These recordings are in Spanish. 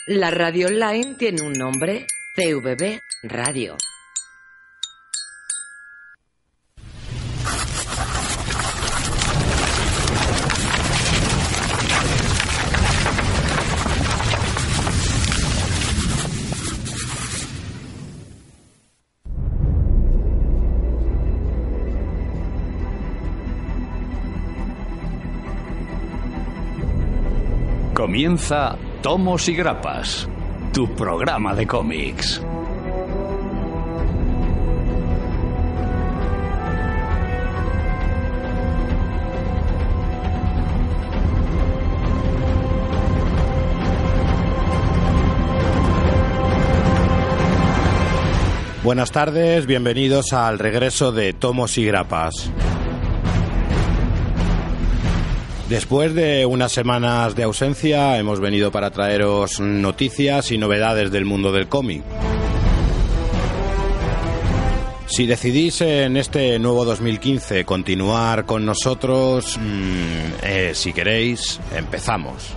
La radio online tiene un nombre: CVB Radio. Comienza Tomos y Grapas, tu programa de cómics. Buenas tardes, bienvenidos al regreso de Tomos y Grapas. Después de unas semanas de ausencia, hemos venido para traeros noticias y novedades del mundo del cómic. Si decidís en este nuevo 2015 continuar con nosotros, si queréis, empezamos.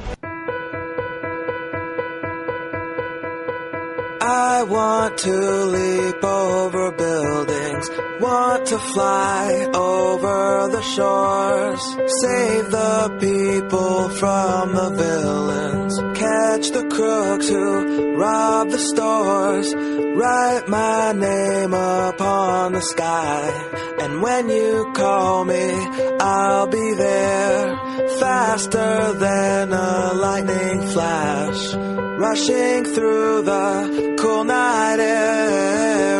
I want to leap over buildings, want to fly over the shores, save the people from the villains, catch the crooks who rob the stores, write my name upon the sky, and when you call me, I'll be there, faster than a lightning flash, rushing through the cool night air.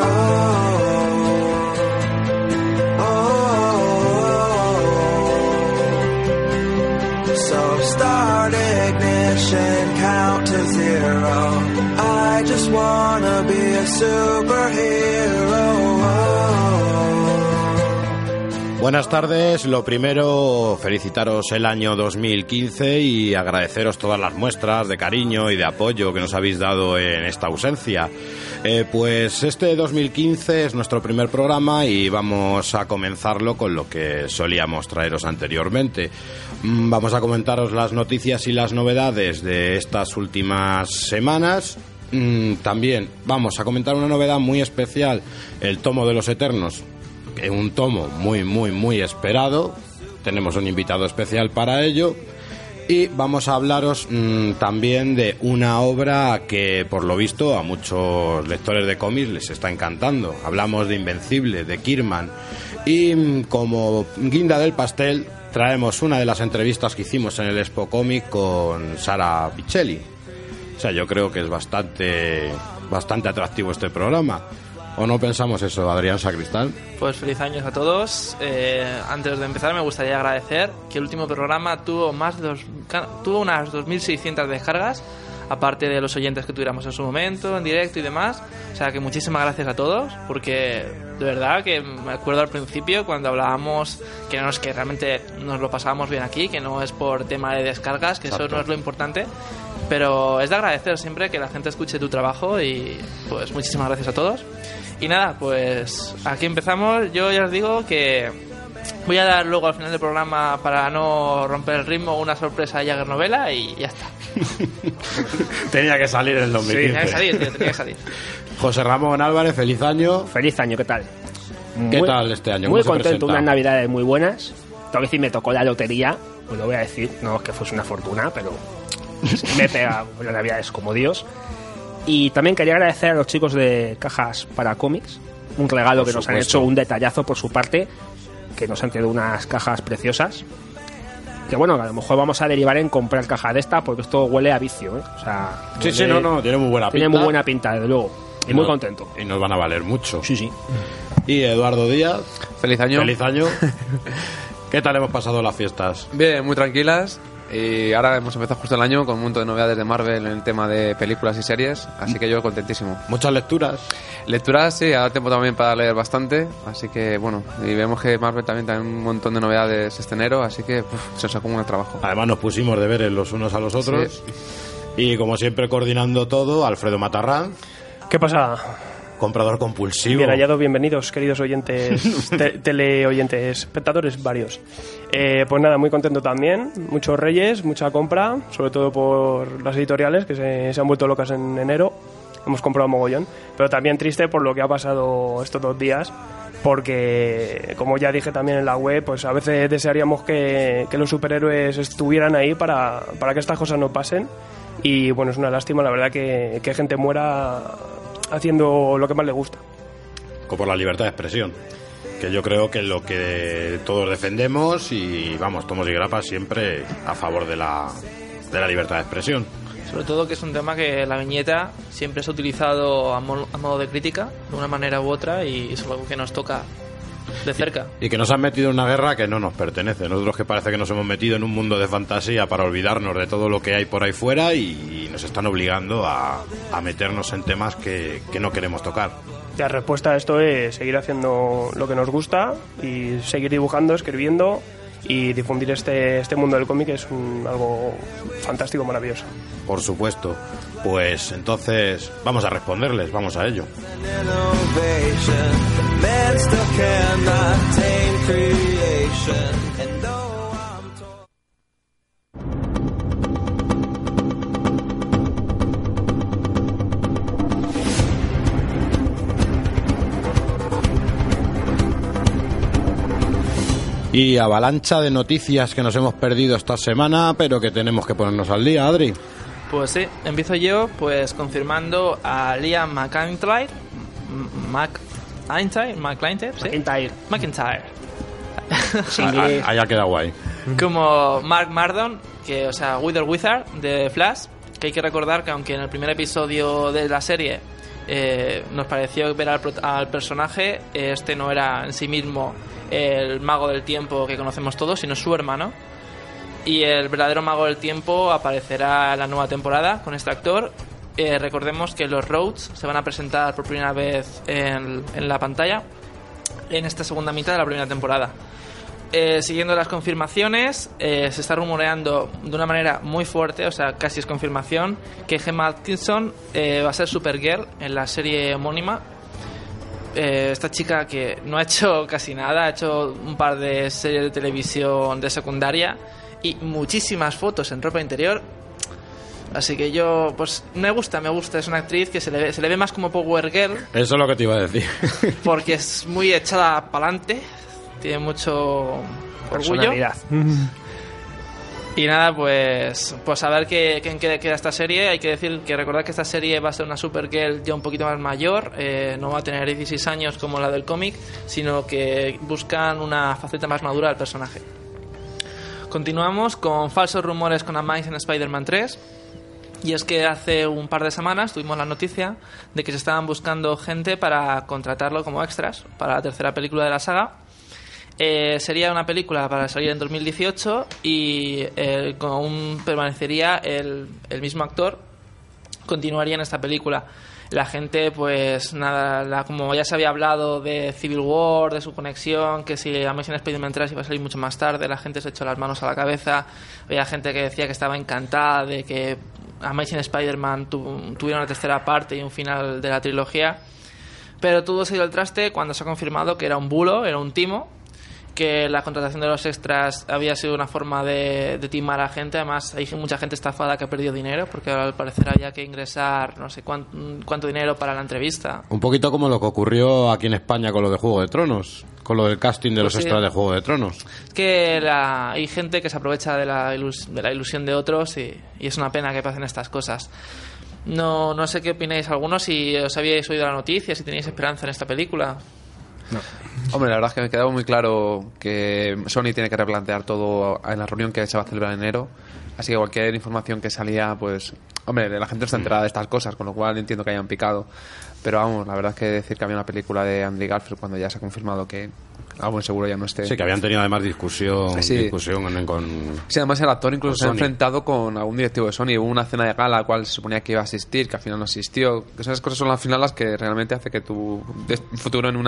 So start ignition, count to zero. I just wanna be a superhero. Buenas tardes, lo primero, felicitaros el año 2015 y agradeceros todas las muestras de cariño y de apoyo que nos habéis dado en esta ausencia. Pues este 2015 es nuestro primer programa y vamos a comenzarlo con lo que solíamos traeros anteriormente. Vamos a comentaros las noticias y las novedades de estas últimas semanas. También vamos a comentar una novedad muy especial, el tomo de los Eternos. Un tomo muy esperado. Tenemos un invitado especial para ello. Y vamos a hablaros también de una obra que por lo visto a muchos lectores de cómics les está encantando. Hablamos de Invencible, de Kirkman. Y como guinda del pastel traemos una de las entrevistas que hicimos en el Expo Comic con Sara Pichelli. O sea, yo creo que es bastante atractivo este programa. ¿O no pensamos eso, Adrián Sacristán? Pues feliz años a todos. Antes de empezar me gustaría agradecer que el último programa tuvo unas 2.600 descargas, aparte de los oyentes que tuviéramos en su momento, en directo y demás. O sea que muchísimas gracias a todos, porque de verdad que me acuerdo al principio cuando hablábamos que realmente nos lo pasábamos bien aquí, que no es por tema de descargas, que Exacto. Eso no es lo importante. Pero es de agradecer siempre que la gente escuche tu trabajo y pues muchísimas gracias a todos. Y nada, pues aquí empezamos. Yo ya os digo que voy a dar luego al final del programa, para no romper el ritmo, una sorpresa a Jagger Novela y ya está. Tenía que salir en el 2015. Sí, tenía que salir. José Ramón Álvarez, feliz año. Feliz año, ¿qué tal? ¿Qué tal este año? Muy contento, unas navidades muy buenas. Tengo que decir, me tocó la lotería, pues lo voy a decir, no es que fuese una fortuna, pero me pega las navidades como Dios. Y también quería agradecer a los chicos de Cajas para Cómics, un regalo que nos han hecho, un detallazo por su parte, que nos han traído unas cajas preciosas, que bueno, a lo mejor vamos a derivar en comprar caja de esta, porque esto huele a vicio, ¿eh? O sea, sí, tiene muy buena pinta. Tiene muy buena pinta, desde luego, y muy contento. Y nos van a valer mucho. Sí. Y Eduardo Díaz, feliz año. ¿Qué tal hemos pasado las fiestas? Bien, muy tranquilas. Y ahora hemos empezado justo el año con un montón de novedades de Marvel en el tema de películas y series, así que yo contentísimo. ¿Muchas lecturas? Lecturas, sí, ahora tiempo también para leer bastante, así que bueno, y vemos que Marvel también tiene un montón de novedades este enero, así que se nos acumula el trabajo. Además nos pusimos deberes los unos a los otros, sí. Y como siempre coordinando todo, Alfredo Matarrán. ¿Qué pasa? comprador compulsivo. Bien hallado, bienvenidos, queridos oyentes, teleoyentes, espectadores varios. Pues nada, muy contento también, muchos reyes, mucha compra, sobre todo por las editoriales que se han vuelto locas en enero. Hemos comprado mogollón, pero también triste por lo que ha pasado estos 2 días, porque, como ya dije también en la web, pues a veces desearíamos que los superhéroes estuvieran ahí para que estas cosas no pasen. Y bueno, es una lástima, la verdad, que gente muera haciendo lo que más le gusta. Como por la libertad de expresión, que yo creo que es lo que todos defendemos y vamos, Tomos y Grapas siempre a favor de la libertad de expresión. Sobre todo que es un tema que la viñeta siempre se ha utilizado a modo de crítica, de una manera u otra, y es algo que nos toca de cerca. Y que nos han metido en una guerra que no nos pertenece. Nosotros que parece que nos hemos metido en un mundo de fantasía para olvidarnos de todo lo que hay por ahí fuera y nos están obligando a meternos en temas que no queremos tocar. La respuesta a esto es seguir haciendo lo que nos gusta y seguir dibujando, escribiendo y difundir este mundo del cómic, es algo fantástico, maravilloso. Por supuesto. Pues entonces vamos a responderles, vamos a ello. Y avalancha de noticias que nos hemos perdido esta semana, pero que tenemos que ponernos al día, Adri. Pues sí, empiezo yo pues confirmando a Liam McIntyre, Ahí ha quedado guay. Como Mark Mardon, que, o sea, Wizard de Flash, que hay que recordar que aunque en el primer episodio de la serie nos pareció ver al personaje, este no era en sí mismo el mago del tiempo que conocemos todos, sino su hermano. Y el verdadero mago del tiempo aparecerá en la nueva temporada con este actor. Recordemos que los Rhodes se van a presentar por primera vez en la pantalla en esta segunda mitad de la primera temporada. Siguiendo las confirmaciones, se está rumoreando de una manera muy fuerte, o sea, casi es confirmación, que Gemma Atkinson va a ser Supergirl en la serie homónima. Esta chica que no ha hecho casi nada, ha hecho un par de series de televisión de secundaria y muchísimas fotos en ropa interior. Así que yo, pues me gusta, es una actriz que se le ve más como Power Girl. Eso es lo que te iba a decir. Porque es muy echada para adelante, tiene mucho orgullo. Y nada, pues a ver en qué queda esta serie. Hay que decir que recordar que esta serie va a ser una Supergirl ya un poquito más mayor, no va a tener 16 años como la del cómic, sino que buscan una faceta más madura del personaje. Continuamos con falsos rumores con Amazing Spider-Man 3. Y es que hace un par de semanas tuvimos la noticia de que se estaban buscando gente para contratarlo como extras para la tercera película de la saga. Sería una película para salir en 2018 y permanecería el mismo actor, continuaría en esta película. La gente, pues nada, como ya se había hablado de Civil War, de su conexión, que si Amazing Spider-Man 3 iba a salir mucho más tarde, la gente se echó las manos a la cabeza. Había gente que decía que estaba encantada de que Amazing Spider-Man tuviera una tercera parte y un final de la trilogía. Pero todo se dio al traste cuando se ha confirmado que era un bulo, era un timo, que la contratación de los extras había sido una forma de timar a gente. Además hay mucha gente estafada que ha perdido dinero porque al parecer había que ingresar no sé cuánto dinero para la entrevista. Un poquito como lo que ocurrió aquí en España con lo de Juego de Tronos, con lo del casting de los extras de Juego de Tronos. Es que hay gente que se aprovecha de la ilusión de otros y es una pena que pasen estas cosas. No sé qué opináis algunos, si os habíais oído la noticia, si tenéis esperanza en esta película. No. Hombre, la verdad es que me quedaba muy claro que Sony tiene que replantear todo en la reunión que se va a celebrar en enero. Así que cualquier información que salía, pues... Hombre, la gente no está enterada de estas cosas, con lo cual entiendo que hayan picado. Pero vamos, la verdad es que decir que había una película de Andrew Garfield cuando ya se ha confirmado que bueno, seguro ya no esté. Sí, que habían tenido además discusión con... Sí, además el actor incluso se ha Sony. enfrentado con algún directivo de Sony. Hubo una cena de gala a la cual se suponía que iba a asistir, que al final no asistió. Que esas cosas son al final las que realmente hace que tu futuro en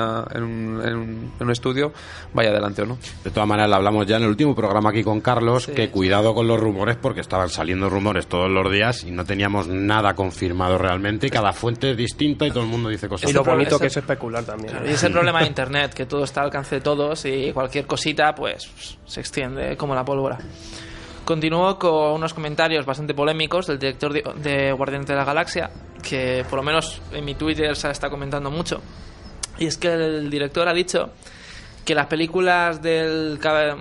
un estudio vaya adelante o no. De todas maneras, lo hablamos ya en el último programa aquí con Carlos, que cuidado con los rumores, porque estaban saliendo rumores todos los días y no teníamos nada confirmado realmente, y cada fuente es distinta y todo el mundo dice cosas. Y lo bonito que es especular también. Claro, y es el problema de Internet, que todo está al alcance de todos y cualquier cosita pues se extiende como la pólvora. Continúo con unos comentarios bastante polémicos del director de Guardianes de la Galaxia, que por lo menos en mi Twitter se está comentando mucho. Y es que el director ha dicho que las películas del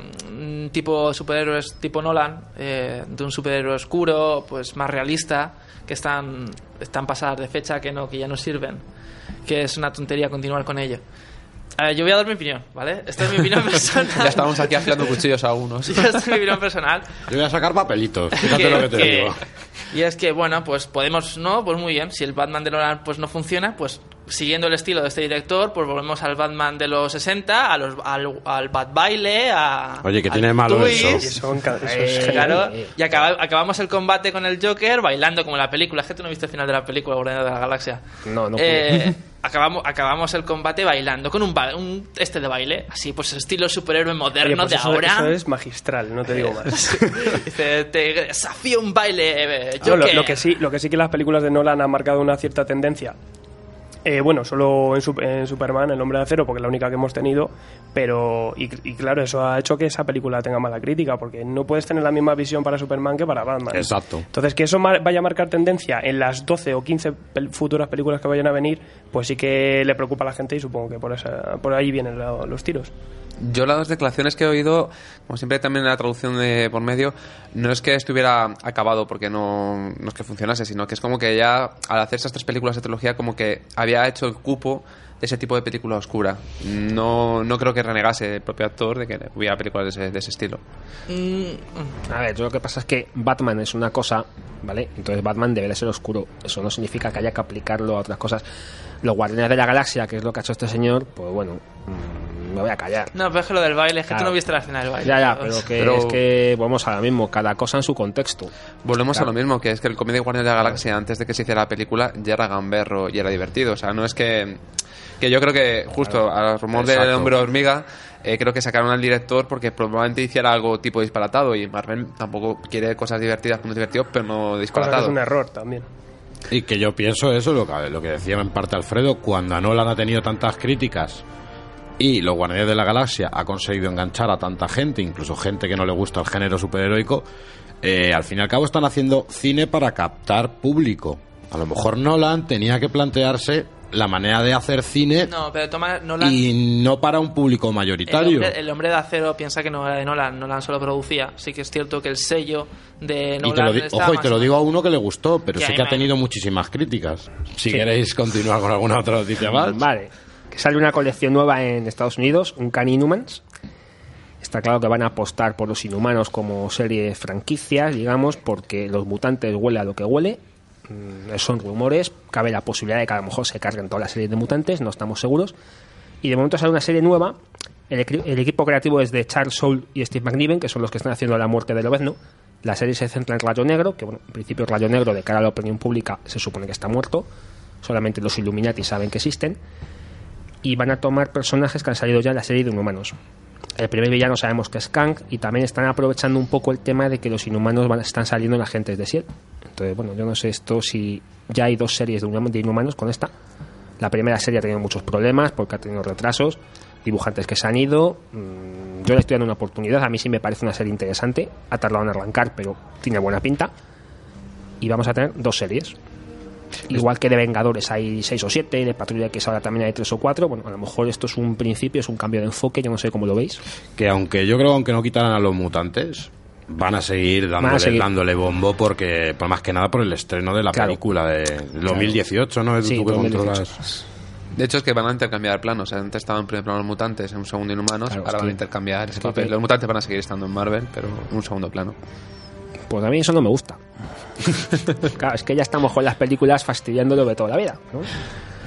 tipo superhéroes tipo Nolan, de un superhéroe oscuro, pues más realista, que están pasadas de fecha, que ya no sirven, que es una tontería continuar con ello. Yo voy a dar mi opinión, ¿vale? Esta es mi opinión personal. Ya estamos aquí afilando cuchillos a algunos. Esta es mi opinión personal. Yo voy a sacar papelitos, fíjate lo que te digo. Y es que, bueno, pues podemos, ¿no? Pues muy bien, si el Batman de Nolan pues no funciona, pues siguiendo el estilo de este director, pues volvemos al Batman de los 60, al Bat Baile, Oye, que tiene malo twist, eso. Claro, y acabamos el combate con el Joker bailando como en la película. Es que tú no viste el final de la película Guardianes de la Galaxia. No. Acabamos el combate bailando con un de baile, así pues estilo superhéroe moderno. Oye, pues de ahora. Eso es magistral, no te digo más. Dice, te desafío un baile, No, Joker. lo que sí que las películas de Nolan han marcado una cierta tendencia. Bueno, solo en Superman, El Hombre de Acero, porque es la única que hemos tenido, pero y claro, eso ha hecho que esa película tenga mala crítica, porque no puedes tener la misma visión para Superman que para Batman. Exacto. Entonces, que eso vaya a marcar tendencia en las 12 o 15 futuras películas que vayan a venir, pues sí que le preocupa a la gente, y supongo que por ahí vienen los tiros. Yo las declaraciones que he oído, como siempre también en la traducción de por medio, no es que estuviera acabado porque no es que funcionase, sino que es como que ya al hacer esas 3 películas de trilogía como que había hecho el cupo de ese tipo de película oscura. No creo que renegase el propio actor de que hubiera películas de ese estilo. A ver, yo lo que pasa es que Batman es una cosa, ¿vale? Entonces Batman debe de ser oscuro. Eso no significa que haya que aplicarlo a otras cosas. Los Guardianes de la Galaxia, que es lo que ha hecho este señor, pues bueno, me voy a callar. No, pero es que lo del baile, es que Claro. tú no viste la escena del baile. Ya, pero es que vamos a lo mismo, cada cosa en su contexto. Volvemos Claro. a lo mismo, que es que el cómic de Guardianes de la Galaxia, antes de que se hiciera la película, ya era gamberro y era divertido. O sea, no es que yo creo que justo al rumor del Exacto. Hombre Hormiga, creo que sacaron al director porque probablemente hiciera algo tipo disparatado, y Marvel tampoco quiere cosas divertidas cuando es divertido, pero no Cosa que disparatado. es un error también. Y que yo pienso eso, lo que decía en parte Alfredo, cuando a Nolan ha tenido tantas críticas y los Guardianes de la Galaxia ha conseguido enganchar a tanta gente, incluso gente que no le gusta el género superheroico, al fin y al cabo están haciendo cine para captar público. A lo mejor Nolan tenía que plantearse la manera de hacer cine No, pero toma Nolan. y no para un público mayoritario. El hombre de acero piensa que no era de Nolan. Nolan solo producía. Sí que es cierto que el sello de Y Nolan. ojo, y te lo digo a uno que le gustó, pero Que sí a que mí ha tenido muchísimas críticas. Si queréis continuar con alguna otra noticia más. Vale, que sale una colección nueva en Estados Unidos, un Can Inhumans. Está claro que van a apostar por los Inhumanos como serie franquicias, digamos, porque los mutantes huele a lo que huele. Son rumores, cabe la posibilidad de que a lo mejor se carguen todas las series de mutantes, no estamos seguros. Y de momento sale una serie nueva. El equipo creativo es de Charles Soule y Steve McNiven, que son los que están haciendo La Muerte de Lobezno. La serie se centra en Rayo Negro, que bueno, en principio Rayo Negro de cara a la opinión pública se supone que está muerto. Solamente los Illuminati saben que existen. Y van a tomar personajes que han salido ya en la serie de Inhumanos. El primer villano sabemos que es Kang, y también están aprovechando un poco el tema de que los Inhumanos están saliendo en Agentes de S.H.I.E.L.D. Entonces, bueno, yo no sé esto si ya hay 2 series de Inhumanos con esta. La primera serie ha tenido muchos problemas porque ha tenido retrasos, dibujantes que se han ido. Yo le estoy dando una oportunidad, a mí sí me parece una serie interesante. Ha tardado en arrancar, pero tiene buena pinta. Y vamos a tener 2 series. Igual que de Vengadores hay 6 o 7, de Patrulla X ahora también hay 3 o 4. Bueno, a lo mejor esto es un principio, es un cambio de enfoque, yo no sé cómo lo veis. Que aunque yo creo que aunque no quitaran a los mutantes, van a seguir dándole bombo, porque por más que nada por el estreno de la película de 2018, ¿no? Sí, Tú que 2018. controlas. De hecho, es que van a intercambiar planos. Antes estaban en primer plano los mutantes, en un segundo Inhumanos. Claro, ahora van a hostia. intercambiar ese Es que- papel. Los mutantes van a seguir estando en Marvel, pero en un segundo plano. Pues a mí eso no me gusta. Claro, es que ya estamos con las películas fastidiándolo de toda la vida, ¿no?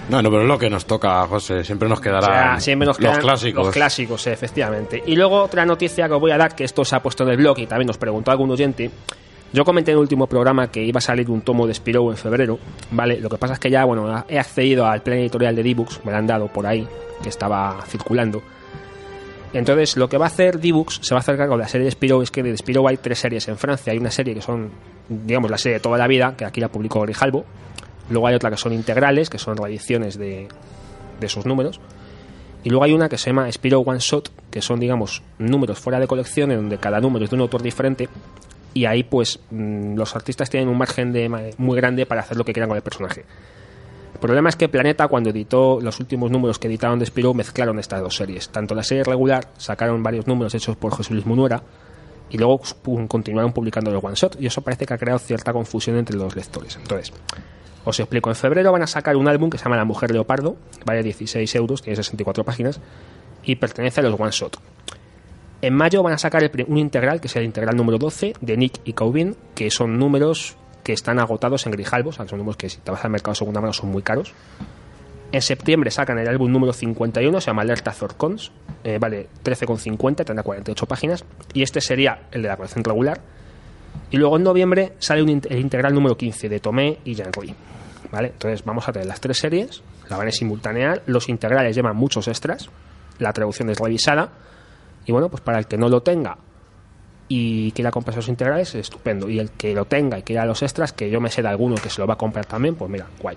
No, pero es lo que nos toca, José. Siempre nos quedarán siempre nos quedan los clásicos. Los clásicos, efectivamente. Y luego otra noticia que os voy a dar, que esto se ha puesto en el blog y también nos preguntó algún oyente. Yo comenté en el último programa que iba a salir un tomo de Spirou en febrero, ¿vale? Lo que pasa es que ya, bueno, he accedido al plan editorial de D-Books, me lo han dado por ahí, que estaba circulando. Entonces, lo que va a hacer D-Books, se va a hacer cargo de la serie de Spirou, es que de Spirou hay 3 series en Francia. Hay una serie que son, digamos, la serie de toda la vida, que aquí la publicó Grijalbo. Luego hay otra que son integrales, que son reediciones de esos números. Y luego hay una que se llama Spirou One Shot, que son, digamos, números fuera de colección, en donde cada número es de un autor diferente. Y ahí, pues, los artistas tienen un margen muy grande para hacer lo que quieran con el personaje. El problema es que Planeta, cuando editó los últimos números que editaron de Spirou, mezclaron estas dos series. Tanto la serie regular, sacaron varios números hechos por José Luis Munuera, y luego continuaron publicando el One Shot. Y eso parece que ha creado cierta confusión entre los lectores. Entonces, os explico. En febrero van a sacar un álbum que se llama La Mujer Leopardo, vale 16 euros, tiene 64 páginas, y pertenece a los One Shot. En mayo van a sacar un integral, que es el integral número 12, de Nick y Cauvin, que son números que están agotados en Grijalbo, o sea, son números que si te vas al mercado de segunda mano son muy caros. En septiembre sacan el álbum número 51, se llama Alerta Zorcons, vale 13,50, tendrá 48 páginas, y este sería el de la colección regular. Y luego en noviembre sale el integral número 15 de Tomé y Jean-Louis, ¿vale? Entonces vamos a tener las 3 series, la van a simultanear, los integrales llevan muchos extras, la traducción es revisada, y bueno, pues para el que no lo tenga y quiera comprar esos integrales, es estupendo. Y el que lo tenga y quiera los extras, que yo me sé de alguno que se lo va a comprar también, pues mira, guay.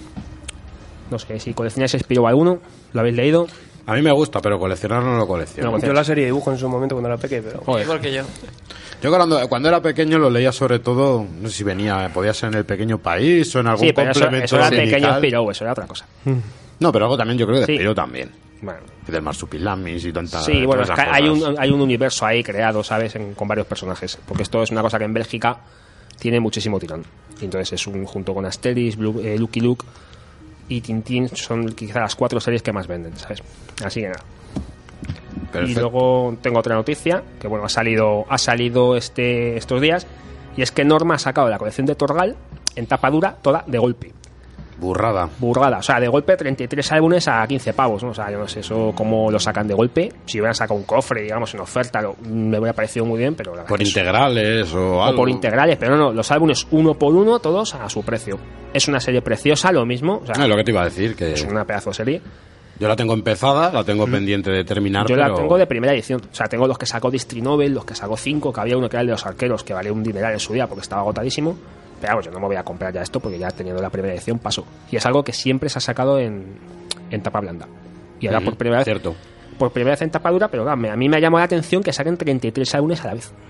No sé, si coleccionáis Spirou alguno, ¿lo habéis leído? A mí me gusta, pero coleccionar no lo colecciono. Yo la serie de dibujo en su momento cuando era pequeño, pero... Igual que yo. Yo cuando era pequeño lo leía sobre todo, no sé si podía ser en El Pequeño País o en algún sí, pero complemento eso era sindical. pequeño Spirou, eso era otra cosa. No, pero algo también yo creo que de Sí. Spirou también. Bueno. Y del Marsupilamis y tantas. Sí, bueno, todas es que esas hay un universo ahí creado, ¿sabes? Con varios personajes. Porque esto es una cosa que en Bélgica tiene muchísimo tirón. Y entonces es junto con Asterix, Lucky Luke y Tintín, son quizás las 4 series que más venden, ¿sabes? Así que nada. Perfecto. Y luego tengo otra noticia, que bueno, ha salido estos días, y es que Norma ha sacado la colección de Torgal en tapa dura, toda de golpe. Burrada. O sea, de golpe 33 álbumes a 15 pavos, ¿no? O sea, yo no sé eso cómo lo sacan de golpe. Si hubieran sacado un cofre, digamos, en oferta, me hubiera parecido muy bien, pero la verdad Por es que integrales o algo. por integrales, pero no, los álbumes uno por uno, todos a su precio. Es una serie preciosa, lo mismo, o sea, Es lo que te iba a decir, que es una pedazo de serie. yo la tengo empezada, la tengo pendiente de terminar. Yo pero... la tengo de primera edición, o sea, tengo los que sacó Distri Nobel, los que sacó 5, que había uno que era el de los arqueros, que valía un dineral en su día porque estaba agotadísimo. Pero vamos, yo no me voy a comprar ya esto porque ya teniendo la primera edición paso. Y es algo que siempre se ha sacado en tapa blanda. Y ahora por primera vez. Cierto. Por primera vez en tapa dura, pero claro, a mí me ha llamado la atención que saquen 33 álbumes a la vez.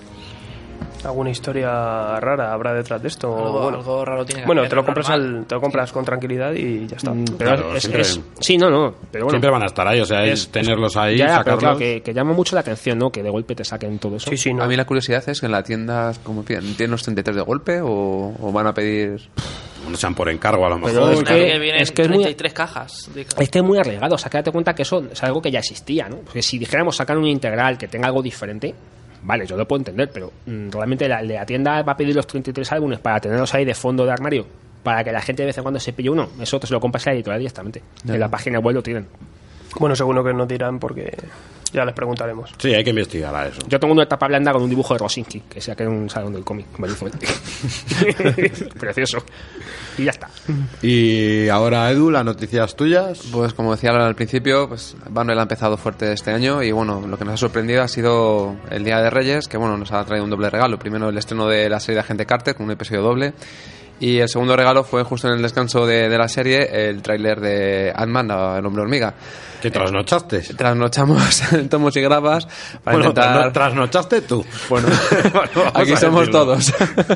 ¿Alguna historia rara habrá detrás de esto? Algo raro tiene que Bueno, haber, te lo normal. compras con tranquilidad y ya está. Pero Claro, siempre- sí, no, pero bueno. Siempre van a estar ahí, o sea, es tenerlos ahí, Ya, pero sacarlos. claro, que llama mucho la atención, ¿no? Que de golpe te saquen todo eso. Sí, sí, no. A mí la curiosidad es que en la tienda, ¿cómo piden? ¿Tienen los 33 de golpe o van a pedir...? No sean por encargo, a lo Pero mejor. es Claro que- que vienen es que es muy- 33 cajas. Es que es muy arriesgado, o sea, que date cuenta que eso es algo que ya existía, ¿no? Porque si dijéramos sacar un integral que tenga algo diferente, vale, yo lo puedo entender, pero realmente la tienda va a pedir los 33 álbumes para tenerlos ahí de fondo de armario, para que la gente de vez en cuando se pille uno. Eso te se lo compras a la editorial directamente. En la página web lo tienen. Bueno, seguro que nos dirán porque ya les preguntaremos. Sí, hay que investigar a eso. Yo tengo una tapa blanda con un dibujo de Rosinski, que se ha quedado en un salón del cómic. Me lo hizo precioso. Y ya está. Y ahora, Edu, las noticias tuyas. Pues como decía al principio, pues Banner ha empezado fuerte este año y bueno, lo que nos ha sorprendido ha sido el Día de Reyes, que bueno, nos ha traído un doble regalo. Primero el estreno de la serie de Agente Carter, con un episodio doble. Y el segundo regalo fue justo en el descanso de la serie, el tráiler de Ant-Man, el Hombre Hormiga. ¿Qué trasnochaste? Trasnochamos en tomos y grapas para Bueno, intentar... trasnochaste tú. Bueno, Vamos aquí a somos decirlo. todos.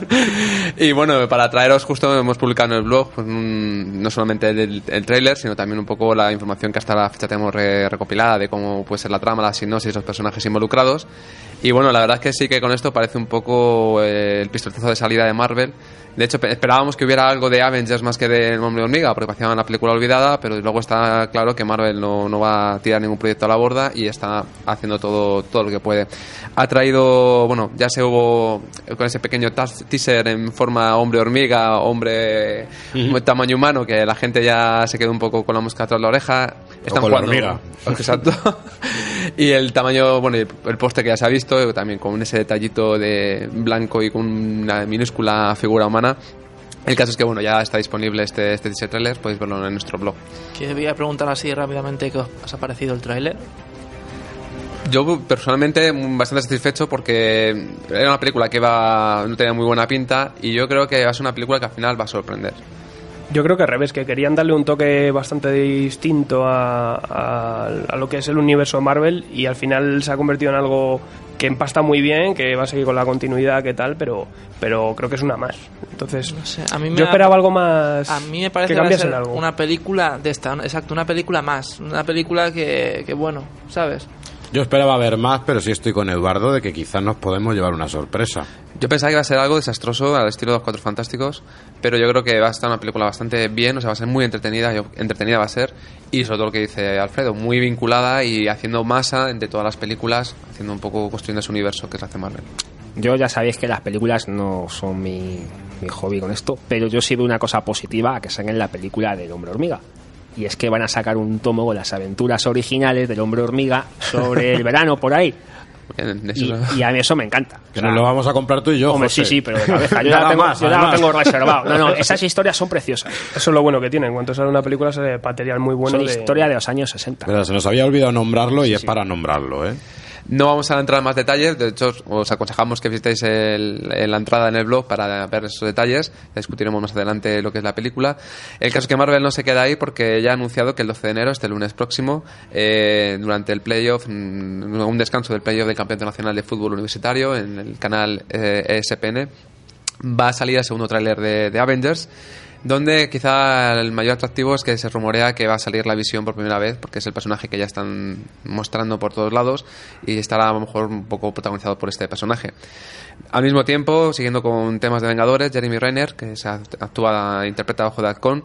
Y bueno, para traeros justo hemos publicado en el blog pues, no solamente el tráiler, sino también un poco la información que hasta la fecha tenemos recopilada de cómo puede ser la trama, la sinopsis, los personajes involucrados. Y bueno, la verdad es que sí que con esto parece un poco el pistoletazo de salida de Marvel. De hecho, esperábamos que hubiera algo de Avengers más que de Hombre Hormiga, porque parecía una película olvidada, pero luego está claro que Marvel no va a tirar ningún proyecto a la borda y está haciendo todo lo que puede. Ha traído, bueno, ya se hubo con ese pequeño teaser en forma Hombre Hormiga, hombre tamaño humano, que la gente ya se quedó un poco con la mosca tras la oreja. Están con jugando, la hormiga. Exacto. Y el tamaño, bueno, el póster que ya se ha visto, también con ese detallito de blanco y con una minúscula figura humana. El caso es que, bueno, ya está disponible este teaser trailer, podéis verlo en nuestro blog. Que voy a preguntar así rápidamente qué os ha parecido el tráiler. Yo personalmente bastante satisfecho porque era una película que no tenía muy buena pinta y yo creo que va a ser una película que al final va a sorprender. Yo creo que al revés, que querían darle un toque bastante distinto a lo que es el universo Marvel y al final se ha convertido en algo que empasta muy bien, que va a seguir con la continuidad, que tal, pero creo que es una más. Entonces, no sé, yo esperaba algo más. A mí me parece que cambiase ser algo. Una película de esta, exacto, una película más, una película que bueno, ¿sabes? Yo esperaba ver más, pero sí estoy con Eduardo de que quizás nos podemos llevar una sorpresa. Yo pensaba que iba a ser algo desastroso al estilo de los Cuatro Fantásticos, pero yo creo que va a estar una película bastante bien, o sea, va a ser muy entretenida va a ser, y sobre todo lo que dice Alfredo, muy vinculada y haciendo masa entre todas las películas, haciendo un poco, construyendo ese universo que es hace Marvel. Yo ya sabéis que las películas no son mi hobby con esto, pero yo sí veo una cosa positiva a que saquen la película del Hombre Hormiga. Y es que van a sacar un tomo con las aventuras originales del Hombre Hormiga sobre el verano por ahí. Y a mí eso me encanta. Que nos lo vamos a comprar tú y yo, hombre, José. sí, pero de cabeza. Yo ya lo tengo reservado. No, esas historias son preciosas. Eso es lo bueno que tienen. En cuanto sale una película, sale material muy bueno. Son historia de los años 60. Pero se nos había olvidado nombrarlo y es para nombrarlo, ¿eh? No vamos a entrar en más detalles, de hecho os aconsejamos que visitéis la entrada en el blog para ver esos detalles, discutiremos más adelante lo que es la película. El caso es que Marvel no se queda ahí porque ya ha anunciado que el 12 de enero, este lunes próximo, durante el playoff, un descanso del playoff del Campeonato Nacional de Fútbol Universitario en el canal ESPN, va a salir el segundo tráiler de Avengers, donde quizá el mayor atractivo es que se rumorea que va a salir la Visión por primera vez, porque es el personaje que ya están mostrando por todos lados y estará a lo mejor un poco protagonizado por este personaje. Al mismo tiempo, siguiendo con temas de Vengadores, Jeremy Renner, que se interpreta Ojo de Halcón,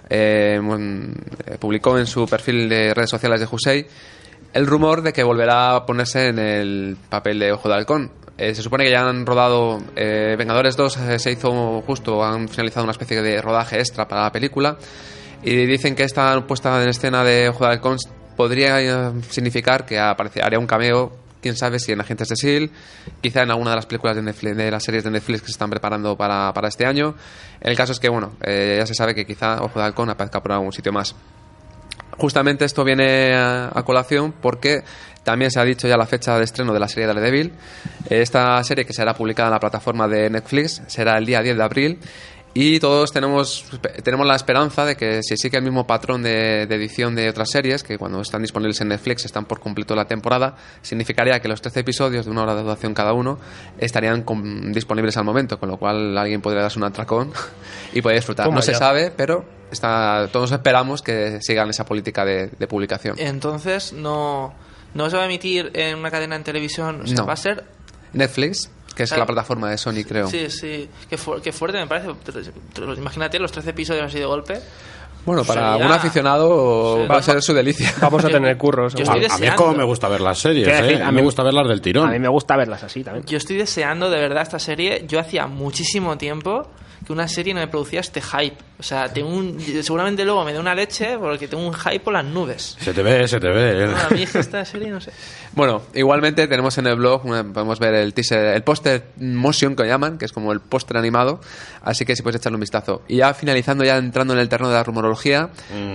publicó en su perfil de redes sociales de Husey el rumor de que volverá a ponerse en el papel de Ojo de Halcón. Se supone que ya han rodado Vengadores 2, se hizo justo, han finalizado una especie de rodaje extra para la película y dicen que esta puesta en escena de Ojo de Halcón podría significar que haría un cameo, quién sabe si en Agentes de S.H.I.E.L.D., quizá en alguna de las películas de Netflix, de las series de Netflix que se están preparando para este año. El caso es que, bueno, ya se sabe que quizá Ojo de Halcón aparezca por algún sitio más. Justamente esto viene a colación porque también se ha dicho ya la fecha de estreno de la serie Daredevil. Esta serie, que será publicada en la plataforma de Netflix, será el día 10 de abril y todos tenemos la esperanza de que si sigue el mismo patrón de edición de otras series, que cuando están disponibles en Netflix están por completo la temporada, significaría que los 13 episodios de 1 hora de duración cada uno estarían disponibles al momento, con lo cual alguien podría darse un atracón y poder disfrutar. No se sabe, pero todos esperamos que sigan esa política de publicación. Entonces no se va a emitir en una cadena en televisión, o sea, no. Va a ser Netflix, que es la plataforma de Sony, creo. Sí, qué fuerte me parece. Imagínate los 13 episodios así de golpe. Bueno, para un aficionado va a ser su delicia. Vamos a tener curros. A mí es como me gusta ver las series, A mí me gusta verlas del tirón. A mí me gusta verlas así también. Yo estoy deseando de verdad esta serie. Yo hacía muchísimo tiempo que una serie no me producía este hype. O sea, seguramente luego me da una leche porque tengo un hype por las nubes. Se te ve. No, a mí esta serie no sé. Bueno, igualmente tenemos en el blog, podemos ver el teaser, el póster motion que llaman, que es como el póster animado, así que si puedes echarle un vistazo. Y ya finalizando, ya entrando en el terreno de la rumorología,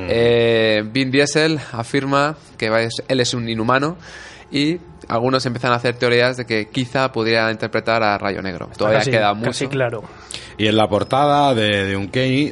Vin Diesel afirma que él es un inhumano y algunos empiezan a hacer teorías de que quizá podría interpretar a Rayo Negro. Todavía queda mucho. Casi claro. Y en la portada de Uncanny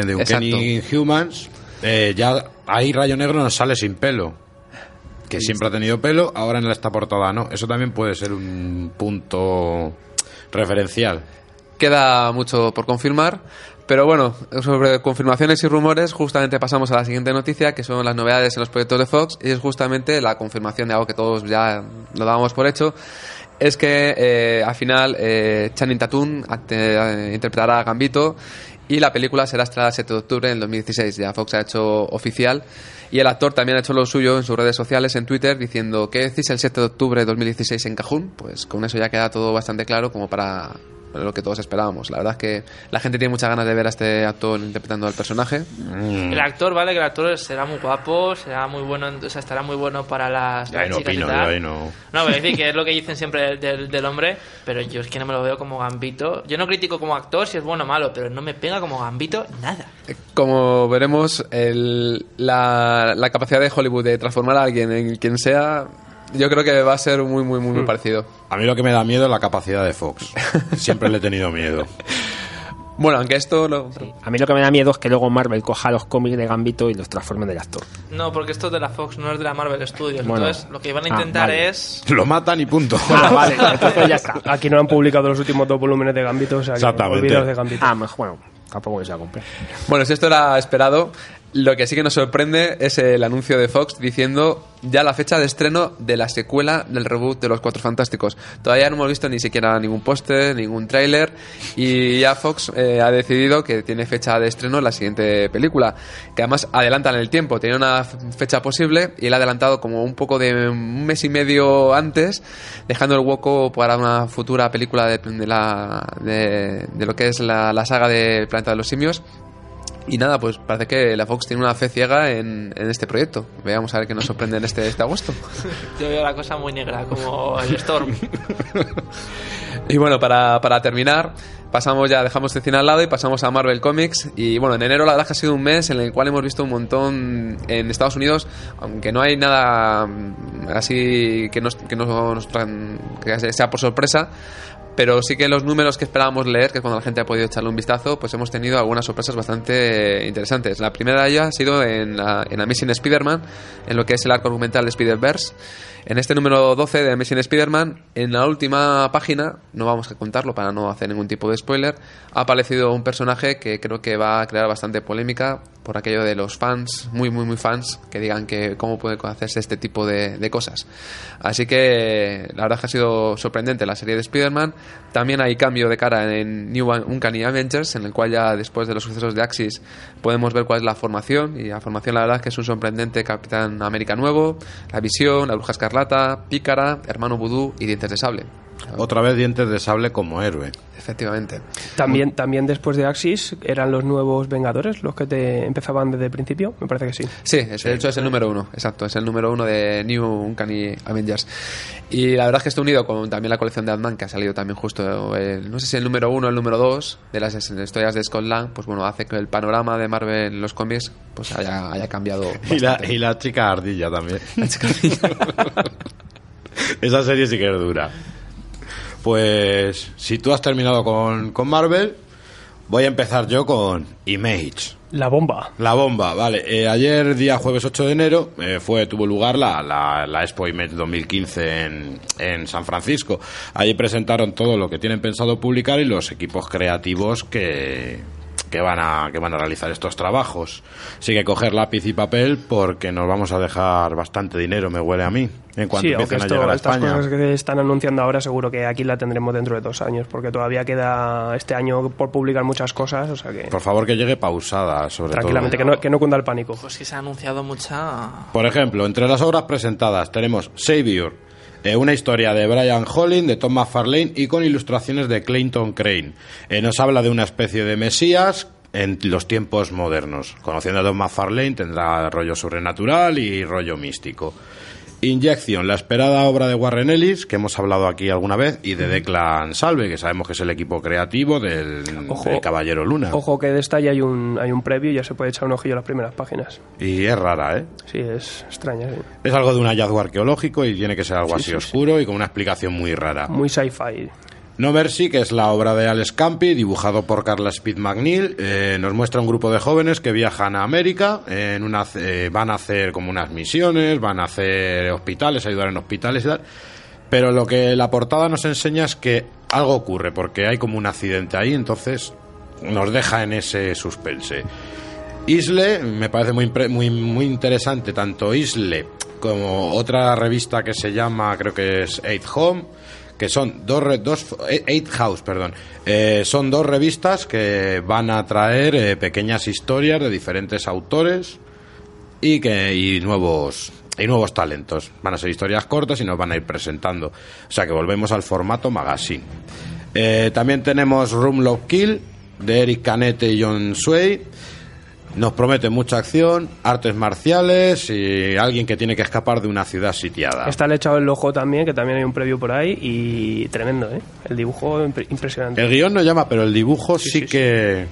Humans, ya ahí Rayo Negro nos sale sin pelo. Que siempre ha tenido pelo, ahora en esta portada no. Eso también puede ser un punto referencial. Queda mucho por confirmar, pero bueno, sobre confirmaciones y rumores, justamente pasamos a la siguiente noticia, que son las novedades en los proyectos de Fox, y es justamente la confirmación de algo que todos ya lo dábamos por hecho. es que al final Channing Tatum interpretará a Gambito y la película será estrenada el 7 de octubre del 2016. Ya Fox ha hecho oficial y el actor también ha hecho lo suyo en sus redes sociales, en Twitter, diciendo ¿qué decís el 7 de octubre de 2016 en Cajún? Pues con eso ya queda todo bastante claro como para lo que todos esperábamos. La verdad es que la gente tiene muchas ganas de ver a este actor interpretando al personaje. El actor, vale, que el actor será muy guapo, será muy bueno, o sea, estará muy bueno para las Ya ahí no chicas opino, y tal. yo ahí no. No, pero decir que es lo que dicen siempre del hombre, pero yo es que no me lo veo como Gambito. Yo no critico como actor si es bueno o malo, pero no me pega como Gambito nada. Como veremos, la capacidad de Hollywood de transformar a alguien en quien sea, yo creo que va a ser muy parecido. A mí lo que me da miedo es la capacidad de Fox. Siempre le he tenido miedo. Bueno, aunque esto... A mí lo que me da miedo es que luego Marvel coja los cómics de Gambito y los transforme en el actor. No, porque esto es de la Fox, no es de la Marvel Studios. Bueno. Entonces, lo que van a intentar vale. es... Lo matan y punto. Vale, entonces ya está. Aquí no han publicado los últimos 2 volúmenes de Gambito, o sea que Exactamente. olvidaos de Gambito. Bueno, tampoco les voy a comprar. Bueno, si esto era esperado, lo que sí que nos sorprende es el anuncio de Fox diciendo ya la fecha de estreno de la secuela del reboot de Los Cuatro Fantásticos. Todavía no hemos visto ni siquiera ningún póster, ningún tráiler, y ya Fox ha decidido que tiene fecha de estreno la siguiente película, que además adelantan el tiempo. Tenía una fecha posible y la ha adelantado como un poco de un mes y medio antes, dejando el hueco para una futura película de lo que es la saga de Planeta de los Simios. Y nada, pues parece que la Fox tiene una fe ciega en este proyecto. Veamos a ver qué nos sorprende en este agosto. Yo veo la cosa muy negra, como el Storm. Y bueno, para terminar, dejamos este cine al lado y pasamos a Marvel Comics. Y bueno, en enero la verdad que ha sido un mes en el cual hemos visto un montón en Estados Unidos, aunque no hay nada así que sea por sorpresa. Pero sí que los números que esperábamos leer, que es cuando la gente ha podido echarle un vistazo, pues hemos tenido algunas sorpresas bastante interesantes. La primera de ellas ha sido en Amazing Spider-Man, en lo que es el arco argumental de Spider-Verse. En este número 12 de Amazing Spider-Man, en la última página, no vamos a contarlo para no hacer ningún tipo de spoiler, ha aparecido un personaje que creo que va a crear bastante polémica por aquello de los fans, muy fans, que digan que cómo puede hacerse este tipo de cosas. Así que la verdad es que ha sido sorprendente la serie de Spider-Man. También hay cambio de cara en New Uncanny Avengers, en el cual ya después de los sucesos de Axis podemos ver cuál es la formación, y la formación la verdad es que es un sorprendente Capitán América nuevo, la Visión, la Bruja Escarlata, Pícara, Hermano Vudú y Dientes de Sable. Otra vez Dientes de Sable como héroe. Efectivamente. También después de Axis eran los nuevos Vengadores los que te empezaban desde el principio, me parece que sí. Sí, de hecho es el número 1, exacto, es el número 1 de New Uncanny Avengers. Y la verdad es que está unido con también la colección de Ant-Man, que ha salido también justo, no sé si el número 1 o el número 2 de las historias de Scott Lang, pues bueno, hace que el panorama de Marvel en los cómics pues haya cambiado bastante. Y la chica ardilla también. La chica ardilla. Esa serie sí que es dura. Pues si tú has terminado con Marvel, voy a empezar yo con Image. La bomba. La bomba, vale. Ayer, día jueves 8 de enero, tuvo lugar la Expo Image 2015 en San Francisco. Allí presentaron todo lo que tienen pensado publicar y los equipos creativos que van a realizar estos trabajos. Así que coger lápiz y papel porque nos vamos a dejar bastante dinero, me huele a mí, en cuanto empiecen a llegar a estas España. Cosas que están anunciando ahora seguro que aquí la tendremos dentro de 2 años, porque todavía queda este año por publicar muchas cosas, o sea que... Por favor, que llegue pausada, sobre tranquilamente, todo. que no cunda el pánico. Pues que se ha anunciado mucha... Por ejemplo, entre las obras presentadas tenemos Savior, una historia de Brian Holling, de Tom McFarlane y con ilustraciones de Clayton Crane. Nos habla de una especie de Mesías en los tiempos modernos. Conociendo a Tom McFarlane tendrá rollo sobrenatural y rollo místico. Injection, la esperada obra de Warren Ellis, que hemos hablado aquí alguna vez, y de Declan Salve, que sabemos que es el equipo creativo del Caballero Luna. Ojo que de esta ya hay un previo y ya se puede echar un ojillo a las primeras páginas. Y es rara, ¿eh? Sí, es extraña, sí. Es algo de un hallazgo arqueológico y tiene que ser algo así oscuro y con una explicación muy rara. Muy sci-fi. No Mercy, que es la obra de Alex Campi, dibujado por Carla Speed McNeil, nos muestra un grupo de jóvenes que viajan a América, van a hacer como unas misiones, van a hacer hospitales, ayudar en hospitales y tal, pero lo que la portada nos enseña es que algo ocurre, porque hay como un accidente ahí, entonces nos deja en ese suspense. Isle, me parece muy interesante, tanto Isle como otra revista que se llama, creo que es Eight Home, que son Eight House, perdón. Son 2 revistas que van a traer pequeñas historias de diferentes autores y nuevos talentos. Van a ser historias cortas y nos van a ir presentando. O sea que volvemos al formato magazine. También tenemos Room Love Kill de Eric Canete y John Sway. Nos promete mucha acción, artes marciales y alguien que tiene que escapar de una ciudad sitiada. Está el echado el ojo también, que también hay un preview por ahí y tremendo, ¿eh? El dibujo impresionante. El guión no llama, pero el dibujo sí que...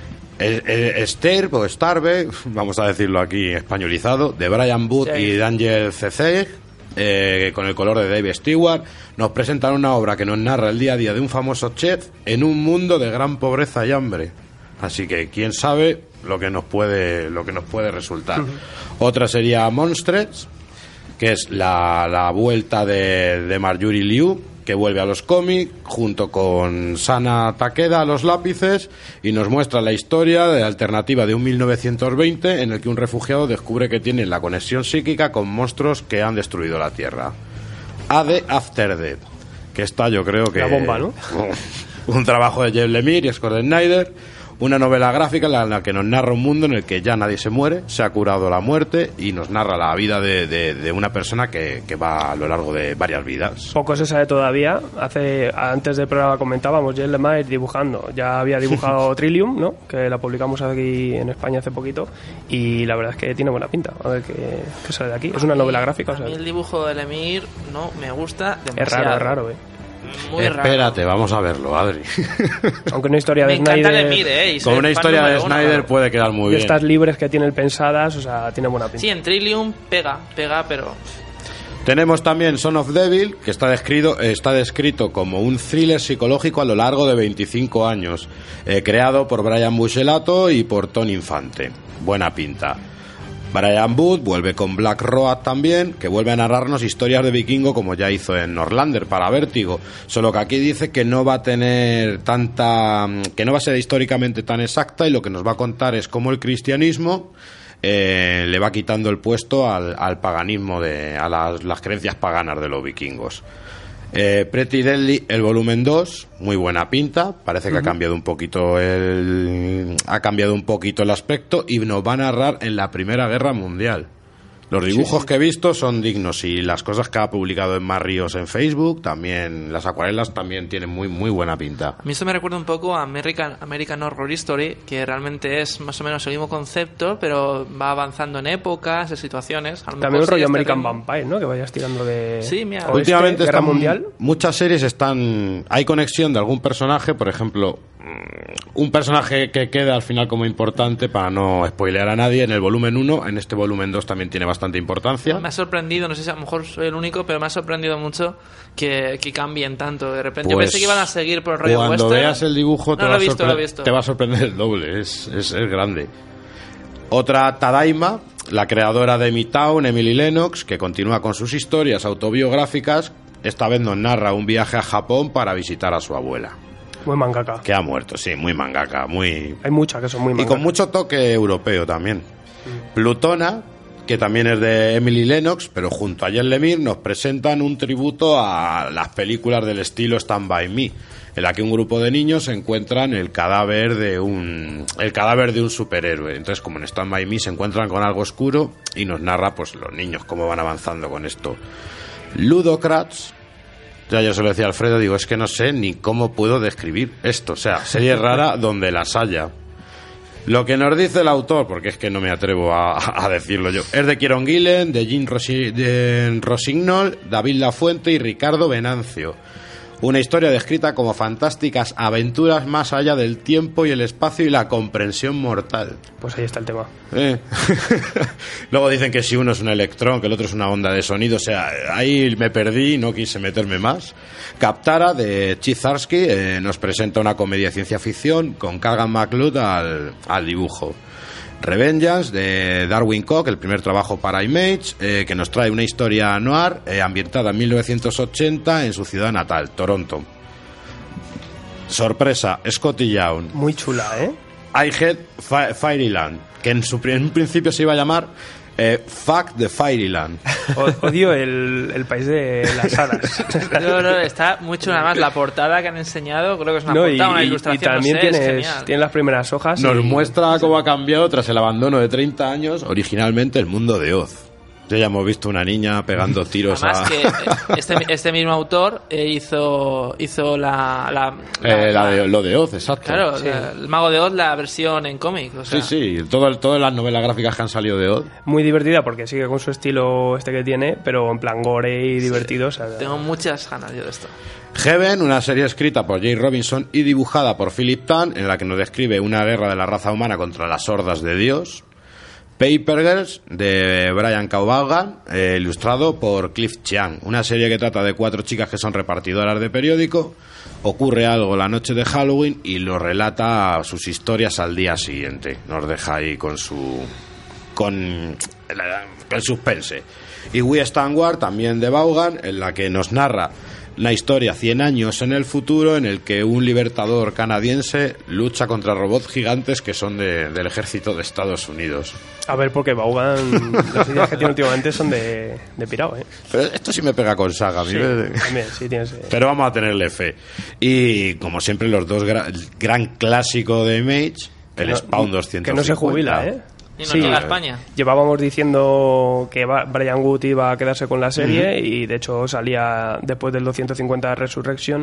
Starve, vamos a decirlo aquí españolizado, de Brian Booth y Daniel Ceceg, con el color de Dave Stewart, nos presentan una obra que nos narra el día a día de un famoso chef en un mundo de gran pobreza y hambre. Así que quién sabe lo que nos puede resultar. Otra sería Monsters, que es la vuelta de Marjorie Liu, que vuelve a los cómics junto con Sana Takeda a los lápices y nos muestra la historia de la alternativa de un 1920 en el que un refugiado descubre que tiene la conexión psíquica con monstruos que han destruido la Tierra. AD After Death, que está, yo creo que... La bomba, ¿no? Un trabajo de Jeff Lemire y Scott Snyder. Una novela gráfica en la que nos narra un mundo en el que ya nadie se muere, se ha curado la muerte y nos narra la vida de una persona que va a lo largo de varias vidas. Poco se sabe todavía. Antes del programa comentábamos, Jeff Lemire dibujando. Ya había dibujado Trillium, ¿no? Que la publicamos aquí en España hace poquito y la verdad es que tiene buena pinta. A ver qué sale de aquí. Es una novela gráfica. A mí el dibujo de Lemire no me gusta demasiado. Es raro, Muy Espérate, raro. vamos a verlo, Adri. Aunque una historia de Me encanta Snyder... Lemire, y Con una historia de Snyder puede quedar muy Y bien. estas libres que tienen pensadas, o sea, tiene buena pinta. Sí, en Trillium pega, pero... Tenemos también Son of Devil, que está descrito como un thriller psicológico a lo largo de 25 años, creado por Brian Buccellato y por Tony Infante. Buena pinta. Brian Booth vuelve con Black Road también, que vuelve a narrarnos historias de vikingo como ya hizo en Norlander para Vértigo, solo que aquí dice que no va a tener que no va a ser históricamente tan exacta y lo que nos va a contar es cómo el cristianismo le va quitando el puesto al paganismo, a las creencias paganas de los vikingos. Pretty Deadly, el volumen 2, muy buena pinta, parece que ha cambiado un poquito el aspecto y nos va a narrar en la Primera Guerra Mundial. Los dibujos que he visto son dignos y las cosas que ha publicado en Mar Ríos en Facebook, también las acuarelas también tienen muy muy buena pinta. A mí esto me recuerda un poco a American Horror Story, que realmente es más o menos el mismo concepto, pero va avanzando en épocas, en situaciones. A lo También mejor un rollo sigue este American ritmo. Vampire, ¿no? Que vayas tirando de... Sí, mira. oeste, Últimamente Guerra Mundial. muchas series hay conexión de algún personaje, por ejemplo, un personaje que queda al final como importante, para no spoilear a nadie, en el volumen 1, en este volumen 2 también tiene bastante importancia. Me ha sorprendido, no sé si a lo mejor soy el único, pero me ha sorprendido mucho que cambien tanto de repente. Yo Pues, pensé que iban a seguir por el rollo cuando western. veas el dibujo No, lo he visto. te va a sorprender el doble, es grande. Otra, Tadaima, la creadora de Midtown, Emily Lennox, que continúa con sus historias autobiográficas. Esta vez nos narra un viaje a Japón para visitar a su abuela, Muy mangaka. que ha muerto, sí, muy mangaka, muy... Hay muchas que son muy Y mangaka. con mucho toque europeo también. Plutona, que también es de Emily Lennox, pero junto a Jen Lemire nos presentan un tributo a las películas del estilo Stand By Me, en la que un grupo de niños encuentran el cadáver de un superhéroe. Entonces, como en Stand By Me se encuentran con algo oscuro y nos narra pues los niños cómo van avanzando con esto. Ludocrats, ya yo se lo decía a Alfredo, digo, es que no sé ni cómo puedo describir esto, o sea, serie rara donde las haya. Lo que nos dice el autor, porque es que no me atrevo a decirlo yo, es de Kieron Gillen, de Jim Rossignol, David Lafuente y Ricardo Venancio. Una historia descrita como fantásticas aventuras más allá del tiempo y el espacio y la comprensión mortal. Pues ahí está el tema. Luego dicen que si uno es un electrón, que el otro es una onda de sonido, o sea, ahí me perdí y no quise meterme más. Captara, de Chizarsky, nos presenta una comedia de ciencia ficción con Kagan McLeod al dibujo. Revengeance, de Darwin Cook, el primer trabajo para Image, que nos trae una historia noir ambientada en 1980 en su ciudad natal, Toronto. Sorpresa, Scotty Young. Muy chula, ¿eh? I Head Fairyland, que en un principio se iba a llamar Fuck the Fairyland. Odio el país de las hadas. No, está muy chula. Además, la portada que han enseñado, creo que es una No, portada, una y ilustración. también no sé, es genial. tienes las primeras hojas. Nos muestra cómo ha cambiado tras el abandono de 30 años, originalmente el mundo de Oz. Ya hemos visto una niña pegando tiros Además que este mismo autor hizo lo de Oz, exacto. Claro, Sí. el Mago de Oz, la versión en cómic. O sea, Sí, todas las novelas gráficas que han salido de Oz. Muy divertida porque sigue con su estilo que tiene, pero en plan gore y divertido. O sea, tengo muchas ganas yo de esto. Heaven, una serie escrita por Jay Robinson y dibujada por Philip Tan, en la que nos describe una guerra de la raza humana contra las hordas de Dios. Paper Girls, de Brian K. Vaughan, ilustrado por Cliff Chiang. Una serie que trata de 4 chicas que son repartidoras de periódico. Ocurre algo la noche de Halloween y lo relata sus historias al día siguiente. Nos deja ahí con el suspense. Y We Stand War, también de Vaughan, en la que nos narra la historia 100 años en el futuro, en el que un libertador canadiense lucha contra robots gigantes que son del ejército de Estados Unidos. A ver, porque Vaughan, las ideas que tiene últimamente son de pirao, ¿eh? Pero esto sí me pega con saga. A mí También, sí tienes... Pero vamos a tenerle fe. Y como siempre, los dos el gran clásico de Image, el Spawn 250. Que no se jubila, ¿eh? Y no llega a España. Llevábamos diciendo que Brian Wood iba a quedarse con la serie y de hecho salía después del 250 Resurrection,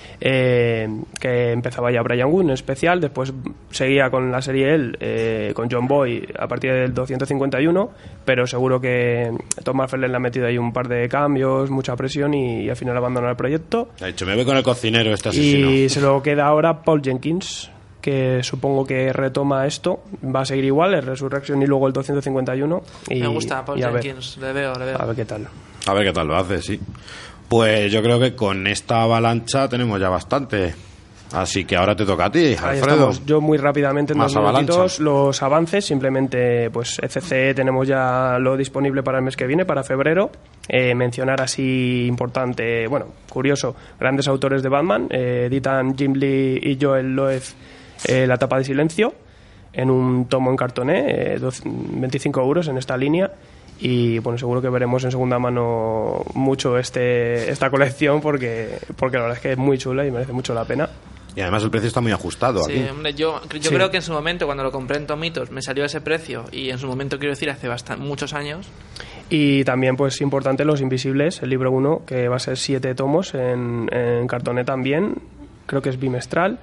que empezaba ya Brian Wood en especial, después seguía con la serie él, con John Boy a partir del 251, pero seguro que Tom McFarlane le ha metido ahí un par de cambios, mucha presión y al final abandonó el proyecto. Ha dicho, me voy con el cocinero este asesino. Y se lo queda ahora Paul Jenkins, que supongo que retoma esto, va a seguir igual, el Resurrection y luego el 251. Y, me gusta Paul y Jenkins, le veo. A ver qué tal. A ver qué tal lo hace, sí. Pues yo creo que con esta avalancha tenemos ya bastante. Así que ahora te toca a ti, Ahí Alfredo. estamos. Yo muy rápidamente en Más 2 minutitos avalancha. los avances, simplemente pues ECC tenemos ya lo disponible para el mes que viene, para febrero. Mencionar así importante, bueno, curioso, grandes autores de Batman, editan Jim Lee y Joel Loeb La tapa de silencio en un tomo en cartoné, 25 euros en esta línea. Y bueno, seguro que veremos en segunda mano mucho esta colección porque la verdad es que es muy chula y merece mucho la pena. Y además el precio está muy ajustado Sí, aquí. hombre, yo Sí. creo que en su momento, cuando lo compré en Tomitos, me salió ese precio. Y en su momento, quiero decir, hace muchos años. Y también, pues importante, Los Invisibles, el libro 1, que va a ser 7 tomos en cartoné también, creo que es bimestral,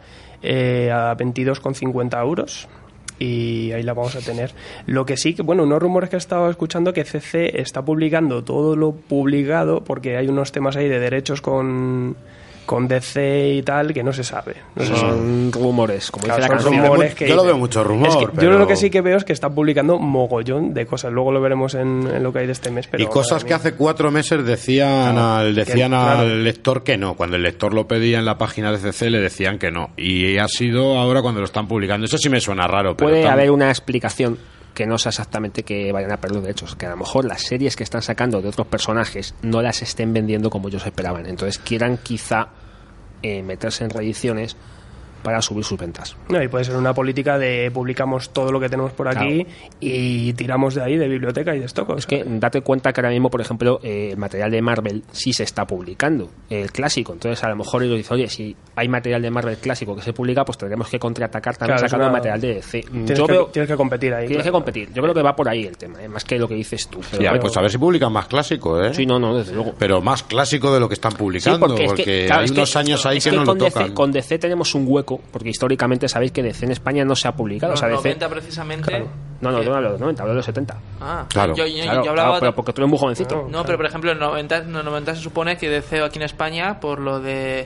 a 22,50 euros. Y ahí la vamos a tener. Lo que sí, que bueno, unos rumores que he estado escuchando, que CC está publicando todo lo publicado, porque hay unos temas ahí de derechos con DC y tal, que no se sabe. No se sabe. Son rumores, como Claro, dice la son canción. rumores que Yo lo dicen. veo mucho rumor, Es que pero- yo lo que sí que veo es que está publicando mogollón de cosas. Luego lo veremos en lo que hay de este mes. Pero Y cosas madre que mía. hace 4 meses decían al claro. lector que no. Cuando el lector lo pedía en la página de CC le decían que no. Y ha sido ahora cuando lo están publicando. Eso sí me suena raro. Pero Puede haber una explicación que no sea exactamente que vayan a perder derechos, que a lo mejor las series que están sacando de otros personajes no las estén vendiendo como ellos esperaban, entonces quieran quizá meterse en reediciones para subir sus ventas. No, y puede ser una política de publicamos todo lo que tenemos por aquí y tiramos de ahí, de biblioteca y de stock. Es que date cuenta que ahora mismo, por ejemplo, el material de Marvel sí se está publicando, el clásico. Entonces, a lo mejor ellos dicen, oye, si hay material de Marvel clásico que se publica, pues tendremos que contraatacar también Claro, sacando es una- material de DC. Tienes que competir ahí. Tienes que claro. competir. Yo creo que va por ahí el tema, más que lo que dices tú. Pero Ya, bueno, pues a ver si publican más clásico, ¿eh? sí, no, desde luego. Pero más clásico de lo que están Sí, publicando. porque, es que, claro, hay es unos que- años ahí es que no lo con tocan. DC, con DC tenemos un hueco, porque históricamente sabéis que DC en España no se ha publicado. Los o sea, DC, 90 precisamente. no hablo de los 90, hablo de los 70. Ah, Claro. yo Claro, hablaba claro, pero porque tú eres muy jovencito. No, pero por ejemplo, en los 90 se supone que DC aquí en España, por lo de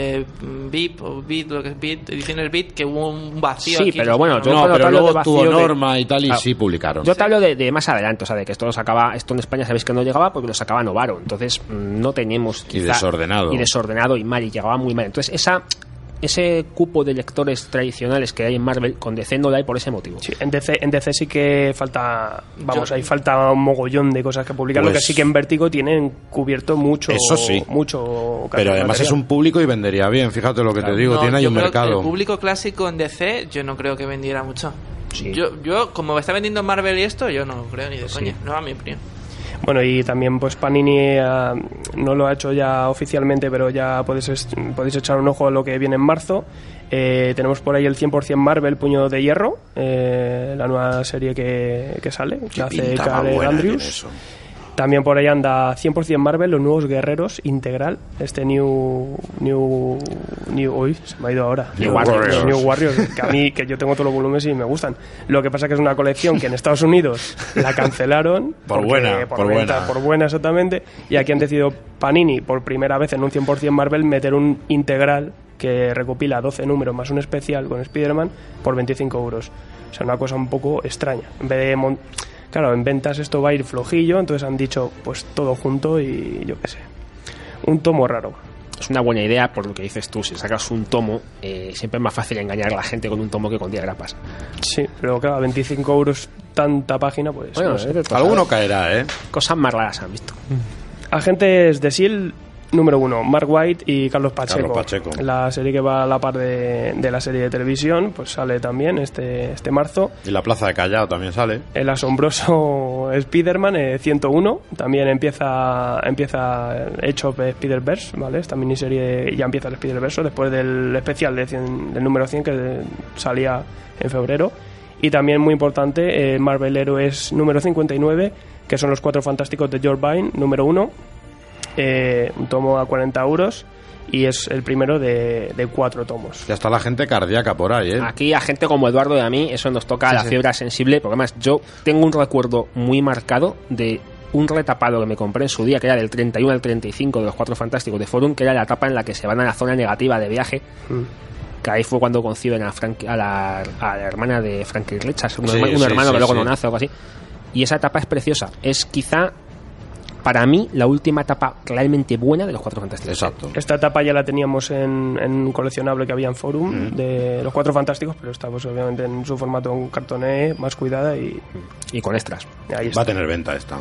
VIP o Beat, lo que es Beat, ediciones Beat, que hubo un vacío Sí, aquí. pero bueno, yo- No, cuando te pero hablo de luego tuvo vacío de- norma y tal y Claro. sí publicaron. Yo te hablo de más adelante, o sea, de que esto lo sacaba, esto en España sabéis que no llegaba porque lo sacaba Novaro, entonces no teníamos Y desordenado. y desordenado y mal, y llegaba muy mal. Entonces ese cupo de lectores tradicionales que hay en Marvel, con DC no lo hay por ese motivo. Sí, en DC sí que falta, Yo- ahí falta un mogollón de cosas que publicar. Lo Pues- que sí que en Vértigo tienen cubierto mucho. Eso sí. Mucho Pero además material. es un público y vendería bien. Fíjate lo que te digo. No, Tiene ahí yo un creo que mercado. el público clásico en DC, yo no creo que vendiera mucho. Sí. Yo, como me está vendiendo Marvel y esto, yo no creo ni de coña. No, a mi opinión. Bueno, y también pues Panini no lo ha hecho ya oficialmente, pero ya podéis echar un ojo a lo que viene en marzo. Tenemos por ahí el 100% Marvel Puño de Hierro, la nueva serie que sale, que hace Carl Andrews. También por ahí anda 100% Marvel, Los Nuevos Guerreros Integral, este New uy, se me ha ido ahora. New Warriors, que yo tengo todos los volúmenes y me gustan. Lo que pasa que es una colección que en Estados Unidos la cancelaron por buena exactamente, y aquí han decidido Panini por primera vez en un 100% Marvel meter un integral que recopila 12 números más un especial con Spider-Man por 25 euros. O sea, una cosa un poco extraña. En vez de claro, en ventas esto va a ir flojillo, entonces han dicho pues todo junto y yo qué sé. Un tomo raro. Es una buena idea por lo que dices tú. Si sacas un tomo, siempre es más fácil engañar a la gente con un tomo que con 10 grapas. Sí, pero claro, 25 euros tanta página, pues bueno, no sé. Alguno caerá, ¿eh? Cosas más raras han visto. Agentes de S.H.I.E.L.D. número 1, Mark White y Carlos Pacheco. La serie que va a la par de la serie de televisión, pues sale también este marzo. Y La Plaza de Callao también sale. El asombroso Spider-Man 101, también empieza Age of Spider-Verse, ¿vale? Esta miniserie ya empieza el Spider-Verse después del especial del número 100 que salía en febrero. Y también muy importante, Marvel Heroes número 59, que son los 4 fantásticos de George Vine, número 1. Un tomo a 40 euros y es el primero de 4 tomos. Ya está la gente cardíaca por ahí, ¿eh? Aquí a gente como Eduardo y a mí eso nos toca la fibra sensible, porque además yo tengo un recuerdo muy marcado de un retapado que me compré en su día, que era del 31 al 35 de los 4 fantásticos de Forum, que era la etapa en la que se van a la zona negativa de viaje. Que ahí fue cuando conciben a la hermana de Frankie Richards, un hermano que luego no nace o algo así. Y esa etapa es preciosa. Es quizá para mí la última etapa realmente buena de los 4 fantásticos. Exacto. Esta etapa ya la teníamos en un coleccionable que había en Forum de los 4 fantásticos, pero está pues obviamente en su formato en cartoné, más cuidada y con extras. Ahí está. Va a tener venta esta.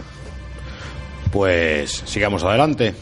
Pues sigamos adelante.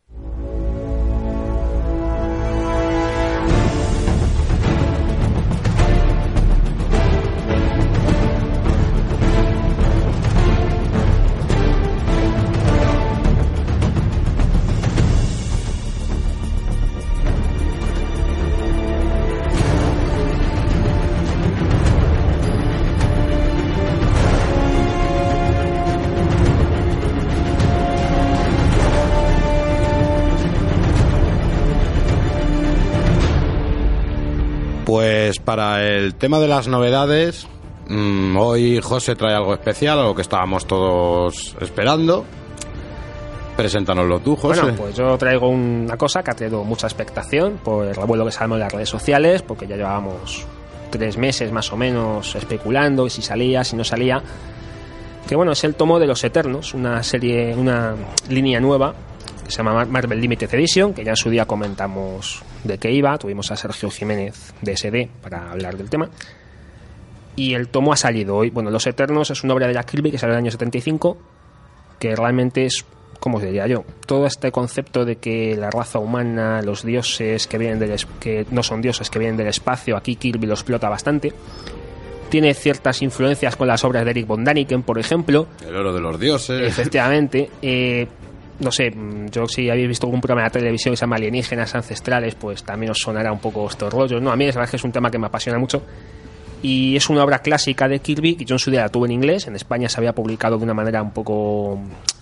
Pues para el tema de las novedades, hoy José trae algo especial, algo que estábamos todos esperando. Preséntanoslo tú, José. Bueno, pues yo traigo una cosa que ha traído mucha expectación por el revuelo que se armó en las redes sociales, porque ya llevábamos 3 meses más o menos especulando si salía, si no salía. Que bueno, es el tomo de Los Eternos, una serie, una línea nueva que se llama Marvel Limited Edition, que ya en su día comentamos de qué iba. Tuvimos a Sergio Jiménez de SD para hablar del tema. Y el tomo ha salido hoy. Bueno, Los Eternos es una obra de Jack Kirby que salió en el año 75, que realmente es, ¿cómo os diría yo? Todo este concepto de que la raza humana, los dioses que vienen que no son dioses, que vienen del espacio, aquí Kirby lo explota bastante. Tiene ciertas influencias con las obras de Eric von Däniken, por ejemplo. El oro de los dioses. Efectivamente. No sé, yo si habéis visto algún programa de televisión que se llama Alienígenas Ancestrales, pues también os sonará un poco estos rollos. No, a mí la verdad es que es un tema que me apasiona mucho. Y es una obra clásica de Kirby, que yo en su día la tuve en inglés. En España se había publicado de una manera un poco,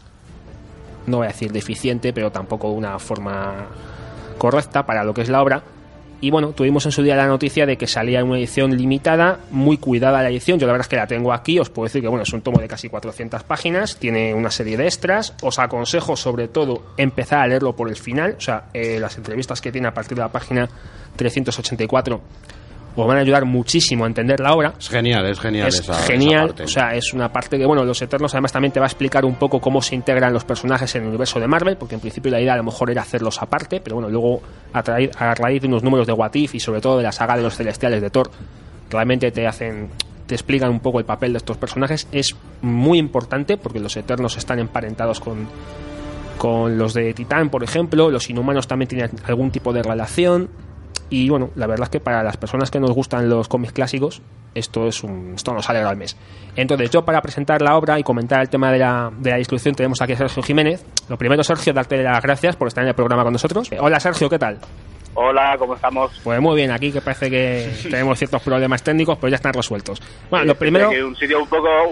no voy a decir deficiente, pero tampoco de una forma correcta para lo que es la obra. Y bueno, tuvimos en su día la noticia de que salía una edición limitada, muy cuidada la edición. Yo la verdad es que la tengo aquí, os puedo decir que bueno, es un tomo de casi 400 páginas, tiene una serie de extras. Os aconsejo sobre todo empezar a leerlo por el final, o sea, las entrevistas que tiene a partir de la página 384 os van a ayudar muchísimo a entender la obra. Es genial esa parte. O sea, es una parte que, bueno, Los Eternos además también te va a explicar un poco cómo se integran los personajes en el universo de Marvel, porque en principio la idea a lo mejor era hacerlos aparte, pero bueno, luego a raíz de unos números de What If y sobre todo de la saga de los Celestiales de Thor, realmente te explican un poco el papel de estos personajes. Es muy importante porque los Eternos están emparentados con los de Titán, por ejemplo. Los Inhumanos también tienen algún tipo de relación. Y bueno, la verdad es que para las personas que nos gustan los cómics clásicos, esto nos alegra al mes. Entonces, yo para presentar la obra y comentar el tema de la distribución tenemos aquí a Sergio Jiménez. Lo primero, Sergio, darte las gracias por estar en el programa con nosotros. Hola, Sergio, ¿qué tal? Hola, ¿cómo estamos? Pues muy bien, aquí que parece que tenemos ciertos problemas técnicos, pero ya están resueltos. Bueno, lo primero... Un sitio un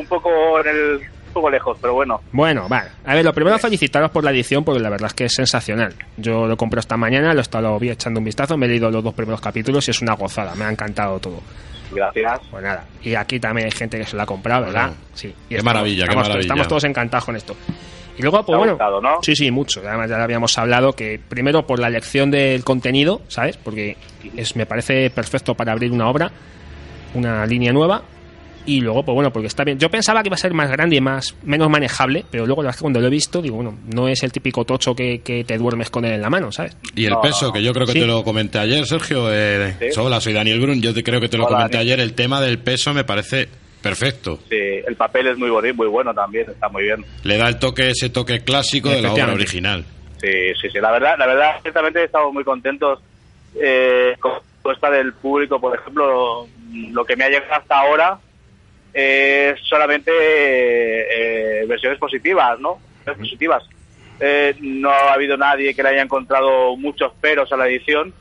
poco lejos, pero bueno. Bueno, vale. A ver, lo primero, felicitaros por la edición, porque la verdad es que es sensacional. Yo lo compré esta mañana, lo vi echando un vistazo, me he leído los 2 primeros capítulos y es una gozada, me ha encantado todo. Gracias. Pues nada, y aquí también hay gente que se lo ha comprado, ¿verdad? Bueno, sí. Y qué maravilla. Estamos todos encantados con esto. Y luego, pues bueno, gustado, ¿no? Sí, mucho. Además ya lo habíamos hablado, que primero por la elección del contenido, ¿sabes? Porque me parece perfecto para abrir una obra, una línea nueva. Y luego, pues bueno, porque está bien. Yo pensaba que iba a ser más grande y menos manejable, pero luego la verdad es que cuando lo he visto, digo, bueno, no es el típico tocho que te duermes con él en la mano, ¿sabes? Y el peso, que yo creo que te lo comenté ayer, Sergio. ¿Sí? Hola, soy Daniel Brun. Yo creo que te lo comenté ayer. El tema del peso me parece perfecto. Sí, el papel es muy bonito, muy bueno también, está muy bien. Le da ese toque clásico de la obra original. Sí. La verdad, ciertamente estamos muy contentos con la respuesta del público. Por ejemplo, lo que me ha llegado hasta ahora es solamente versiones positivas, ¿no? Positivas. No ha habido nadie que le haya encontrado muchos peros a la edición.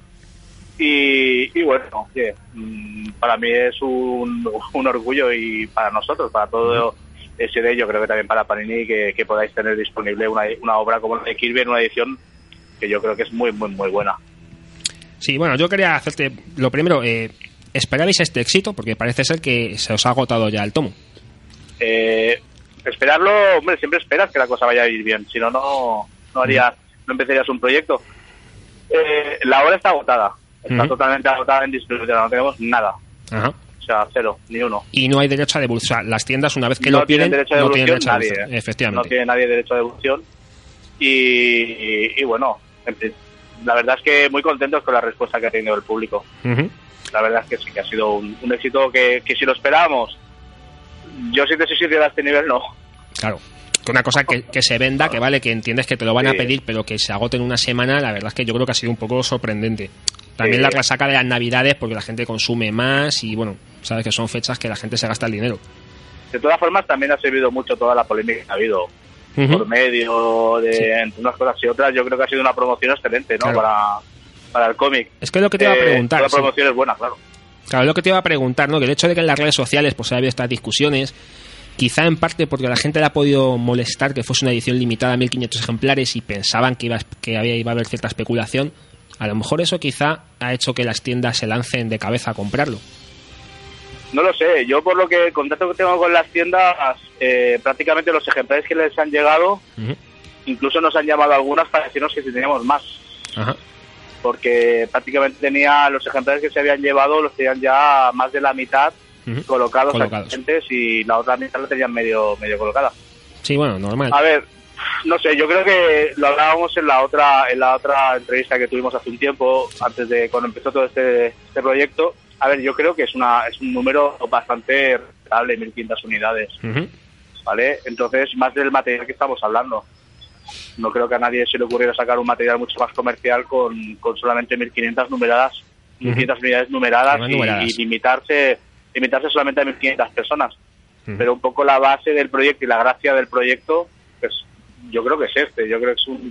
Y bueno, para mí es un orgullo, y para nosotros, para todo ese de ello, creo que también para Panini, que podáis tener disponible una obra como la de Kirby en una edición que yo creo que es muy, muy, muy buena. Sí, bueno, yo quería hacerte lo primero, ¿esperabais este éxito? Porque parece ser que se os ha agotado ya el tomo. Esperarlo, hombre, siempre esperas que la cosa vaya a ir bien, si no, no empezarías un proyecto. La obra está agotada. Está totalmente agotada en distribución, no tenemos nada. Ajá. O sea, 0, ni 1. Y no hay derecho a devolución. O sea, las tiendas, una vez que lo piden, no tienen derecho a devolución. Efectivamente. No tiene nadie derecho a devolución. Y bueno, la verdad es que muy contentos con la respuesta que ha tenido el público. La verdad es que sí, que ha sido un éxito que si lo esperábamos. Yo, si te soy sincero, a este nivel no. Claro. Una cosa que se venda, que vale, que entiendes que te lo van a pedir, pero que se agote en una semana, la verdad es que yo creo que ha sido un poco sorprendente. También la resaca de las navidades, porque la gente consume más y bueno, sabes que son fechas que la gente se gasta el dinero. De todas formas, también ha servido mucho toda la polémica que ha habido por medio de entre unas cosas y otras. Yo creo que ha sido una promoción excelente, ¿no? Claro. Para el cómic. Es que es lo que te iba a preguntar. La promoción es buena, claro. Claro, es lo que te iba a preguntar, ¿no? Que el hecho de que en las redes sociales pues haya habido estas discusiones, quizá en parte porque a la gente le ha podido molestar que fuese una edición limitada a 1500 ejemplares y pensaban que iba a haber cierta especulación. A lo mejor eso quizá ha hecho que las tiendas se lancen de cabeza a comprarlo. No lo sé. Yo, por lo que el contacto que tengo con las tiendas, prácticamente los ejemplares que les han llegado, incluso nos han llamado algunas para decirnos que si teníamos más. Ajá. Porque prácticamente los ejemplares que se habían llevado los tenían ya más de la mitad colocados. Y la otra mitad la tenían medio colocada. Sí, bueno, normal. A ver, no sé, yo creo que lo hablábamos en la otra entrevista que tuvimos hace un tiempo, antes de cuando empezó todo este proyecto. A ver, yo creo que es un número bastante respetable, 1500 unidades. ¿Vale? Entonces, más del material que estamos hablando. No creo que a nadie se le ocurriera sacar un material mucho más comercial con solamente 1500 numeradas, 1500 unidades numeradas y limitarse solamente a 1500 personas. Pero un poco la base del proyecto y la gracia del proyecto, pues yo creo que es yo creo que es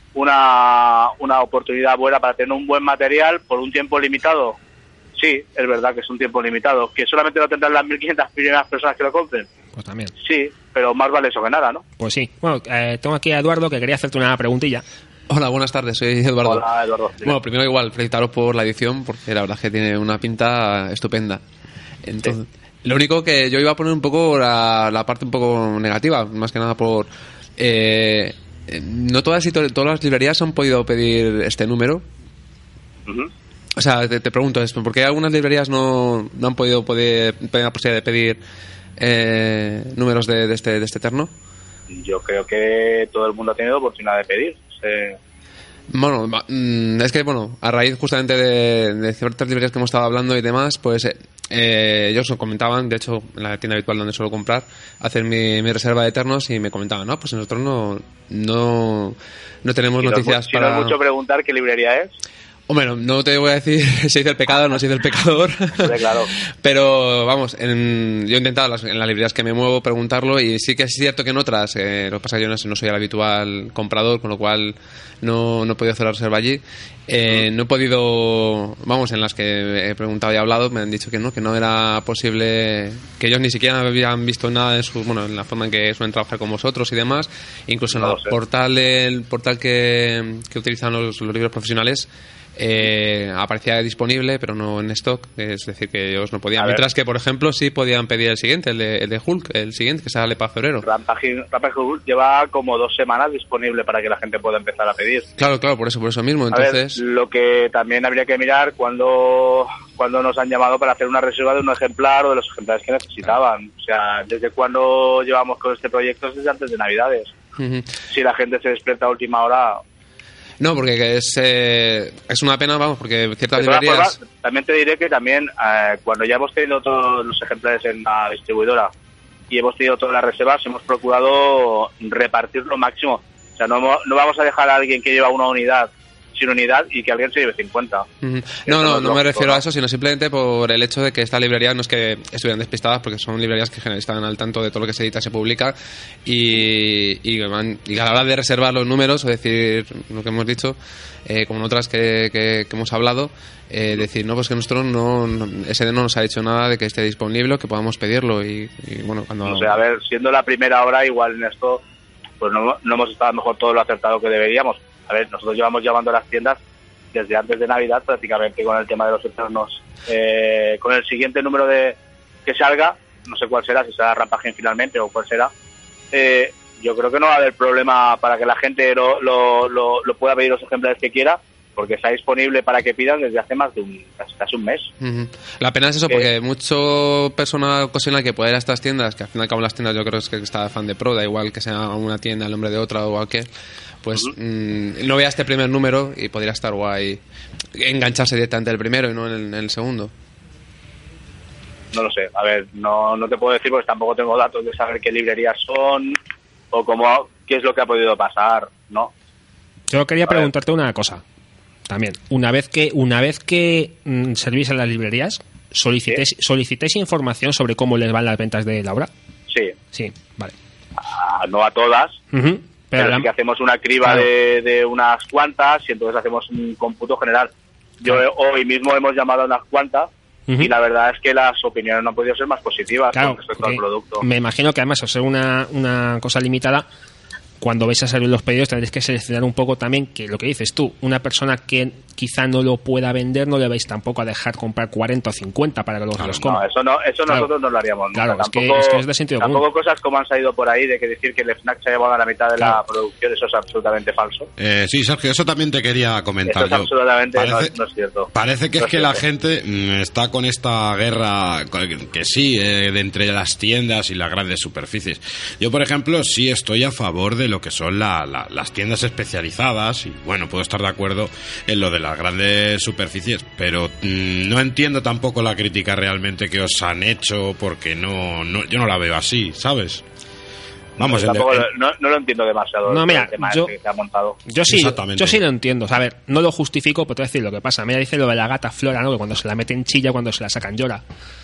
una oportunidad buena para tener un buen material por un tiempo limitado. Sí, es verdad que es un tiempo limitado. ¿Que solamente lo tendrán las 1500 primeras personas que lo compren? Pues también. Sí, pero más vale eso que nada, ¿no? Pues sí. Bueno, tengo aquí a Eduardo, que quería hacerte una preguntilla. Hola, buenas tardes, soy Eduardo. Hola, Eduardo. Bueno, primero igual, felicitaros por la edición, porque la verdad es que tiene una pinta estupenda. Entonces, lo único que yo iba a poner un poco la parte un poco negativa, más que nada por... no todas las librerías han podido pedir este número. O sea, te pregunto esto, ¿por qué algunas librerías no han podido tener la posibilidad de pedir números de este Eterno? Yo creo que todo el mundo ha tenido oportunidad de pedir. Bueno, es que, a raíz justamente de ciertas librerías que hemos estado hablando y demás, pues ellos nos comentaban, de hecho, en la tienda habitual donde suelo comprar, hacer mi reserva de Eternos y me comentaban, no, pues nosotros no tenemos noticias para... Si no es mucho preguntar, ¿qué librería es? Hombre, no te voy a decir si hice el pecado o no se hizo el pecador. Claro. Pero vamos, yo he intentado en las librerías que me muevo preguntarlo, y sí que es cierto que en otras, lo que pasa es que yo no soy el habitual comprador, con lo cual no he podido hacer la reserva allí. No he podido, vamos, en las que he preguntado y hablado, me han dicho que no era posible, que ellos ni siquiera habían visto nada en la forma en que suelen trabajar con vosotros y demás. Incluso en el portal que utilizan los libros profesionales, aparecía disponible, pero no en stock, es decir, que ellos no podían. Mientras que, por ejemplo, sí podían pedir el siguiente, el de Hulk, el siguiente, que sale para febrero. Rampage Hulk lleva como 2 semanas disponible para que la gente pueda empezar a pedir. Claro, por eso mismo. Entonces, lo que también habría que mirar cuando nos han llamado para hacer una reserva de un ejemplar o de los ejemplares que necesitaban. O sea, ¿desde cuándo llevamos con este proyecto? Desde antes de Navidades. Si la gente se despierta a última hora... No, porque es una pena, vamos, porque ciertas librerías... También te diré que también cuando ya hemos tenido todos los ejemplares en la distribuidora y hemos tenido todas las reservas, hemos procurado repartir lo máximo. O sea, no vamos a dejar a alguien que lleva una unidad sin unidad y que alguien se lleve 50. No me refiero a eso, sino simplemente por el hecho de que esta librería no es que estuvieran despistadas, porque son librerías que están al tanto de todo lo que se edita, se publica, y a la hora de reservar los números, o decir lo que hemos dicho, como en otras que hemos hablado, decir, no, pues que nosotros SD no nos ha dicho nada de que esté disponible o que podamos pedirlo, y bueno, cuando... O sea, a ver, siendo la primera hora, igual en esto, pues no hemos estado a lo mejor todo lo acertado que deberíamos. A ver, nosotros llevamos llamando a las tiendas desde antes de Navidad, prácticamente, con el tema de los eternos. Con el siguiente número que salga, no sé cuál será, si será Rampage finalmente o cuál será, yo creo que no va a haber problema para que la gente lo pueda pedir los ejemplares que quiera, porque está disponible para que pidan desde hace más de casi un mes. La pena es eso, porque mucho personal ocasiona que pueda ir a estas tiendas, que al fin y al cabo las tiendas, yo creo que está fan de pro, da igual que sea una tienda el nombre de otra o cualquier, pues no vea este primer número y podría estar guay engancharse directamente el primero y no en el segundo. No lo sé, a ver, no te puedo decir porque tampoco tengo datos de saber qué librerías son o qué es lo que ha podido pasar, ¿no? Yo quería preguntarte una cosa también. Una vez que servís en las librerías, ¿solicitáis información sobre cómo les van las ventas de la obra? Sí, vale. No a todas, pero sí que hacemos una criba de unas cuantas y entonces hacemos un cómputo general. Hoy mismo hemos llamado a unas cuantas y la verdad es que las opiniones no han podido ser más positivas con respecto al producto. Me imagino que además, al ser una cosa limitada, cuando vais a salir los pedidos tendréis que seleccionar un poco también, que lo que dices tú, una persona que quizá no lo pueda vender, no le vais tampoco a dejar comprar 40 o 50 para que luego se los coma. No, eso nosotros no lo haríamos nunca. Claro, es de sentido común. Tampoco cosas como han salido por ahí de que decir que el FNAC se ha llevado a la mitad de la producción, eso es absolutamente falso. Sí, Sergio, eso también te quería comentar. Eso es absolutamente no es cierto. Parece que la gente está con esta guerra, que sí, de entre las tiendas y las grandes superficies. Yo, por ejemplo, sí estoy a favor de lo que son las tiendas especializadas y, bueno, puedo estar de acuerdo en lo de las grandes superficies, pero no entiendo tampoco la crítica realmente que os han hecho, porque yo no la veo así, ¿sabes? Vamos, no lo entiendo demasiado. No, mira, el tema que se ha montado. Yo sí lo entiendo. O sea, a ver, no lo justifico, pero te voy a decir lo que pasa. Mira, dice lo de la gata Flora, ¿no? Que cuando se la meten chilla, cuando se la sacan llora.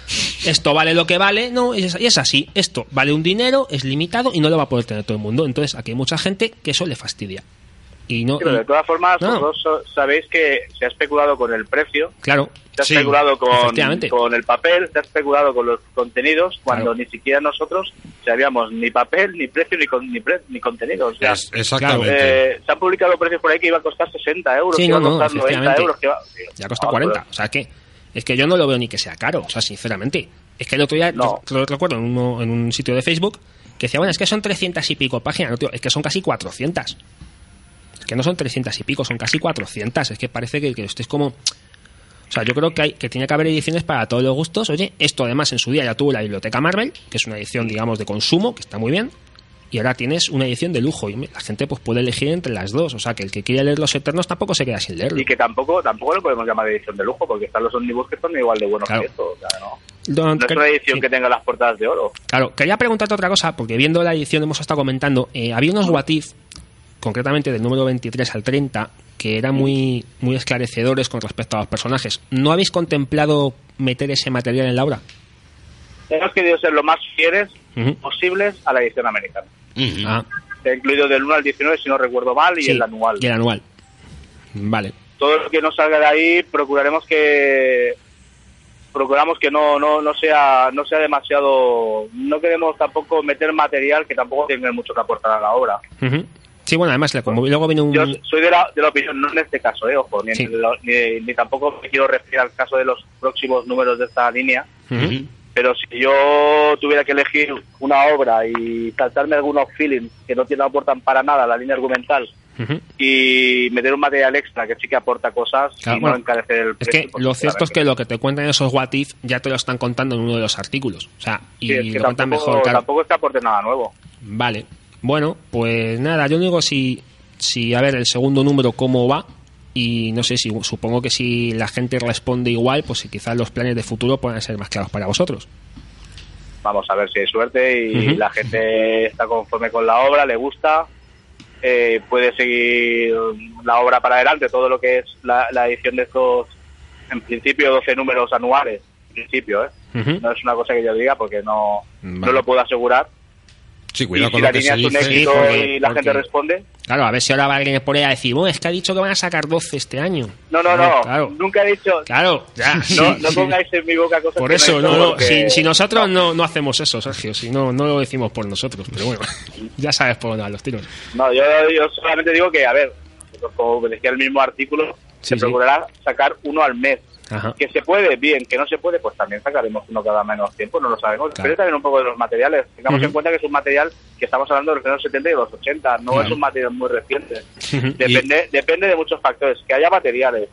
Esto vale lo que vale, no, y es así. Esto vale un dinero, es limitado y no lo va a poder tener todo el mundo. Entonces, aquí hay mucha gente que eso le fastidia. Sí, pero de todas formas, vosotros sabéis que se ha especulado con el precio. Claro. Se ha especulado con el papel, se ha especulado con los contenidos, cuando ni siquiera nosotros sabíamos ni papel, ni precio, ni contenidos. O sea, exactamente. Se han publicado precios por ahí que iba a costar 60 euros, que iba a costar 90 euros. Ya costó 40. O sea, es que yo no lo veo ni que sea caro, o sea, sinceramente. Es que el otro día, lo recuerdo en un sitio de Facebook, que decía, bueno, es que son 300 y pico páginas. No, tío, es que son casi 400. Es que no son 300 y pico, son casi 400. Es que parece que esto es como... O sea, yo creo que tiene que haber ediciones para todos los gustos. Oye, esto además en su día ya tuvo la Biblioteca Marvel, que es una edición, digamos, de consumo, que está muy bien. Y ahora tienes una edición de lujo y la gente pues puede elegir entre las dos. O sea, que el que quiera leer Los Eternos tampoco se queda sin leerlo. Y que tampoco lo podemos llamar de edición de lujo, porque están los omnibus que son igual de buenos que esto. O sea, no es una edición que tenga las portadas de oro. Claro, quería preguntarte otra cosa, porque viendo la edición hemos estado comentando, había unos What If concretamente del número 23 al 30, que eran muy esclarecedores con respecto a los personajes. ¿No habéis contemplado meter ese material en la obra? Hemos querido ser lo más fieles posibles a la edición americana. He incluido del 1 al 19, si no recuerdo mal, y el anual. Y el anual. Vale. Todo lo que nos salga de ahí procuramos que no sea demasiado. No queremos tampoco meter material que tampoco tenga mucho que aportar a la obra. Sí, bueno, además luego viene un... Yo soy de la opinión, no en este caso, ojo, ni tampoco me quiero referir al caso de los próximos números de esta línea, pero si yo tuviera que elegir una obra y saltarme algunos feelings que no aportan para nada a la línea argumental y meter un material extra que sí que aporta cosas, claro, y no encarecer el precio. Es que lo cierto es que lo que te cuentan esos What If ya te lo están contando en uno de los artículos, o sea, y sí, es que lo cuentan mejor, claro. Tampoco es que aporte nada nuevo. Vale. Bueno, pues nada, yo digo si a ver el segundo número cómo va, y no sé, supongo que si la gente responde igual, pues si quizás los planes de futuro puedan ser más claros para vosotros. Vamos a ver si hay suerte y la gente está conforme con la obra, le gusta, puede seguir la obra para adelante, todo lo que es la edición de estos, en principio 12 números anuales, en principio, no es una cosa que yo diga porque no lo puedo asegurar. Sí, cuidado con si lo la que línea se es un dice. éxito y la gente responde. Claro, a ver si ahora va alguien por ahí a decir, bueno, es que ha dicho que van a sacar 12 este año. No, claro. Nunca he dicho. Claro, ya. No pongáis en mi boca cosas. Por que eso, porque... si nosotros no hacemos eso, Sergio, si no lo decimos por nosotros, pero bueno, ya sabes por dónde van los tiros. No, yo solamente digo que, a ver, como decía el mismo artículo, se procurará sacar uno al mes. Ajá. Que se puede, bien, que no se puede, pues también sacaremos uno cada menos tiempo, no lo sabemos. Claro. Pero también un poco de los materiales. Tengamos en cuenta que es un material que estamos hablando de los años 70 y los 80, no es un material muy reciente. Depende de muchos factores, que haya materiales,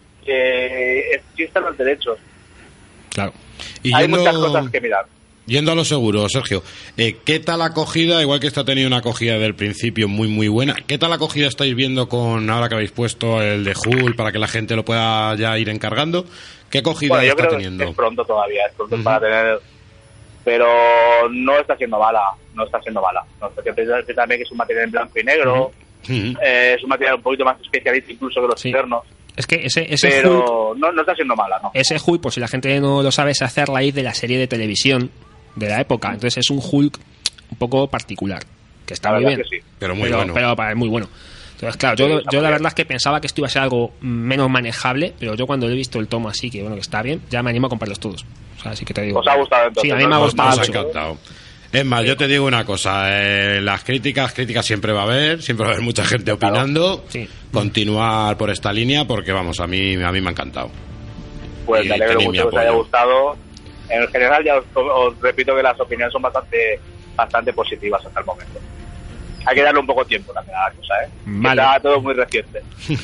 que existan los derechos. Claro. Y hay muchas cosas que mirar. Yendo a lo seguro, Sergio, ¿qué tal acogida? Igual que esta ha tenido una acogida del principio muy muy buena, ¿qué tal acogida estáis viendo con ahora que habéis puesto el de Hulk para que la gente lo pueda ya ir encargando? ¿Qué acogida está teniendo? Es pronto todavía, es pronto para tener, pero no está siendo mala. No está siendo mala. También que es un material en blanco y negro, es un material un poquito más especialista incluso que los internos. Es que ese pero Hulk, no está siendo mala, ¿no? Ese Hulk, por si la gente no lo sabe, es hacer raíz de la serie de televisión de la época. Entonces es un Hulk un poco particular, que está muy bien, sí. pero muy bueno. Pero es muy bueno. Entonces, claro, yo la verdad es que pensaba que esto iba a ser algo menos manejable, pero yo cuando he visto el tomo así, que bueno, que está bien, ya me animo a comprarlos todos. O sea, así que te digo. ¿Os ha gustado entonces? Sí, a mí me ha gustado mucho. Me ha encantado. Es más, yo te digo una cosa, las críticas siempre va a haber mucha gente opinando. Sí. Continuar por esta línea porque, vamos, a mí me ha encantado. Pues me alegro mucho que os haya gustado. En general, ya os repito que las opiniones son bastante positivas hasta el momento. Hay que darle un poco de tiempo también a la cosa, Vale. Está todo muy reciente.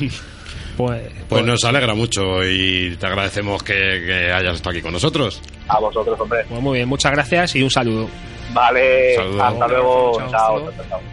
Pues nos alegra mucho y te agradecemos que hayas estado aquí con nosotros. A vosotros, hombre. Pues muy bien, muchas gracias y un saludo. Vale, Saludo. hasta luego. Chao.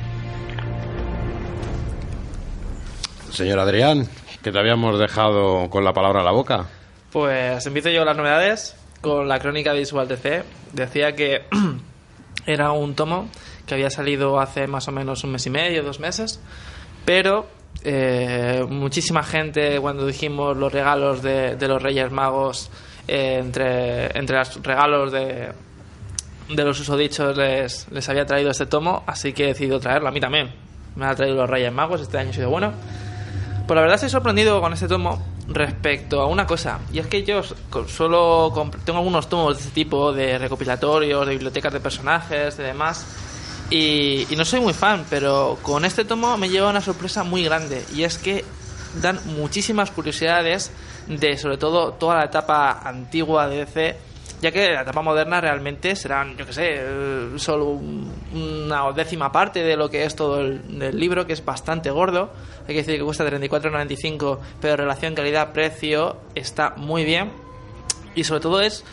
Señor Adrián, que te habíamos dejado con la palabra a la boca. Pues empiezo yo las novedades con la crónica visual DC. Decía que era un tomo que había salido hace más o menos 1 mes y medio, 2 meses, pero muchísima gente, cuando dijimos los regalos de los Reyes Magos, entre los regalos de los usodichos les había traído este tomo, así que he decidido traerlo. A mí también me ha traído los Reyes Magos, este año ha sido bueno. Pues la verdad estoy sorprendido con este tomo respecto a una cosa, y es que yo tengo algunos tomos de este tipo, de recopilatorios, de bibliotecas de personajes y demás, y no soy muy fan, pero con este tomo me lleva una sorpresa muy grande, y es que dan muchísimas curiosidades de, sobre todo, toda la etapa antigua de DC, ya que la etapa moderna realmente serán, yo que sé, solo una 10ª parte de lo que es todo el libro, que es bastante gordo. Hay que decir que cuesta 34,95, pero relación calidad-precio está muy bien. Y sobre todo es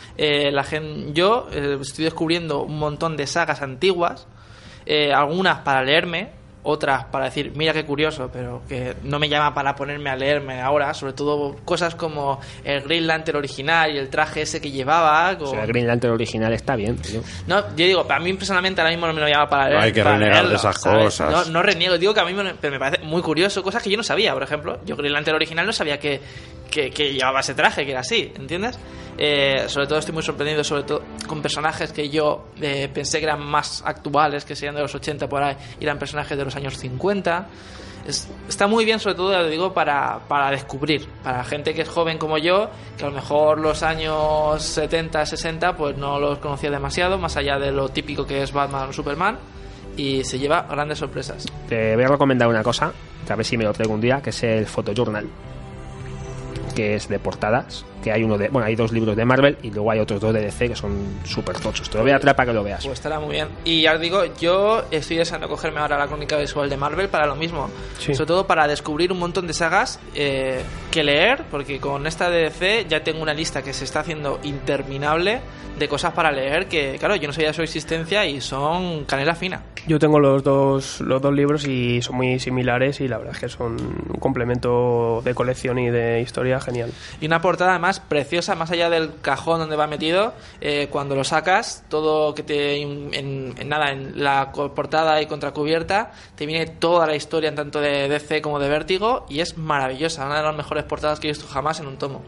yo estoy descubriendo un montón de sagas antiguas, algunas para leerme, otras para decir, mira qué curioso, pero que no me llama para ponerme a leerme ahora, sobre todo cosas como el Green Lantern original y el traje ese que llevaba. O sea, el Green Lantern original está bien, tío. No, yo digo, a mí personalmente ahora mismo no me lo llama para leer. No hay que para renegar leerlo, de esas ¿sabes? cosas. No reniego, digo que a mí pero me parece muy curioso, cosas que yo no sabía, por ejemplo. Yo Green Lantern original no sabía que llevaba ese traje, que era así, ¿entiendes? Sobre todo estoy muy sorprendido, sobre todo con personajes que yo pensé que eran más actuales, que serían de los 80 por ahí, y eran personajes de los años 50. Está muy bien, sobre todo, ya lo digo, para descubrir, para gente que es joven como yo, que a lo mejor los años 70, 60 pues no los conocía demasiado, más allá de lo típico que es Batman o Superman, y se lleva grandes sorpresas. Te voy a recomendar una cosa, que a ver si me lo traigo un día, que es el Photojournal, que es de portadas, que hay hay 2 libros de Marvel y luego hay otros 2 de DC que son súper tochos. Te lo voy a traer para que lo veas. Pues estará muy bien. Y ya os digo, yo estoy deseando cogerme ahora la crónica visual de Marvel para lo mismo. Sí. Sobre todo para descubrir un montón de sagas que leer, porque con esta de DC ya tengo una lista que se está haciendo interminable de cosas para leer que, claro, yo no sabía de su existencia y son canela fina. Yo tengo los dos libros y son muy similares y la verdad es que son un complemento de colección y de historia genial. Y una portada además preciosa, más allá del cajón donde va metido, cuando lo sacas, todo que en la portada y contracubierta te viene toda la historia, tanto de DC como de Vértigo, y es maravillosa, una de las mejores portadas que he visto jamás en un tomo.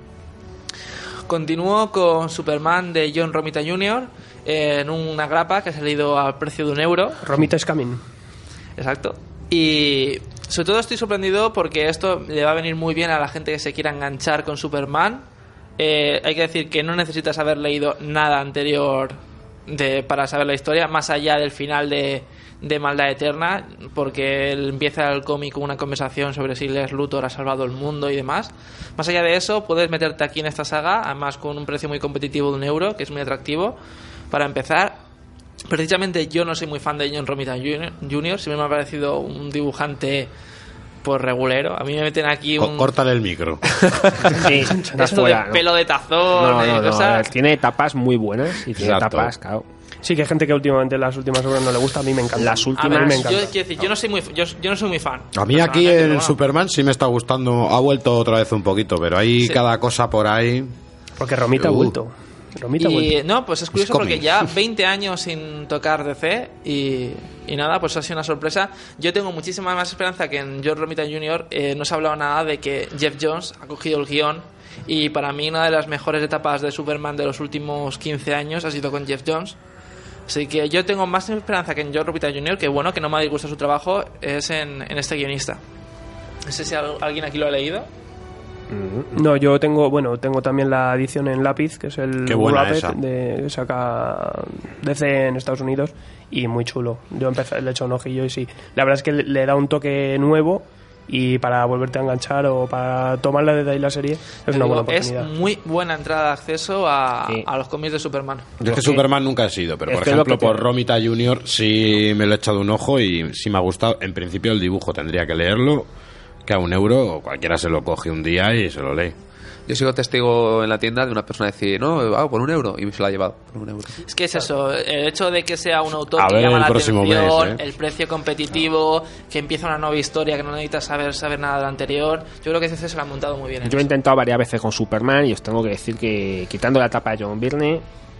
Continúo con Superman de John Romita Jr. En una grapa que ha salido al precio de €1. Romita is coming. Exacto. Y sobre todo estoy sorprendido porque esto le va a venir muy bien a la gente que se quiera enganchar con Superman. Hay que decir que no necesitas haber leído nada anterior para saber la historia, más allá del final de Maldad Eterna, porque él empieza el cómic con una conversación sobre si Lex Luthor ha salvado el mundo y demás. Más allá de eso, puedes meterte aquí en esta saga, además con un precio muy competitivo de €1, que es muy atractivo para empezar. Precisamente yo no soy muy fan de John Romita Jr., siempre me ha parecido un dibujante pues regulero. A mí me meten aquí Córtale el micro. Sí, esto fuera, de pelo de tazón, no, cosas. tiene etapas muy buenas y tiene Exacto. etapas, claro. Sí, que hay gente que últimamente las últimas obras no le gusta, a mí me encanta. Las A últimas ver, me yo encanta. quiero decir, yo no soy muy fan. A mí aquí Personalmente, el pero bueno. Superman sí me está gustando. Ha vuelto otra vez un poquito, pero hay Sí. cada cosa por ahí. Porque Romita ha vuelto. Romita ha Y vuelto. no, pues es curioso Es porque cómic. ya 20 años sin tocar DC y nada, pues ha sido una sorpresa. Yo tengo muchísima más esperanza que en John Romita Jr. No se ha hablado nada de que Jeff Jones ha cogido el guión y para mí una de las mejores etapas de Superman de los últimos 15 años ha sido con Jeff Jones. Así que yo tengo más esperanza que en John Romita Jr., que bueno, que no me disgusta su trabajo, es en este guionista. No sé si alguien aquí lo ha leído. No, yo tengo también la edición en lápiz, que es el Qué buena Wrapped esa. que saca DC en Estados Unidos, y muy chulo. Yo le he hecho un ojillo y sí, la verdad es que le da un toque nuevo y para volverte a enganchar o para tomarla desde ahí la serie es una buena oportunidad. Es muy buena entrada de acceso a Sí. los cómics de Superman. Yo es que Superman nunca he sido, pero es por que lo ejemplo que por te- Romita Jr. sí me lo he echado un ojo y sí me ha gustado. En principio el dibujo tendría que leerlo, que a €1 cualquiera se lo coge un día y se lo lee. Yo sigo testigo en la tienda de una persona decir, no, por €1, y se la ha llevado por €1. Es que es eso, el hecho de que sea un autor A que ver llama el la próximo atención, mes, el precio competitivo, que empieza una nueva historia, que no necesitas saber nada de la anterior, yo creo que ese se lo ha montado muy bien. Yo he intentado varias veces con Superman y os tengo que decir que quitando la etapa de John Byrne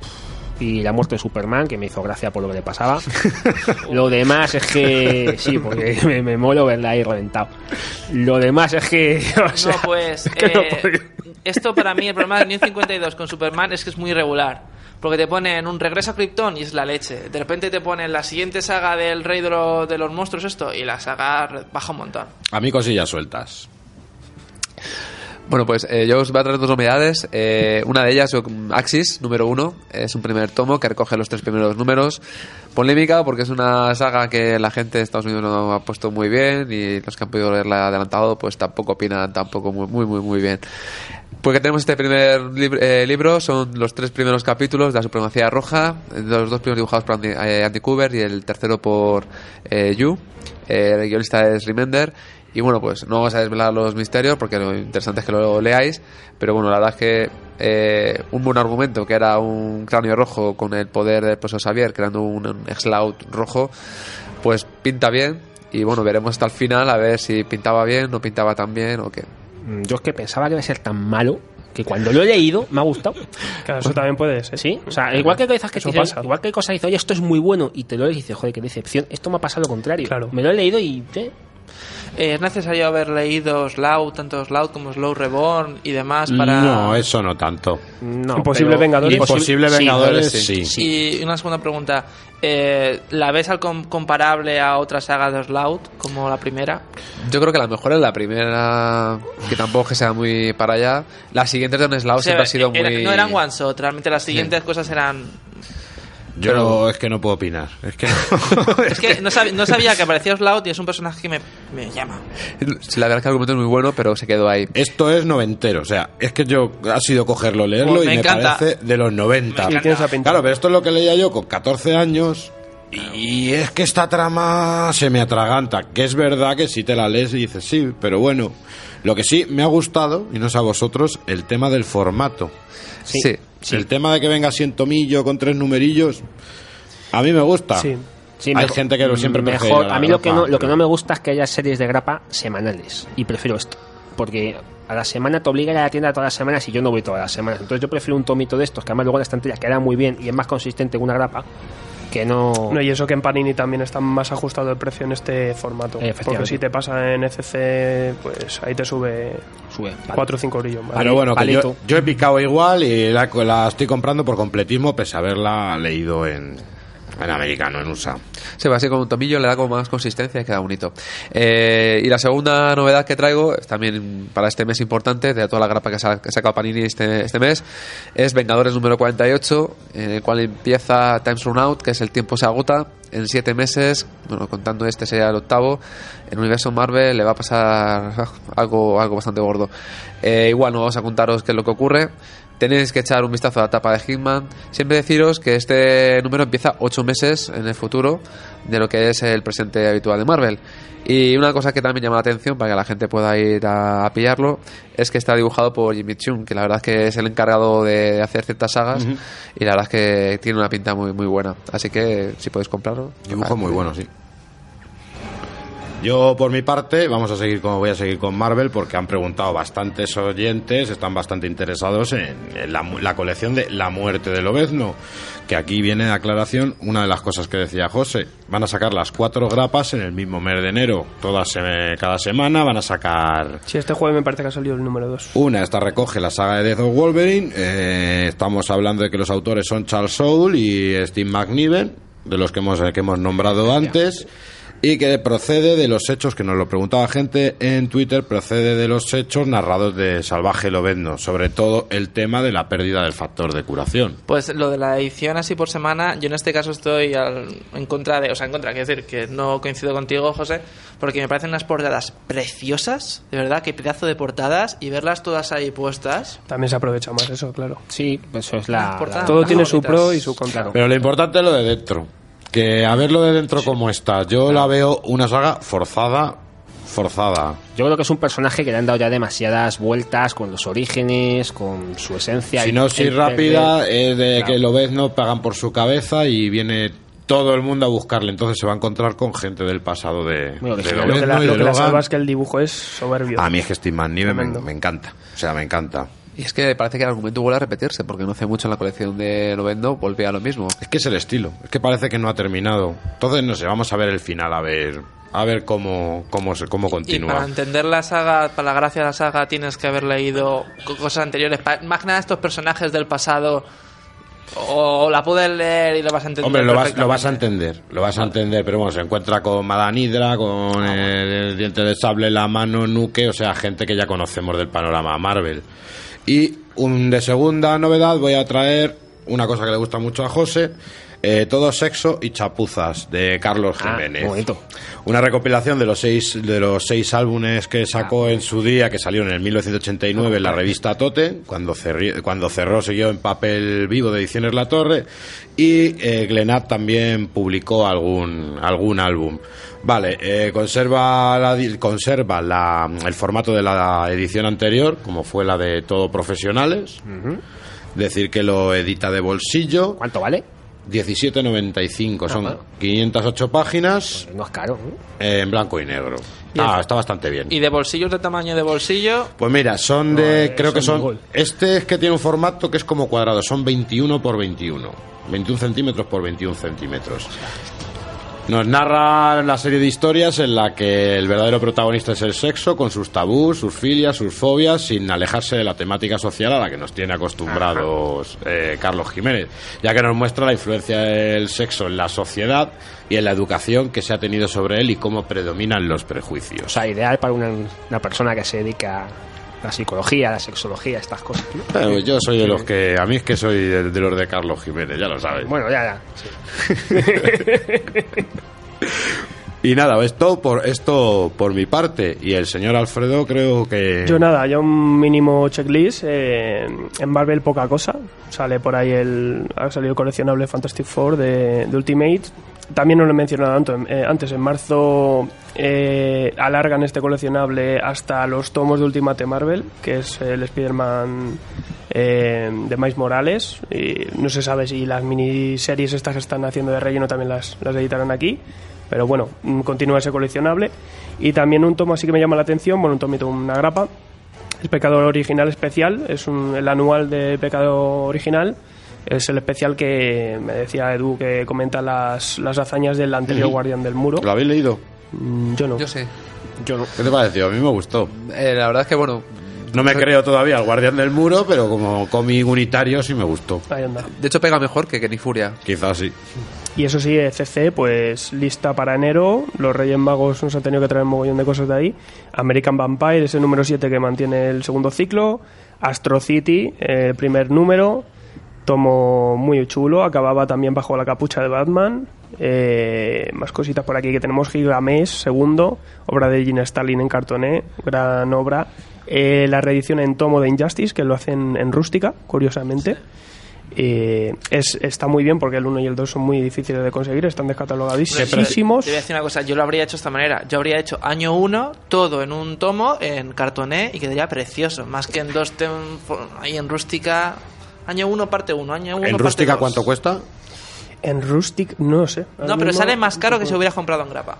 y la muerte de Superman, que me hizo gracia por lo que le pasaba, lo demás es que sí, porque me molo verla ahí reventado. Lo demás es que o sea, No, pues que no podía. esto para mí, el problema del New 52 con Superman es que es muy irregular. Porque te ponen un regreso a Krypton y es la leche. De repente te ponen la siguiente saga del rey de los monstruos esto y la saga baja un montón. A mí cosillas sueltas. Bueno, pues yo os voy a traer 2 novedades. Una de ellas, Axis, número 1. Es un primer tomo que recoge los 3 primeros números. Polémica porque es una saga que la gente de Estados Unidos no ha puesto muy bien y los que han podido leerla adelantado pues tampoco opinan tampoco muy bien. Pues que tenemos este primer libro, son los 3 primeros capítulos de la Supremacía Roja, los 2 primeros dibujados por Andy Kubert y el tercero por Yu. El guionista es Remender. Y bueno, pues no vamos a desvelar los misterios porque lo interesante es que lo leáis. Pero bueno, la verdad es que un buen argumento, que era un cráneo rojo con el poder del profesor Xavier creando un Exlaut rojo, pues pinta bien. Y bueno, veremos hasta el final a ver si pintaba bien, no pintaba tan bien o qué. Yo es que pensaba que iba a ser tan malo que cuando lo he leído me ha gustado. Claro, eso también puede ser. Sí, o sea, igual que hay cosas que Eso te dicen, pasa. igual que hay cosas que dices, oye, esto es muy bueno, y te lo lees y dices, joder, qué decepción, esto me ha pasado lo contrario. Claro. Me lo he leído y ¿Es necesario haber leído Slough, tanto Slough como Slough Reborn y demás para...? No, eso no tanto. no. Imposible pero- Vengadores. Imposible sí, Vengadores, sí. sí. Y una segunda pregunta, ¿la ves comparable a otra saga de Slough como la primera? Yo creo que la mejor es la primera, que tampoco que sea muy para allá. Las siguientes de Onslaught O sea, siempre ha sido muy... no eran one shot, realmente las siguientes cosas eran... Yo es que no puedo opinar. Es que no. Es que no sabía que aparecía Slough y es un personaje que me llama. Sí, la verdad es que el argumento es muy bueno, pero se quedó ahí. Esto es noventero, o sea, es que yo ha sido cogerlo, leerlo Pues y me me encanta. parece de los 90. Sí, tiene esa pinta. Claro, pero esto es lo que leía yo con 14 años y es que esta trama se me atraganta, que es verdad que si te la lees y dices sí, pero bueno, lo que sí me ha gustado, y no sé a vosotros, el tema del formato. Sí. El tema de que venga así en tomillo con 3 numerillos, a mí me gusta. Sí. Sí, Hay gente que lo siempre prefiere mejor. la A mí lo que grapa, no pero- me gusta es que haya series de grapa semanales, y prefiero esto, porque a la semana te obliga a ir a la tienda todas las semanas y yo no voy todas las semanas. Entonces yo prefiero un tomito de estos que además luego en la estantería queda muy bien y es más consistente que una grapa, que no... No, y eso que en Panini también está más ajustado el precio en este formato. Efectivamente. Porque si te pasa en ECC, pues ahí te sube sube. 4 o 5 eurillos más. Pero bueno, que palito. yo he picado igual y la estoy comprando por completismo, pese a haberla leído en americano, en USA. Sí, va así con un tomillo, le da como más consistencia y queda bonito. Y la segunda novedad que traigo, es también para este mes importante, de toda la grapa que ha sacado Panini este mes, es Vengadores número 48, en el cual empieza Time's Run Out, que es el tiempo se agota. En 7 meses, bueno, contando este sería el 8º, en el universo Marvel le va a pasar algo bastante gordo. Igual no vamos a contaros qué es lo que ocurre. Tenéis que echar un vistazo a la tapa de Hitman. Siempre deciros que este número empieza 8 meses en el futuro de lo que es el presente habitual de Marvel. Y una cosa que también llama la atención para que la gente pueda ir a pillarlo es que está dibujado por Jimmy Cheung, que la verdad es que es el encargado de hacer ciertas sagas y la verdad es que tiene una pinta muy muy buena. Así que si podéis comprarlo. Dibujo muy bueno, sí. Yo, por mi parte, voy a seguir con Marvel porque han preguntado bastantes oyentes, están bastante interesados en la colección de La muerte de Lobezno, que aquí viene de aclaración una de las cosas que decía José. Van a sacar las 4 grapas en el mismo mes de enero, cada semana van a sacar... Sí, este jueves me parece que ha salido el número 2. Una, esta recoge la saga de Death of Wolverine, estamos hablando de que los autores son Charles Soule y Steve McNiven, de los que hemos nombrado antes, y que procede de los hechos, que nos lo preguntaba gente en Twitter, procede de los hechos narrados de Salvaje Lobezno, sobre todo el tema de la pérdida del factor de curación. Pues lo de la edición así por semana, yo en este caso estoy en contra, quiero decir que no coincido contigo, José, porque me parecen unas portadas preciosas, de verdad, qué pedazo de portadas, y verlas todas ahí puestas. También se aprovecha más eso, claro. Sí, eso es la... Portada. Todo Ah, tiene su bonitas. pro y su contra. Pero lo importante es lo de dentro, que a verlo de dentro como está, yo la veo una saga forzada. Yo creo que es un personaje que le han dado ya demasiadas vueltas con los orígenes, con su esencia. Si no, si el rápida, perder- es de Claro. que Lobezno pagan por su cabeza y viene todo el mundo a buscarle. Entonces se va a encontrar con gente del pasado de Muy original. Lobezno Lo que la, y lo de que la Logan. salva es que el dibujo es soberbio. A mí es que Steve McNiven Tremendo. me encanta. O sea, me encanta. Y es que parece que el argumento vuelve a repetirse, porque no hace mucho en la colección de Lobezno volvía a lo mismo. Es que es el estilo. Es que parece que no ha terminado. Entonces, no sé, vamos a ver el final, a ver cómo Y para continúa. entender la saga, para la gracia de la saga, tienes que haber leído cosas anteriores. Más que nada estos personajes del pasado, o la puedes leer y lo vas a entender. Hombre, lo vas a perfectamente. entender, pero bueno, se encuentra con Madame Hydra, con el diente de sable en la mano, Nuke, o sea, gente que ya conocemos del panorama Marvel. Y de segunda novedad voy a traer una cosa que le gusta mucho a José, Todo sexo y chapuzas, de Carlos Jiménez. bonito. Una recopilación de los seis álbumes que sacó en su día, que salieron en el 1989 en la revista Totem, cuando cerró siguió en papel vivo de Ediciones La Torre, y Glenat también publicó algún álbum. Vale, conserva el formato de la edición anterior, como fue la de Todo Profesionales. Decir que lo edita de bolsillo. ¿Cuánto vale? 17,95. Son 508 páginas. No es caro, ¿no? En blanco y negro. Está bastante bien. ¿Y de bolsillos de tamaño de bolsillo? Pues mira, son de... creo que son... Este es que tiene un formato que es como cuadrado. Son 21 por 21. 21 centímetros por 21 centímetros. Nos narra la serie de historias en la que el verdadero protagonista es el sexo, con sus tabús, sus filias, sus fobias, sin alejarse de la temática social a la que nos tiene acostumbrados Carlos Jiménez, ya que nos muestra la influencia del sexo en la sociedad y en la educación que se ha tenido sobre él y cómo predominan los prejuicios. O sea, ideal para una persona que se dedica a la psicología, a la sexología, estas cosas, ¿no? Pero yo soy de los que... A mí es que soy de los de Carlos Jiménez, ya lo sabes. Bueno, ya. Sí. Y nada, esto por mi parte. Y el señor Alfredo creo que... Yo nada, ya un mínimo checklist. En Marvel poca cosa. Sale por ahí ha salido el coleccionable Fantastic Four de Ultimate. También no lo he mencionado antes. En marzo alargan este coleccionable hasta los tomos de Ultimate Marvel, que es el Spider-Man de Miles Morales. Y no se sabe si las miniseries estas que están haciendo de relleno también las editarán aquí. Pero bueno, continúa ese coleccionable. Y también un tomo así que me llama la atención, un tomito, una grapa. El Pecador Original Especial, es el anual de Pecado Original. Es el especial que me decía Edu, que comenta las hazañas del anterior Guardián del Muro. ¿Lo habéis leído? Yo no. Yo sí. ¿Qué te pareció? A mí me gustó. La verdad es que, bueno... No me creo todavía al Guardián del Muro, pero como cómic unitario sí me gustó. Ahí anda. De hecho, pega mejor que Ni Furia. Quizás sí. Y eso sí, CC, pues lista para enero. Los Reyes Magos nos han tenido que traer un mogollón de cosas de ahí. American Vampire, ese número 7 que mantiene el segundo ciclo. Astro City, el primer número. Tomo muy chulo. Acababa también bajo la capucha de Batman. Más cositas por aquí que tenemos. Gigamesh, segundo. Obra de Gina Stalin en cartoné. Gran obra. La reedición en tomo de Injustice, que lo hacen en rústica, curiosamente. Está muy bien porque el 1 y el 2 son muy difíciles de conseguir, están descatalogadísimos. Te voy a decir una cosa, yo lo habría hecho de esta manera. Yo habría hecho año 1, todo en un tomo, en cartoné, y quedaría precioso. Más que en dos ahí en rústica. Año 1, parte 1, año 1, ¿En parte rústica 2. cuánto cuesta? En rústica, no lo sé. No, pero sale más caro que si hubieras comprado en grapa.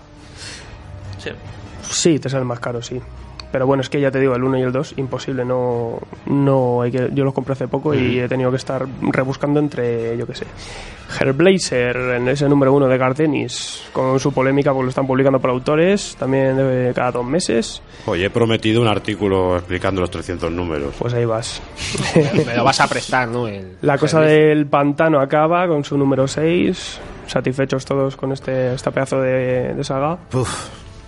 Sí, te sale más caro, sí. Pero bueno, es que ya te digo, el 1 y el 2, imposible, no hay que... Yo los compré hace poco y he tenido que estar rebuscando entre, yo qué sé, Hellblazer, en ese número 1 de Gardenis, con su polémica porque lo están publicando por autores, también cada 2 meses. Oye, he prometido un artículo explicando los 300 números. Pues ahí vas. Me lo vas a prestar, ¿no? La cosa del pantano acaba con su número 6, satisfechos todos con este pedazo de saga. Uf.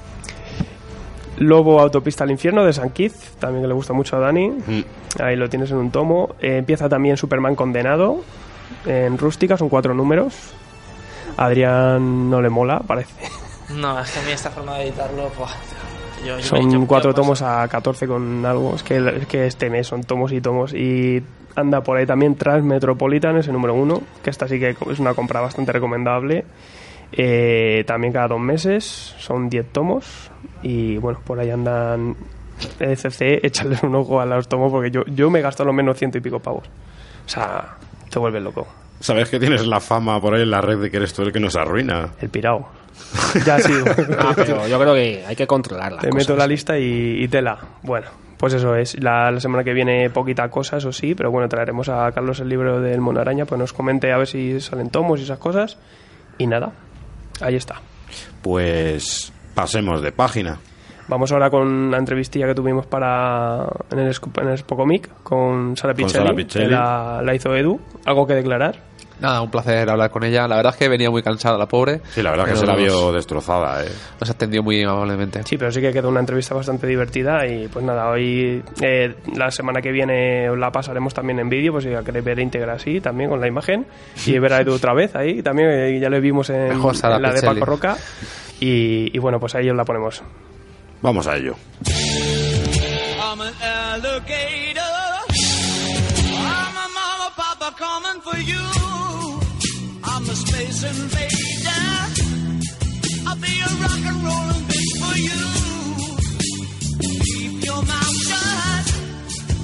Lobo Autopista al Infierno de San Keith, también que le gusta mucho a Dani. Ahí lo tienes en un tomo. Empieza también Superman Condenado en rústica, son 4 números. A Adrián no le mola, parece. No, es que a mí esta forma de editarlo... yo son 4 tomos a 14 con algo. Es que este mes son tomos y tomos. Y anda por ahí también Transmetropolitan, ese número 1, que esta sí que es una compra bastante recomendable. También cada 2 meses, son 10 tomos. Y bueno, por ahí andan CC, échales un ojo a los tomos porque yo me gasto lo menos 100 y pico pavos. O sea, te vuelves loco. ¿Sabes que tienes la fama por ahí en la red de que eres tú el que nos arruina? El pirao. Ya ha sido. Pero yo creo que hay que controlarla. Te meto la lista y tela. Bueno, pues eso es. La semana que viene poquita cosa, eso sí, pero bueno, traeremos a Carlos el libro del Mono Araña, pues nos comente a ver si salen tomos y esas cosas. Y nada, ahí está. Pues pasemos de página. Vamos ahora con la entrevistilla que tuvimos en el Spocomic con Sara Pichelli, que la hizo Edu. ¿Algo que declarar? Nada, un placer hablar con ella. La verdad es que venía muy cansada la pobre. Sí, la verdad que se la vio destrozada. Nos atendió muy amablemente. Sí, pero sí que quedó una entrevista bastante divertida. Y pues nada, hoy la semana que viene la pasaremos también en vídeo, pues si la queréis ver íntegra así, también con la imagen. Y ver a Edu otra vez ahí, también ya le vimos en la de Paco Roca. Y bueno, pues ahí os la ponemos. Vamos a ello. I'm an alligator. I'm a mama, papa coming for you. I'm a space invader. I'll be a rock and rollin' bitch for you. Keep your mouth shut.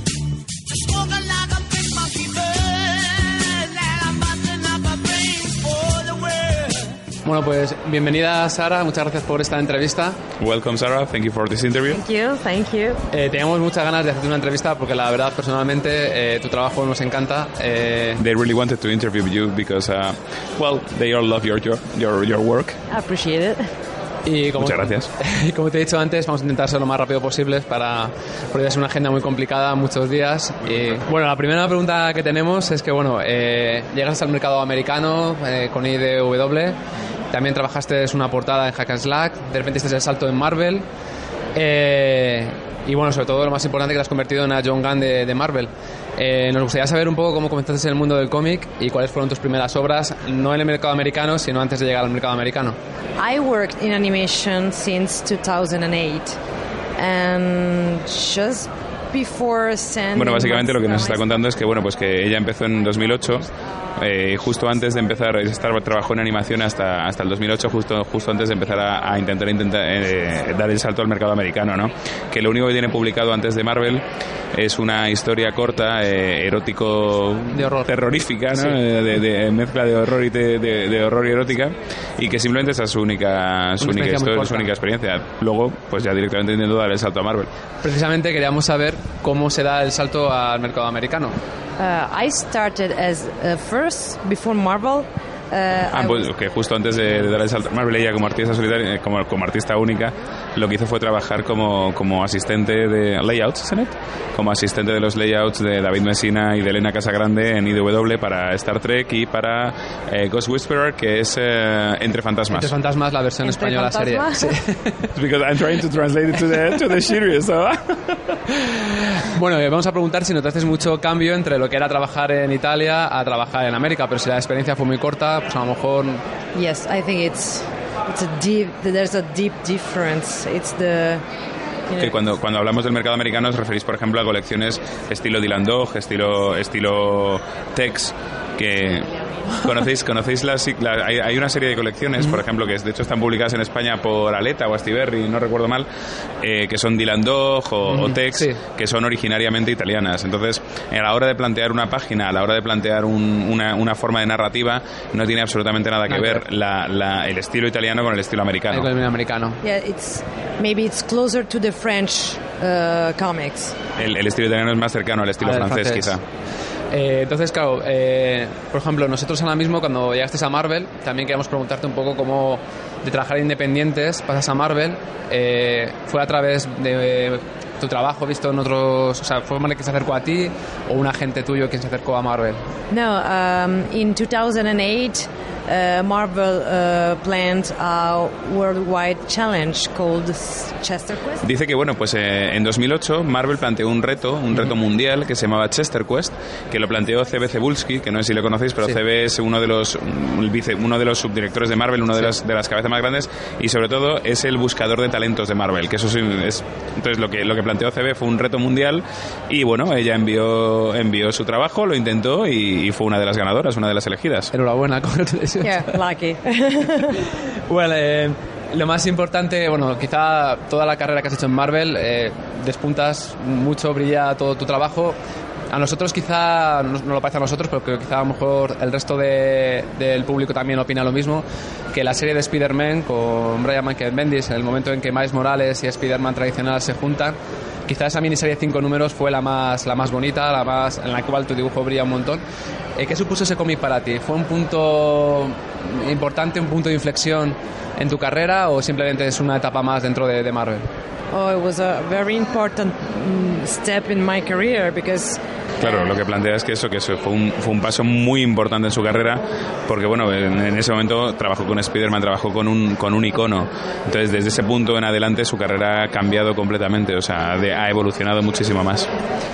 Just walking like a big monkey bird. And I'm busting up a brain Bueno, pues bienvenida Sara, muchas gracias por esta entrevista. Welcome Sarah, thank you for this interview. Thank you. Teníamos muchas ganas de hacerte una entrevista porque la verdad personalmente tu trabajo nos encanta. They really wanted to interview you because, well, they all love your work. I appreciate it. Y muchas gracias. Y como te he dicho antes, vamos a intentar ser lo más rápido posible porque es una agenda muy complicada, muchos días. Y bueno, la primera pregunta que tenemos es que, bueno, llegas al mercado americano con IDW, también trabajaste una portada en Hack and Slack, de repente hiciste el salto en Marvel. Y bueno, sobre todo lo más importante, que te has convertido en una John Gunn de Marvel. Nos gustaría saber un poco cómo comenzaste en el mundo del cómic y cuáles fueron tus primeras obras, no en el mercado americano, sino antes de llegar al mercado americano. I worked in animation since 2008 and just before sending... Bueno, básicamente lo que nos está contando es que, bueno, pues que ella empezó en 2008, justo antes de empezar, trabajó en animación hasta el 2008, justo antes de empezar a intentar dar el salto al mercado americano, ¿no? Que lo único que tiene publicado antes de Marvel es una historia corta, erótico, de horror, terrorífica, ¿no? Sí. De mezcla de horror y de horror y erótica, y que simplemente esa es su única experiencia. Luego, pues ya directamente intentó dar el salto a Marvel. Precisamente queríamos saber cómo se da el salto al mercado americano. I started as first before Marvel. Pues que justo antes de dar el salto a Marvel, ella como artista solitaria, como artista única, lo que hizo fue trabajar como asistente de layouts, ¿sí? Como asistente de los layouts de David Messina y de Elena Casagrande en IDW para Star Trek y para Ghost Whisperer, que es Entre Fantasmas. Entre Fantasmas, la versión española de la serie. Sí. Because I'm trying to translate it to the series, so. Bueno, vamos a preguntar si notaste mucho cambio entre lo que era trabajar en Italia a trabajar en América, pero si la experiencia fue muy corta, pues a lo mejor... Yes, I think there's a deep difference. It's the... Que cuando hablamos del mercado americano os referís, por ejemplo, a colecciones estilo Dylan Dog, estilo Tex, que... ¿Conocéis hay una serie de colecciones, por ejemplo, que de hecho están publicadas en España por Aleta o Astiberri, no recuerdo mal, que son Dylan Dog o Tex, sí, que son originariamente italianas. Entonces, a la hora de plantear una página, a la hora de plantear una forma de narrativa, no tiene absolutamente nada que ver el estilo italiano con el estilo americano. Yeah, maybe it's closer to the French comics. El estilo italiano es más cercano al estilo francés, quizá. Entonces, claro, por ejemplo, nosotros ahora mismo, cuando llegaste a Marvel, también queríamos preguntarte un poco cómo de trabajar independientes pasas a Marvel. ¿Fue a través de tu trabajo visto en otros... O sea, ¿fue Marvel que se acercó a ti o un agente tuyo quien se acercó a Marvel? No, in 2008... Marvel planned a worldwide challenge called Chester Quest. Dice que, bueno, pues en 2008 Marvel planteó un reto mundial que se llamaba Chester Quest, que lo planteó C.B. Cebulski, que no sé si lo conocéis, pero sí. CB es uno de los subdirectores de Marvel, uno de las cabezas más grandes, y sobre todo es el buscador de talentos de Marvel, que eso es entonces lo que planteó CB fue un reto mundial, y bueno, ella envió su trabajo, lo intentó y fue una de las ganadoras, una de las elegidas. Enhorabuena, congratulations. Yeah, lucky. Well, lo más importante, bueno, quizá toda la carrera que has hecho en Marvel, despuntas mucho, brilla todo tu trabajo. A nosotros quizá, no lo parece a nosotros, pero quizá a lo mejor el resto del público también opina lo mismo, que la serie de Spider-Man con Brian Michael Bendis, en el momento en que Miles Morales y Spider-Man tradicional se juntan, quizá esa miniserie de 5 números fue la más bonita, en la cual tu dibujo brilla un montón. ¿Qué supuso ese cómic para ti? ¿Fue un punto importante, un punto de inflexión en tu carrera o simplemente es una etapa más dentro de Marvel? Oh, it was a very important step in my career because... Claro, lo que plantea es que eso fue un paso muy importante en su carrera, porque bueno, en ese momento trabajó con Spider-Man, trabajó con un icono. Entonces, desde ese punto en adelante su carrera ha cambiado completamente, o sea, ha evolucionado muchísimo más.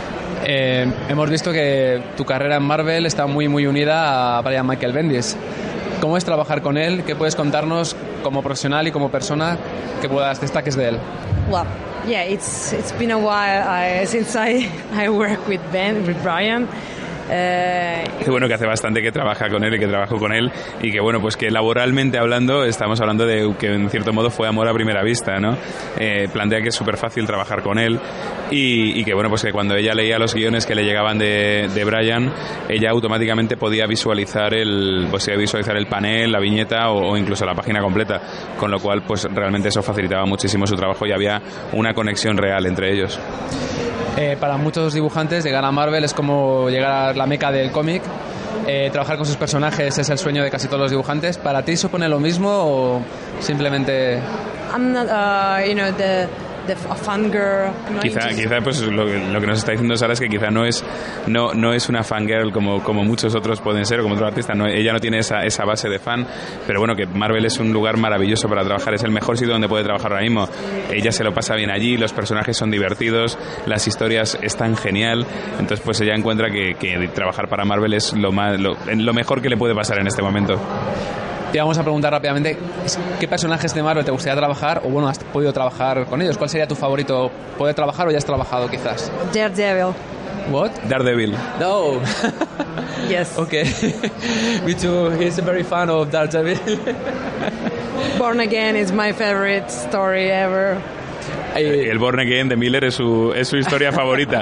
Hemos visto que tu carrera en Marvel está muy muy unida a Brian Michael Bendis. ¿Cómo es trabajar con él? ¿Qué puedes contarnos como profesional y como persona que destaques de él? Well, yeah, it's been a while since I work with Brian, Qué bueno que hace bastante que trabaja con él y que trabajó con él y que bueno, pues que laboralmente hablando estamos hablando de que en cierto modo fue amor a primera vista, ¿no? Plantea que es súper fácil trabajar con él y que bueno, pues que cuando ella leía los guiones que le llegaban de Brian, ella automáticamente podía visualizar el panel, la viñeta o incluso la página completa, con lo cual pues realmente eso facilitaba muchísimo su trabajo y había una conexión real entre ellos. Para muchos dibujantes llegar a Marvel es como llegar a la meca del cómic. Trabajar con sus personajes es el sueño de casi todos los dibujantes. ¿Para ti supone lo mismo o simplemente...? I'm not, a fangirl. Quizá pues lo que nos está diciendo Sara es que quizá no es una fangirl como muchos otros pueden ser, o como otros artistas. Ella no tiene esa base de fan, pero bueno, que Marvel es un lugar maravilloso para trabajar, es el mejor sitio donde puede trabajar ahora mismo. Ella se lo pasa bien allí, los personajes son divertidos, las historias están genial, entonces pues ella encuentra que trabajar para Marvel es lo mejor que le puede pasar en este momento. Te vamos a preguntar rápidamente ¿qué personajes de Marvel te gustaría trabajar o bueno, has podido trabajar con ellos? ¿Cuál sería tu favorito? ¿Poder trabajar o ya has trabajado quizás? Daredevil. What? Daredevil. No. Yes. Okay. Me too. He's a very fan of Daredevil. Born Again is my favorite story ever. El Born Again de Miller es su historia favorita.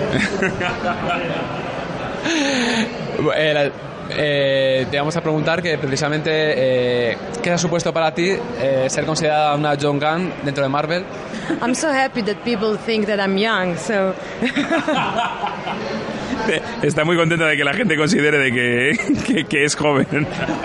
Te vamos a preguntar que precisamente ¿qué ha supuesto para ti ser considerada una Young Gun dentro de Marvel? I'm so happy that people think that I'm young, so... Está muy contenta de que la gente considere de que es joven.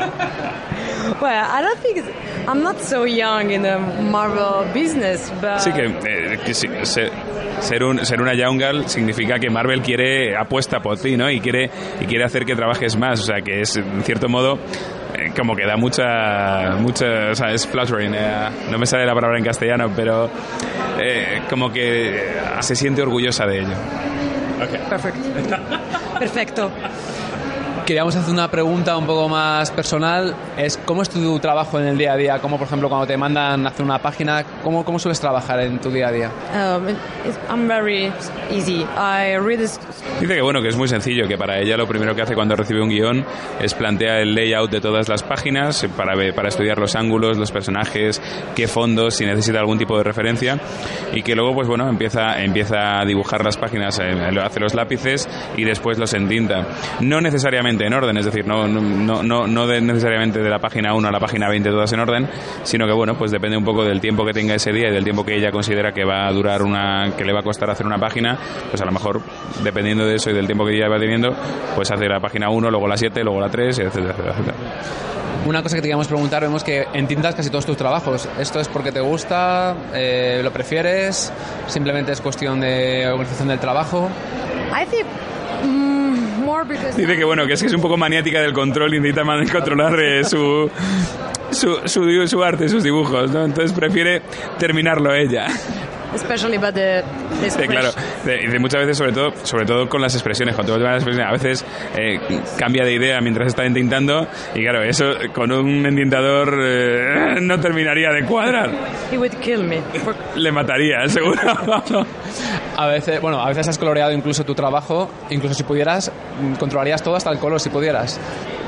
Well, I don't think I'm not so young in the Marvel business, but... Sí que sí, ser una young girl significa que Marvel apuesta por ti, ¿no? Y quiere hacer que trabajes más, o sea, que es en cierto modo como que da mucha, o sea, es flattering, no me sale la palabra en castellano, pero como que se siente orgullosa de ello. Okay. Perfecto. Queríamos hacer una pregunta un poco más personal. ¿Cómo es tu trabajo en el día a día? ¿Cómo, por ejemplo, cuando te mandan a hacer una página, cómo sueles trabajar en tu día a día? I'm very easy. I read this... Dice que bueno, que es muy sencillo, que para ella lo primero que hace cuando recibe un guión es plantear el layout de todas las páginas para estudiar los ángulos, los personajes, qué fondos, si necesita algún tipo de referencia, y que luego pues bueno, empieza a dibujar las páginas, hace los lápices y después los entinta. No necesariamente en orden, es decir, no necesariamente de la página 1 a la página 20 todas en orden, sino que bueno, pues depende un poco del tiempo que tenga ese día y del tiempo que ella considera que va a durar que le va a costar hacer una página, pues a lo mejor dependiendo de eso y del tiempo que ella va teniendo, pues hace la página 1, luego la 7, luego la 3, etcétera, etcétera. Una cosa que te queríamos preguntar, vemos que entintas casi todos tus trabajos. ¿Esto es porque te gusta? ¿Lo prefieres? ¿Simplemente es cuestión de organización del trabajo? I think dice que bueno, que es un poco maniática del control y necesita controlar su arte, sus dibujos, ¿no? Entonces prefiere terminarlo ella. Especially about the sí, claro. De muchas veces, sobre todo con las expresiones, cuando las expresiones, a veces cambia de idea mientras está entintando y claro, eso con un entintador no terminaría de cuadrar. He would kill me. Le mataría, seguro. A veces has coloreado incluso tu trabajo, incluso si pudieras, controlarías todo hasta el color si pudieras.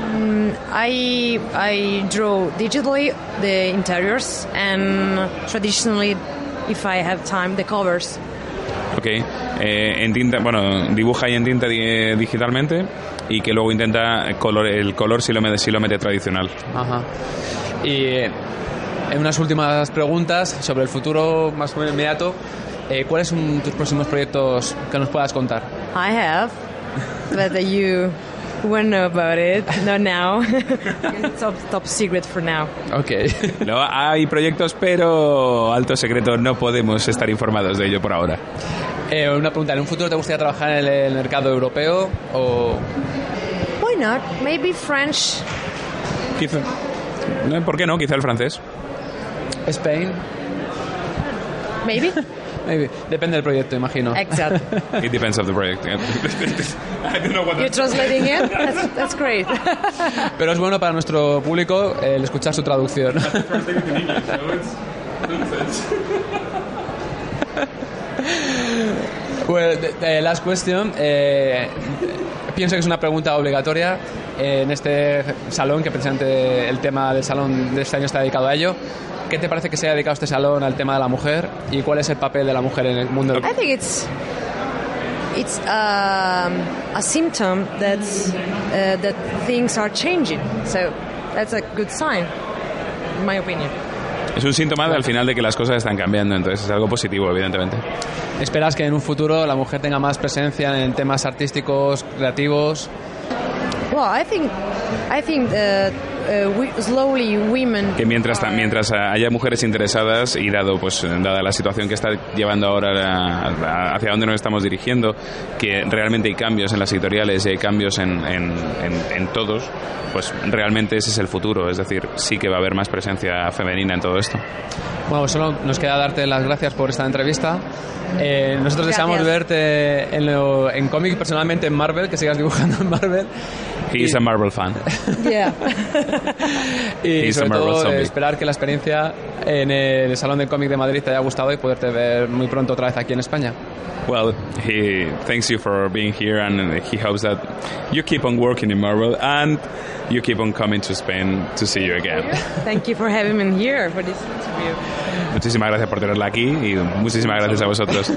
I draw digitally the interiors and traditionally, if I have time, the covers. Okay. Dibuja y entinta digitalmente y que luego intenta el color si lo mete tradicional. Ajá. Y en unas últimas preguntas sobre el futuro más o menos inmediato, ¿cuáles son tus próximos proyectos que nos puedas contar? I have, but you won't know about it. Not now. It's top secret for now. Okay. No, hay proyectos, pero alto secreto, no podemos estar informados de ello por ahora. Una pregunta, ¿en un futuro te gustaría trabajar en el mercado europeo o...? Why not? Maybe French. Quizá. ¿Por qué no? Quizá el francés. Spain. Maybe. Maybe. Depende del proyecto, imagino. Exacto. It depends on the project. I don't know what You're translating it? That's great. Pero es bueno para nuestro público el escuchar su traducción. Well, the last question. Pienso que es una pregunta obligatoria en este salón, que precisamente el tema del salón de este año está dedicado a ello. ¿Qué te parece que se haya dedicado este salón al tema de la mujer y cuál es el papel de la mujer en el mundo? I think it's a symptom that things are changing. So that's a good sign, in my opinion. Es un síntoma al final de que las cosas están cambiando, entonces es algo positivo, evidentemente. ¿Esperas que en un futuro la mujer tenga más presencia en temas artísticos, creativos? Well, I think slowly women. Que mientras haya mujeres interesadas y dada la situación que está llevando ahora hacia dónde nos estamos dirigiendo, que realmente hay cambios en las editoriales y hay cambios en todos, pues realmente ese es el futuro, es decir, sí que va a haber más presencia femenina en todo esto. Bueno, pues solo nos queda darte las gracias por esta entrevista. Nosotros deseamos verte en cómic, personalmente en Marvel, que sigas dibujando en Marvel. He is a Marvel fan. Yeah. Y sobre todo esperar que la experiencia en el Salón del Cómic de Madrid te haya gustado y poderte ver muy pronto otra vez aquí en España. Well, he thanks you for being here, and he hopes that you keep on working in Marvel and you keep on coming to Spain to see you again. Thank you for having me here for this interview. Muchísimas gracias por tenerla aquí y muchísimas gracias a vosotros.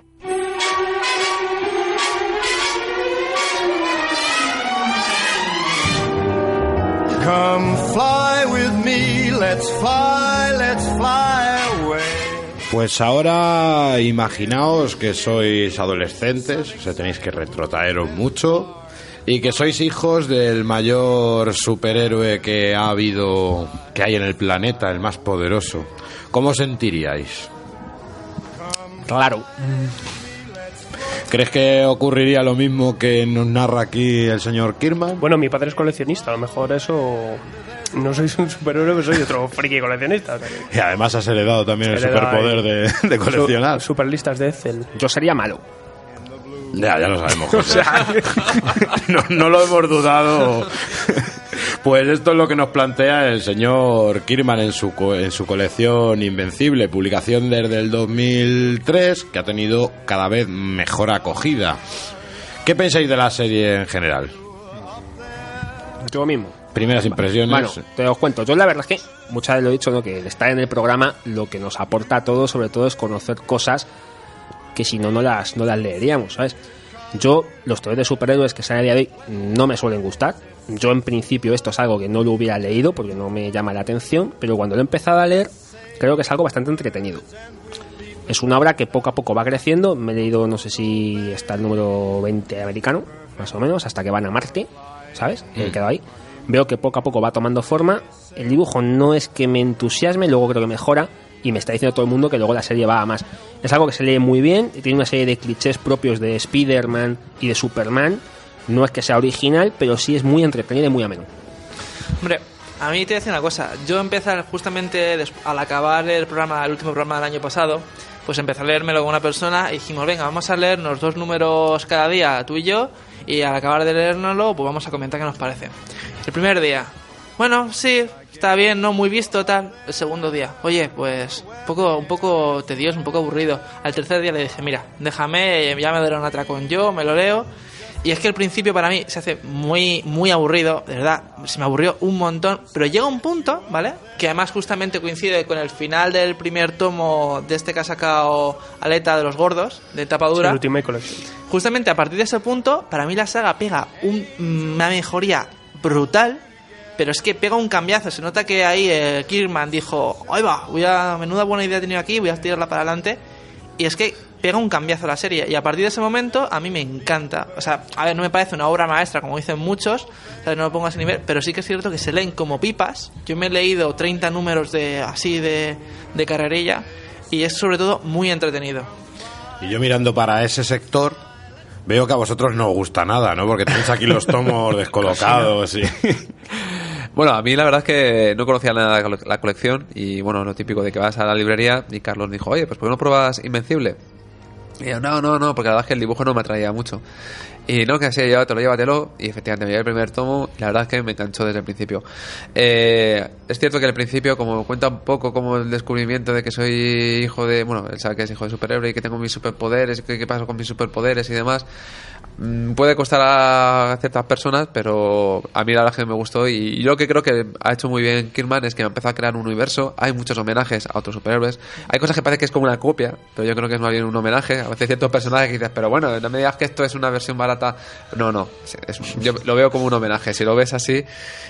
Come fly with me, let's fly away. Pues ahora imaginaos que sois adolescentes, o sea, tenéis que retrotraeros mucho y que sois hijos del mayor superhéroe que hay en el planeta, el más poderoso. ¿Cómo os sentiríais? Claro. ¿Crees que ocurriría lo mismo que nos narra aquí el señor Kirman? Bueno, mi padre es coleccionista, a lo mejor eso... No sois un superhéroe, pero soy otro friki coleccionista. O sea que... Y además has heredado también el superpoder de coleccionar. Superlistas de Excel. Yo sería malo. Ya lo sabemos, José. no lo hemos dudado. Pues esto es lo que nos plantea el señor Kirman en su colección Invencible, publicación desde el 2003, que ha tenido cada vez mejor acogida. ¿Qué pensáis de la serie en general? Yo mismo. Primeras impresiones. Bueno, te os cuento. Yo la verdad es que, muchas veces lo he dicho, ¿no? Que el estar en el programa lo que nos aporta a todos, sobre todo, es conocer cosas que si no las leeríamos, ¿sabes? Yo, los teorías de superhéroes que salen a día de hoy no me suelen gustar. Yo, en principio, esto es algo que no lo hubiera leído porque no me llama la atención, pero cuando lo he empezado a leer, creo que es algo bastante entretenido. Es una obra que poco a poco va creciendo. Me he leído, no sé si está el número 20 americano, más o menos, hasta que van a Marte, ¿sabes? He quedado ahí. Veo que poco a poco va tomando forma. El dibujo no es que me entusiasme, luego creo que mejora. Y me está diciendo todo el mundo que luego la serie va a más. Es algo que se lee muy bien y tiene una serie de clichés propios de Spider-Man y de Superman. No es que sea original, pero sí es muy entretenido y muy ameno. Hombre, a mí te voy a decir una cosa. Yo empecé justamente al acabar el último programa del año pasado, pues empecé a leérmelo con una persona y dijimos, venga, vamos a leernos 2 números cada día, tú y yo, y al acabar de leérnoslo, pues vamos a comentar qué nos parece. El primer día, bueno, sí, está bien, no muy visto, tal. El segundo día, oye, pues un poco tedioso, un poco aburrido. Al tercer día le dije, mira, déjame, ya me daré un atracón yo, me lo leo. Y es que al principio para mí se hace muy, muy aburrido, de verdad, se me aburrió un montón. Pero llega un punto, ¿vale? Que además justamente coincide con el final del primer tomo de este que ha sacado Aleta de los Gordos, de tapa dura. Sí, Ultimate Collection. Justamente a partir de ese punto, para mí la saga pega una mejoría brutal. Pero es que pega un cambiazo. Se nota que ahí Kirman dijo, ahí va, menuda buena idea he tenido aquí, voy a tirarla para adelante. Y es que pega un cambiazo la serie. Y a partir de ese momento a mí me encanta. O sea, a ver, no me parece una obra maestra como dicen muchos, o sea, no lo pongo a ese nivel, pero sí que es cierto que se leen como pipas. Yo me he leído 30 números de carrerilla y es sobre todo muy entretenido. Y yo mirando para ese sector veo que a vosotros no os gusta nada, ¿no? Porque tenéis aquí los tomos descolocados y... Bueno, a mí la verdad es que no conocía nada de la colección y bueno, lo típico de que vas a la librería y Carlos me dijo, oye, pues ¿por qué no pruebas Invencible? Y yo, no, porque la verdad es que el dibujo no me atraía mucho. Y no, que así, llévatelo. Y efectivamente me llevé el primer tomo y la verdad es que me enganchó desde el principio. Es cierto que al principio, como cuenta un poco como el descubrimiento de que soy hijo de... Bueno, él sabe que es hijo de superhéroe y que tengo mis superpoderes, qué pasa con mis superpoderes y demás, puede costar a ciertas personas, pero a mí la verdad es que me gustó. Y yo lo que creo que ha hecho muy bien Kirkman es que ha empezado a crear un universo. Hay muchos homenajes a otros superhéroes. Hay cosas que parece que es como una copia, pero yo creo que es más bien un homenaje. A veces ciertos personajes que dices, pero bueno, no me digas que esto es una versión barata. No, yo lo veo como un homenaje. Si lo ves así,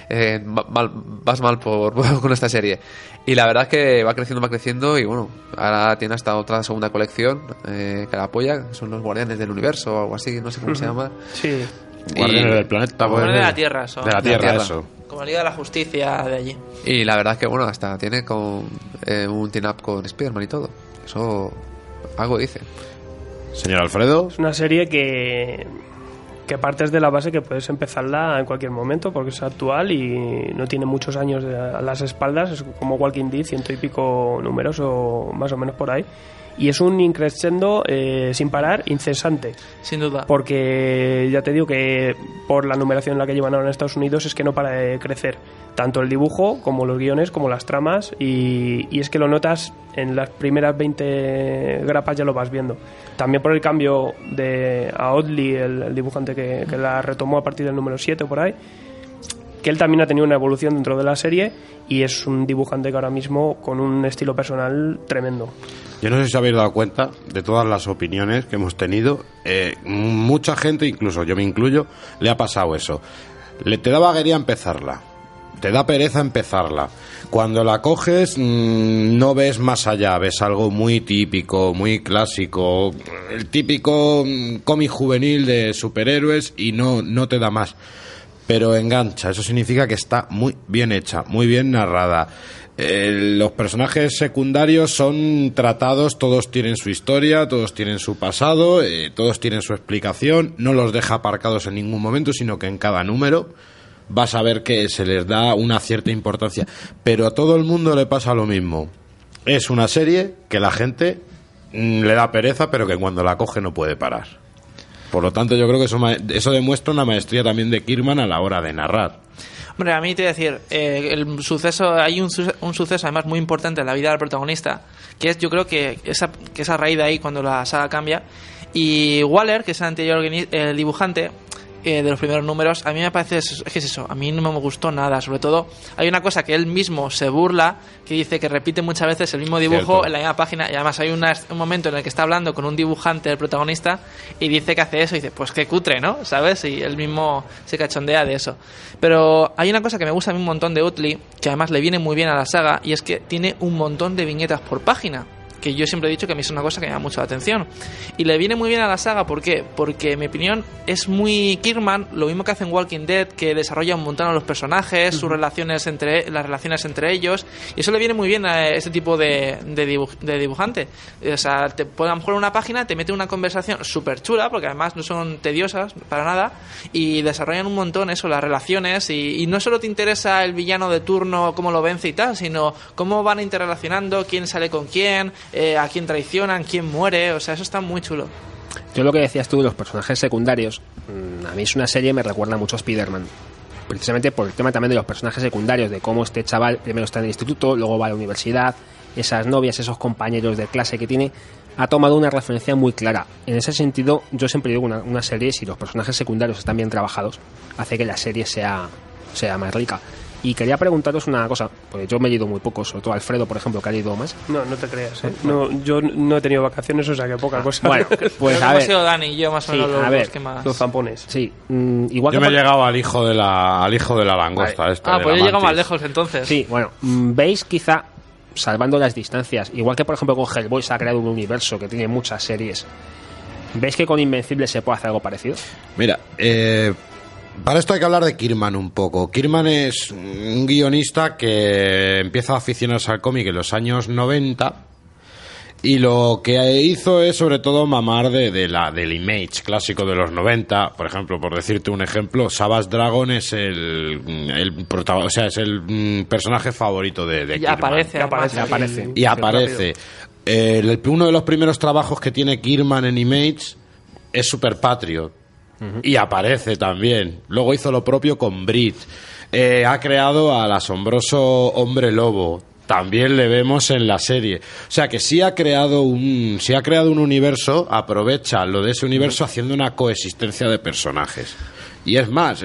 vas mal con esta serie. Y la verdad es que va creciendo y bueno, ahora tiene hasta otra segunda colección que la apoya, que son los Guardianes del Universo o algo así, no sé cómo se llama. Sí. Guardianes del planeta. Guardianes de la Tierra, son. De la Tierra, eso. Como la Liga de la Justicia de allí. Y la verdad es que bueno, hasta tiene con un team-up con Spider-Man y todo. Eso algo dice. Señor Alfredo. Es una serie que partes de la base que puedes empezarla en cualquier momento porque es actual y no tiene muchos años a las espaldas. Es como Walking Dead, 100 y pico números o más o menos por ahí. Y es un increscendo sin parar, incesante. Sin duda. Porque ya te digo que por la numeración en la que llevan ahora en Estados Unidos es que no para de crecer. Tanto el dibujo como los guiones, como las tramas. Y es que lo notas en las primeras 20 grapas, ya lo vas viendo. También por el cambio a Oddly, el dibujante que la retomó a partir del número 7 por ahí. Que él también ha tenido una evolución dentro de la serie y es un dibujante que ahora mismo con un estilo personal tremendo. Yo no sé si os habéis dado cuenta de todas las opiniones que hemos tenido. Mucha gente, incluso yo me incluyo, le ha pasado eso. Te da vaguería empezarla, te da pereza empezarla. Cuando la coges no ves más allá, ves algo muy típico, muy clásico, el típico cómic juvenil de superhéroes y no te da más. Pero engancha, eso significa que está muy bien hecha, muy bien narrada. Los personajes secundarios son tratados, todos tienen su historia, todos tienen su pasado, todos tienen su explicación, no los deja aparcados en ningún momento, sino que en cada número vas a ver que se les da una cierta importancia. Pero a todo el mundo le pasa lo mismo. Es una serie que la gente le da pereza, pero que cuando la coge no puede parar. Por lo tanto, yo creo que eso demuestra una maestría también de Kirkman a la hora de narrar. Hombre, a mí te voy a decir, hay un suceso además muy importante en la vida del protagonista, que es, yo creo que esa raíz de ahí cuando la saga cambia. Y Waller, que es el anterior dibujante de los primeros números, a mí me parece que es eso, a mí no me gustó nada. Sobre todo hay una cosa que él mismo se burla, que dice que repite muchas veces el mismo dibujo. Cierto. En la misma página, y además hay un momento en el que está hablando con un dibujante del protagonista y dice que hace eso y dice, pues qué cutre, ¿no? ¿Sabes? Y él mismo se cachondea de eso. Pero hay una cosa que me gusta a mí un montón de Utley, que además le viene muy bien a la saga, y es que tiene un montón de viñetas por página, que yo siempre he dicho que a mí es una cosa que me llama mucho la atención. Y le viene muy bien a la saga, ¿por qué? Porque en mi opinión es muy Kirkman, lo mismo que hace en Walking Dead, que desarrolla un montón a los personajes, las relaciones entre ellos, y eso le viene muy bien a este tipo de dibujante. O sea, te pone a lo mejor en una página, te mete una conversación súper chula, porque además no son tediosas para nada, y desarrollan un montón eso, las relaciones, y no solo te interesa el villano de turno, cómo lo vence y tal, sino cómo van interrelacionando, quién sale con quién, a quién traicionan, quién muere. O sea, eso está muy chulo. Yo lo que decías tú de los personajes secundarios, a mí es una serie, me recuerda mucho a Spider-Man, precisamente por el tema también de los personajes secundarios, de cómo este chaval primero está en el instituto, luego va a la universidad, esas novias, esos compañeros de clase que tiene, ha tomado una referencia muy clara. En ese sentido, yo siempre digo una serie, si los personajes secundarios están bien trabajados, hace que la serie sea más rica. Y quería preguntaros una cosa, porque yo me he ido muy poco, sobre todo Alfredo, por ejemplo, que ha ido más. No te creas, ¿eh? No, yo no he tenido vacaciones, o sea que poca cosa. Bueno, pues a ver. Hemos sido Dani y yo más o menos los que más. Los zampones. Sí, igual yo que me he llegado al hijo de la langosta. Pues yo he llegado más lejos entonces. Sí, bueno, veis quizá, salvando las distancias, igual que por ejemplo con Hellboy se ha creado un universo que tiene muchas series, ¿veis que con Invencible se puede hacer algo parecido? Mira, para esto hay que hablar de Kirkman un poco. Kirkman es un guionista que empieza a aficionarse al cómic en los años 90 y lo que hizo es sobre todo mamar del Image clásico de los 90. Por ejemplo, por decirte un ejemplo, Savage Dragon es el personaje favorito de Kirkman. Y aparece. Uno de los primeros trabajos que tiene Kirkman en Image es Super Patriot, y aparece también. Luego hizo lo propio con Brit. Ha creado al asombroso Hombre Lobo. También le vemos en la serie. O sea que si ha creado un universo, aprovecha lo de ese universo haciendo una coexistencia de personajes. Y es más,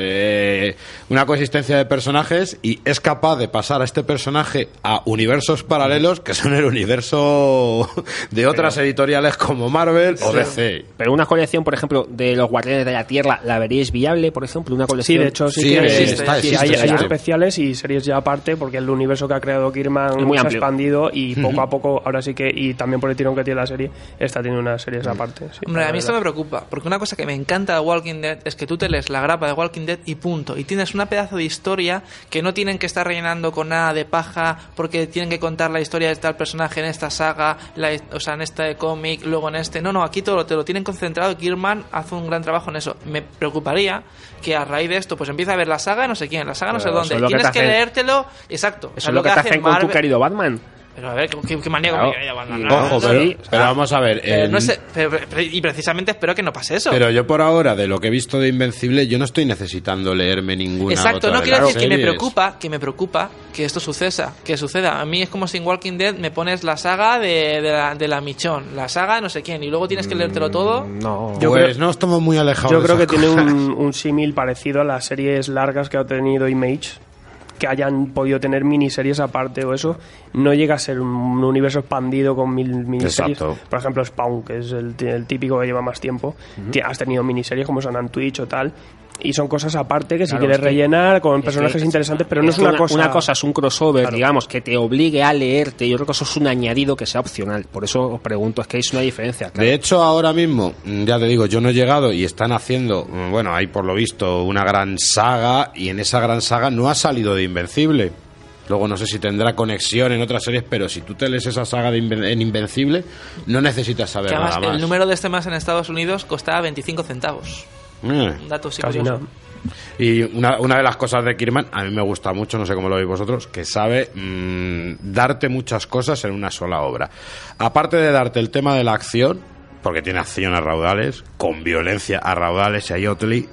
una coexistencia de personajes, y es capaz de pasar a este personaje a universos paralelos que son el universo de otras editoriales como Marvel o DC. Pero una colección, por ejemplo, de los Guardianes de la Tierra, ¿la veríais viable, por ejemplo? Una colección. Sí, de hecho, sí que existe. Hay especiales y series ya aparte, porque el universo que ha creado Kirkman se ha expandido y poco a poco, ahora sí que, y también por el tirón que tiene la serie, está teniendo unas series aparte. Sí, hombre, a mí esto me preocupa, porque una cosa que me encanta de Walking Dead es que tú te lees la grapa de Walking Dead y punto, y tienes una pedazo de historia que no tienen que estar rellenando con nada de paja porque tienen que contar la historia de tal personaje en esta saga, o sea, en este cómic, luego en este, no, aquí todo te lo tienen concentrado y Kirkman hace un gran trabajo en eso. Me preocuparía que a raíz de esto pues empieza a ver la saga de no sé quién, la saga no sé dónde, tienes que leértelo, exacto, eso es lo que te hacen con tu querido Batman. Pero a ver, qué manía con mi Batman. Ojo, pero vamos a ver. No sé, y precisamente espero que no pase eso. Pero yo por ahora, de lo que he visto de Invencible, yo no estoy necesitando leerme ninguna exacto, otra no de quiero las decir series. que me preocupa que esto suceda. A mí es como si en Walking Dead me pones la saga de la Michonne, la saga de no sé quién, y luego tienes que leértelo todo. No, pues no estamos muy alejados. Yo creo que tiene un símil parecido a las series largas que ha tenido Image, que hayan podido tener miniseries aparte o eso. No llega a ser un universo expandido con miniseries. Exacto. Por ejemplo, Spawn, que es el típico que lleva más tiempo. Has tenido miniseries como son en Twitch o tal, y son cosas aparte que si quieres rellenar con personajes interesantes, pero no es una cosa... Una cosa es un crossover, digamos, que te obligue a leerte, y otra cosa es un añadido que sea opcional. Por eso os pregunto, es que hay una diferencia. Claro. De hecho, ahora mismo, ya te digo, yo no he llegado y están haciendo, bueno, hay por lo visto una gran saga, y en esa gran saga no ha salido de Invencible. Luego no sé si tendrá conexión en otras series, pero si tú te lees esa saga en Invencible, no necesitas saber que además, nada más. El número de este mes en Estados Unidos costaba 25 centavos. Un dato casi nada. Y una de las cosas de Kirkman, a mí me gusta mucho, no sé cómo lo veis vosotros, que sabe darte muchas cosas en una sola obra. Aparte de darte el tema de la acción, porque tiene acción a raudales, con violencia a raudales, y ahí Otley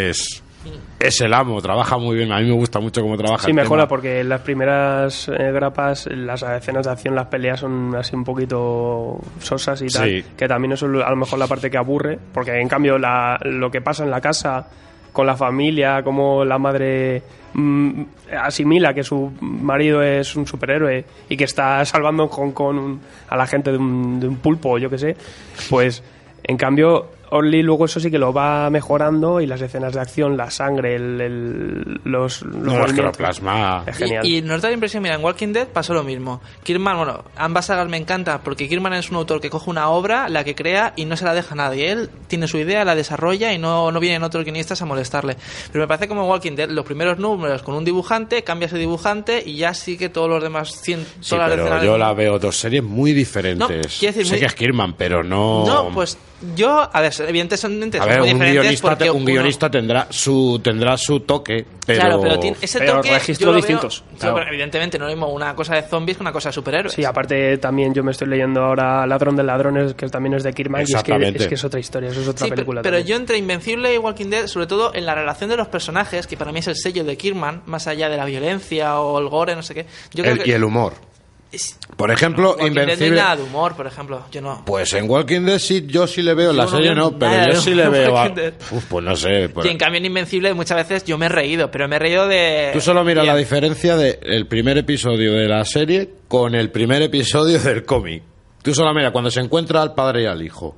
es el amo, trabaja muy bien. A mí me gusta mucho cómo trabaja. Sí, mejora, porque en las primeras grapas, las escenas de acción, las peleas son así un poquito sosas y tal, sí. Que también eso es a lo mejor la parte que aburre, porque en cambio lo que pasa en la casa con la familia, como la madre asimila que su marido es un superhéroe y que está salvando a la gente de un pulpo, yo que sé, pues en cambio Orly luego eso sí que lo va mejorando, y las escenas de acción, la sangre, los plasma es genial. Y nos da la impresión, mira, en Walking Dead pasó lo mismo. Kirkman, bueno, ambas sagas me encantan porque Kirkman es un autor que coge una obra, la que crea y no se la deja a nadie. Él tiene su idea, la desarrolla y no vienen otros guionistas a molestarle. Pero me parece como en Walking Dead, los primeros números con un dibujante, cambia ese dibujante y ya sí que todos los demás... Sí, pero yo la veo dos series muy diferentes. No, decir, sé que es Kirkman, pero no... No, pues yo, a ver, evidentemente son muy diferentes. Un guionista tendrá su toque, pero... Claro, pero tiene ese toque... registros distintos. Claro. Pero evidentemente no es lo mismo una cosa de zombies que una cosa de superhéroes. Sí, aparte también yo me estoy leyendo ahora Ladrón de Ladrones, que también es de Kirkman, y es que es otra historia, eso es otra película. Pero yo entre Invencible y Walking Dead, sobre todo en la relación de los personajes, que para mí es el sello de Kirkman, más allá de la violencia o el gore, no sé qué... Y el humor. Por ejemplo, Invencible... No hay nada de humor, por ejemplo, yo no. Pues en Walking Dead sí, yo sí le veo, en la serie no, pero yo sí le veo pues no sé. Y en cambio en Invencible muchas veces yo me he reído, pero me he reído de... Tú solo miras la diferencia del primer episodio de la serie con el primer episodio del cómic. Tú solo miras cuando se encuentra al padre y al hijo.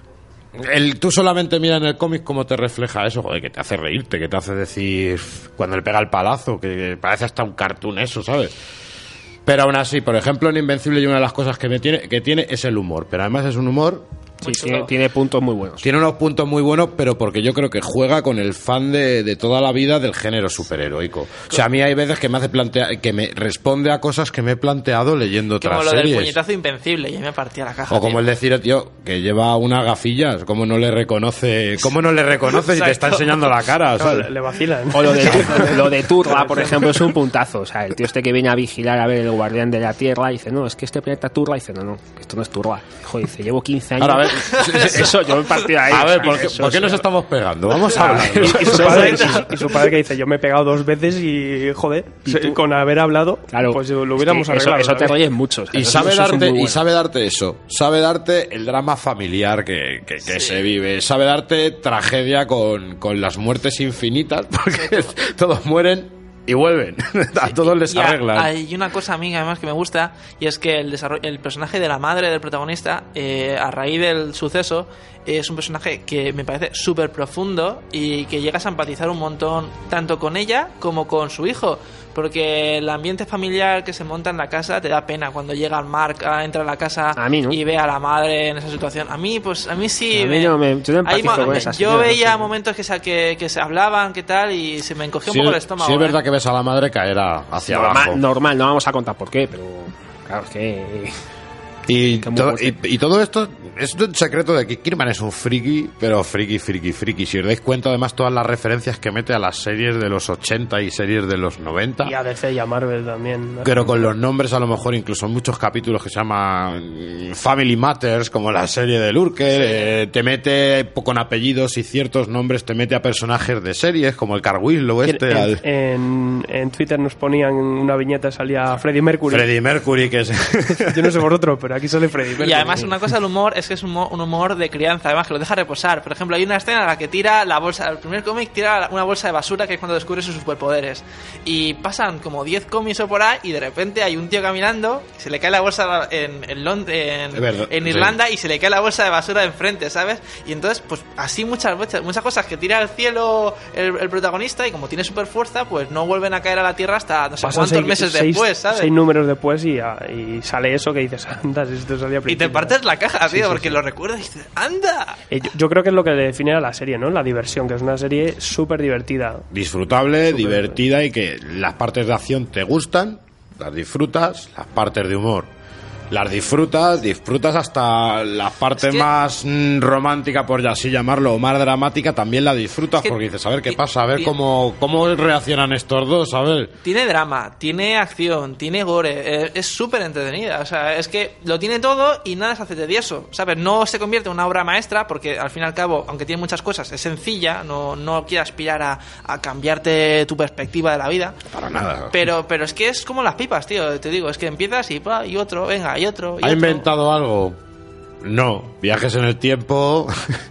Tú solamente miras en el cómic cómo te refleja eso, joder, que te hace reírte, que te hace decir cuando le pega el palazo, que parece hasta un cartoon eso, ¿sabes? Pero aún así, por ejemplo, en Invencible, y una de las cosas que tiene es el humor. Pero además es un humor... Sí, tiene puntos muy buenos. Tiene unos puntos muy buenos, pero porque yo creo que juega con el fan de toda la vida del género superheroico. O sea, a mí hay veces que me hace que me responde a cosas que me he planteado leyendo otras series. Como lo del puñetazo Invencible, y me partía la caja. O como el decir, tío, que lleva unas gafillas, ¿cómo no le reconoce si te está enseñando la cara? Claro, le vacilan. O lo de Turla, por ejemplo, es un puntazo. O sea, el tío que viene a vigilar a ver el guardián de la Tierra, dice, no, es que este planeta Turla, dice, no, esto no es Turla. Hijo, dice, llevo 15 años... Ahora, Eso, yo me partí ahí. A ver, eso, ¿por qué nos estamos pegando? Vamos a hablar. Y su padre que dice, yo me he pegado 2 veces y, joder, con haber hablado, Claro, pues lo hubiéramos es que arreglado. Eso te ¿sabes? oyes mucho. O sea, Y eso- sabe, eso es darte, muy y bueno. sabe darte eso, sabe darte el drama familiar que se vive, sabe darte tragedia con las muertes infinitas, porque todos mueren y vuelven, a todos les Y arreglan. hay una cosa a mí además que me gusta, y es que el personaje de la madre del protagonista, a raíz del suceso, es un personaje que me parece súper profundo y que llegas a empatizar un montón tanto con ella como con su hijo, porque el ambiente familiar que se monta en la casa te da pena cuando llega Mark entra a la casa A mí no. y ve a la madre en esa situación. A mí sí. A mí yo no empatizo con esa yo señora, veía sí. momentos que se hablaban, que tal, y se me encogió un poco el estómago. sí es verdad que ves a la madre caer hacia abajo. Normal, no vamos a contar por qué, pero claro, es que... Y, Que muy todo, fuerte. y todo esto es un secreto de que Kirkman es un friki, pero friki. Si os dais cuenta, además, todas las referencias que mete a las series de los 80 y series de los 90. Y a DC y a Marvel también. Pero con los nombres, a lo mejor, incluso en muchos capítulos que se llaman Family Matters, como la serie de Lurker, te mete con apellidos y ciertos nombres, te mete a personajes de series, como el Carwinslow En Twitter nos ponían una viñeta, salía Freddie Mercury. Freddie Mercury, que es... Yo no sé vosotros, pero aquí sale Freddie Mercury. Y además una cosa del humor es que es un humor de crianza, además que lo deja reposar. Por ejemplo, hay una escena en la que tira la bolsa, el primer cómic tira una bolsa de basura, que es cuando descubre sus superpoderes. Y pasan como 10 cómics o por ahí y de repente hay un tío caminando, se le cae la bolsa en Irlanda y se le cae la bolsa de basura de enfrente, ¿sabes? Y entonces, pues así muchas cosas que tira al cielo el protagonista, y como tiene super fuerza, pues no vuelven a caer a la tierra hasta no sé Pasan cuántos meses después, ¿sabes? 6 números después y sale eso que dices, anda, esto salía Y te partes la caja, tío, porque lo recuerdas y dices, ¡anda! Yo creo que es lo que le define a la serie, ¿no? La diversión, que es una serie súper divertida. Disfrutable, divertida, y que las partes de acción te gustan, las disfrutas, las partes de humor las disfrutas hasta la parte más romántica, por así llamarlo, o más dramática, también la disfrutas, porque dices, a ver qué pasa, a ver cómo reaccionan estos dos, a ver. Tiene drama, tiene acción, tiene gore, es súper entretenida, o sea, es que lo tiene todo y nada se hace tedioso, ¿sabes? No se convierte en una obra maestra, porque al fin y al cabo, aunque tiene muchas cosas, es sencilla, no quiere aspirar a cambiarte tu perspectiva de la vida. Para nada. Pero es que es como las pipas, tío, te digo, es que empiezas y otro, venga, y otro. ¿Ha inventado algo? No. Viajes en el tiempo,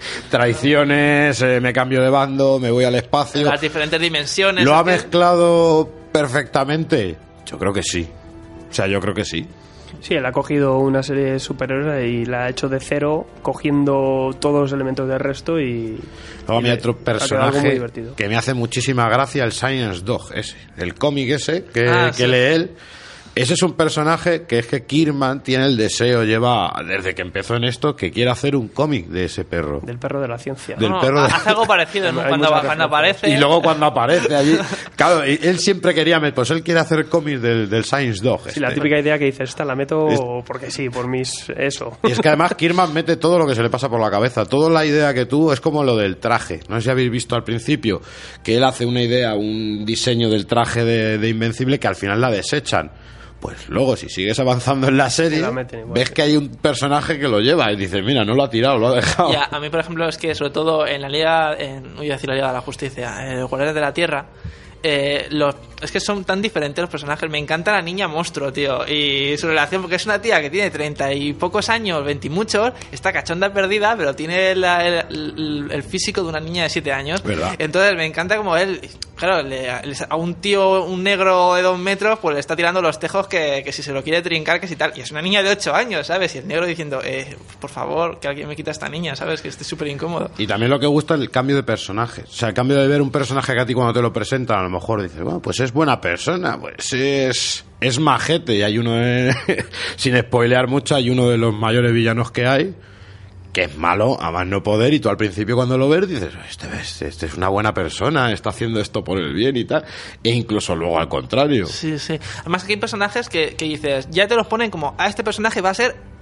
traiciones, me cambio de bando, me voy al espacio. Las diferentes dimensiones. ¿Lo ha mezclado perfectamente? Yo creo que sí. O sea, yo creo que sí. Sí, él ha cogido una serie de superhéroes y la ha hecho de cero, cogiendo todos los elementos del resto y... Luego a mí otro algo muy personaje divertido. que me hace muchísima gracia, el Science Dog ese, el cómic ese que sí. lee él. Ese es un personaje que es que Kirkman tiene el deseo, lleva desde que empezó en esto, que quiere hacer un cómic de ese perro. Del perro de la ciencia. Del perro de... Hace algo parecido, ¿no? Hay Cuando muchas aparece. Y luego cuando aparece allí... Claro, él siempre quería... Pues él quiere hacer cómics del Science Dog. Sí, la típica idea que dices, esta la meto porque sí, por mis... eso. Y es que además Kirkman mete todo lo que se le pasa por la cabeza. Toda la idea que tuvo es como lo del traje. No sé si habéis visto al principio que él hace una idea, un diseño del traje de Invencible que al final la desechan. Pues luego, si sigues avanzando en la serie, ves que hay un personaje que lo lleva y dices, mira, no lo ha tirado, lo ha dejado. Ya, a mí, por ejemplo, es que sobre todo en la Liga, voy a decir la Liga de la Justicia, en Guardianes de la Tierra, es que son tan diferentes los personajes. Me encanta la niña monstruo, tío, y su relación, porque es una tía que tiene 30 y pocos años, 20 y muchos, está cachonda perdida, pero tiene el físico de una niña de 7 años. ¿Verdad? Entonces me encanta como él, claro, a un tío, un negro de 2 metros, pues le está tirando los tejos que si se lo quiere trincar, que si tal, y es una niña de 8 años, ¿sabes? Y el negro diciendo, por favor, que alguien me quita a esta niña, ¿sabes? Que estoy súper incómodo. Y también lo que gusta es el cambio de personaje. O sea, el cambio de ver un personaje que a ti cuando te lo presentan, a lo mejor dices, bueno, pues es buena persona, pues es majete. Y hay uno, sin spoilear mucho, hay uno de los mayores villanos que hay, que es malo a más no poder, y tú al principio cuando lo ves dices, este es una buena persona, está haciendo esto por el bien y tal, e incluso luego al contrario. Sí, sí. Además que hay personajes que dices, ya te los ponen como, a este personaje va a ser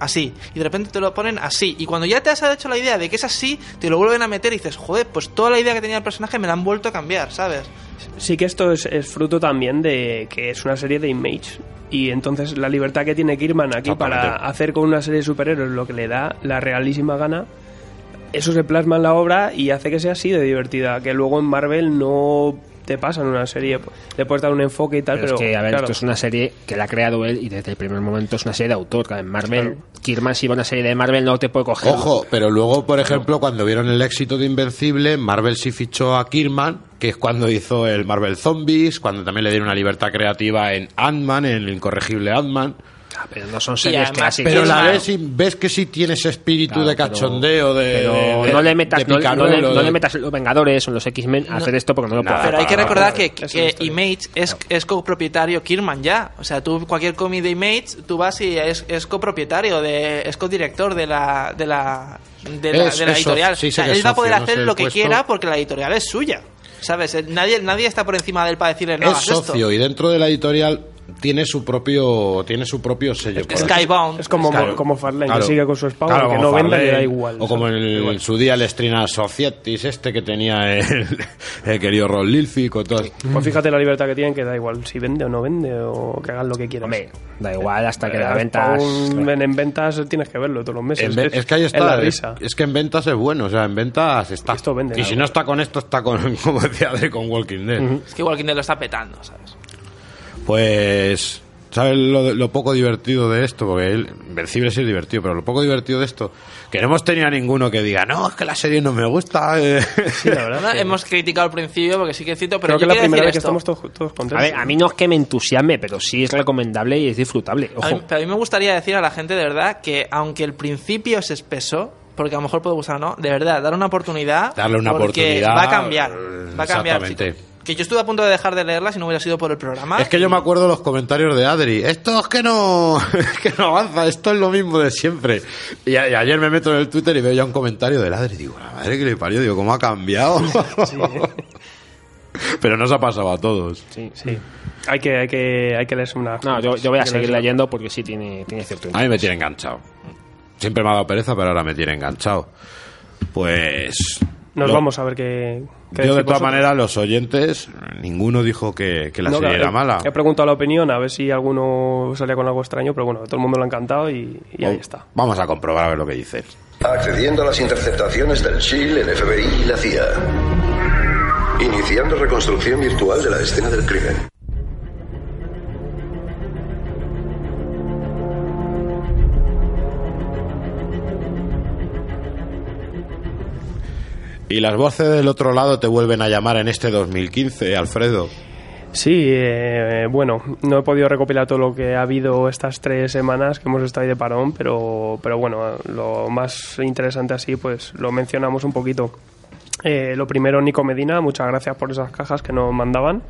así, y de repente te lo ponen así, y cuando ya te has hecho la idea de que es así, te lo vuelven a meter y dices, joder, pues toda la idea que tenía el personaje me la han vuelto a cambiar, ¿sabes? Sí que esto es fruto también de que es una serie de Image, y entonces la libertad que tiene Kirkman aquí para hacer con una serie de superhéroes lo que le da la realísima gana, eso se plasma en la obra y hace que sea así de divertida, que luego en Marvel no te pasa en una serie, le puedes dar un enfoque y tal, pero es que, a ver, claro, esto es una serie que la ha creado él y desde el primer momento es una serie de autor. En Marvel, Kirkman, si va a una serie de Marvel, no te puede coger. Ojo, pero luego, por ejemplo, cuando vieron el éxito de Invencible, Marvel sí fichó a Kirkman, que es cuando hizo el Marvel Zombies, cuando también le dieron una libertad creativa en Ant-Man, en el incorregible Ant-Man. Pero no son series clásicas. Pero la ves que sí tiene ese espíritu de cachondeo, pero no le metas los Vengadores o los X-Men a hacer esto porque no lo puede hacer. Pero hay que recordar que Image es copropietario Kirkman ya. O sea, tú cualquier cómic de Image, tú vas y es copropietario, es codirector de la editorial. Sí, o sea, él va a poder hacer lo que quiera porque la editorial es suya. ¿Sabes? Nadie está por encima de él para decirle no hagas esto. Es socio y dentro de la editorial tiene su propio sello. Skybound. Es como Farlane, que sigue con su Spawn, que no venda y le da igual. O como en su día el estrena Societis, que tenía el querido Ron Liefeld con todo. Pues fíjate la libertad que tienen, que da igual si vende o no vende o que hagan lo que quieran. Hombre, da igual hasta que la ventas. En ventas tienes que verlo todos los meses. Es que ahí está. Es que en ventas es bueno, o sea, en ventas está. Esto vende. Y si no está con esto, está con, como decía Adri, con Walking Dead. Es que Walking Dead lo está petando, ¿sabes? Pues, ¿sabes lo poco divertido de esto? Porque Invencible sí es divertido, pero lo poco divertido de esto, que no hemos tenido a ninguno que diga, no, es que la serie no me gusta. Sí, la verdad. Hemos criticado al principio, porque sí que es cierto, pero creo que la primera vez que estamos todos contentos. A ver, a mí no es que me entusiasme, pero sí es recomendable y es disfrutable. Ojo. Pero a mí me gustaría decir a la gente de verdad que aunque el principio es espeso, porque a lo mejor puede gustar o no, de verdad, darle una oportunidad. Darle una oportunidad. Va a cambiar. Va a cambiar. Exactamente. Que yo estuve a punto de dejar de leerla si no hubiera sido por el programa. Es que yo me acuerdo los comentarios de Adri. Esto es que no avanza, esto es lo mismo de siempre. Y ayer me meto en el Twitter y veo ya un comentario del Adri. Digo, la madre que le parió, digo, ¿cómo ha cambiado? Sí. Pero nos ha pasado a todos. Sí. Hay que leerse una. No, yo voy a seguir leyendo porque sí tiene cierto interés. A mí me tiene enganchado. Siempre me ha dado pereza, pero ahora me tiene enganchado. Pues vamos a ver qué yo de todas maneras, los oyentes, ninguno dijo que la serie era mala. He preguntado la opinión, a ver si alguno salía con algo extraño, pero bueno, todo el mundo lo ha encantado y ahí está. Vamos a comprobar a ver lo que dice. Accediendo a las interceptaciones del SHIELD, el FBI y la CIA. Iniciando reconstrucción virtual de la escena del crimen. Y las voces del otro lado te vuelven a llamar en este 2015, Alfredo. Sí, bueno, no he podido recopilar todo lo que ha habido estas 3 semanas que hemos estado ahí de parón, pero bueno, lo más interesante así, pues lo mencionamos un poquito. Lo primero, Nico Medina, muchas gracias por esas cajas que nos mandaban,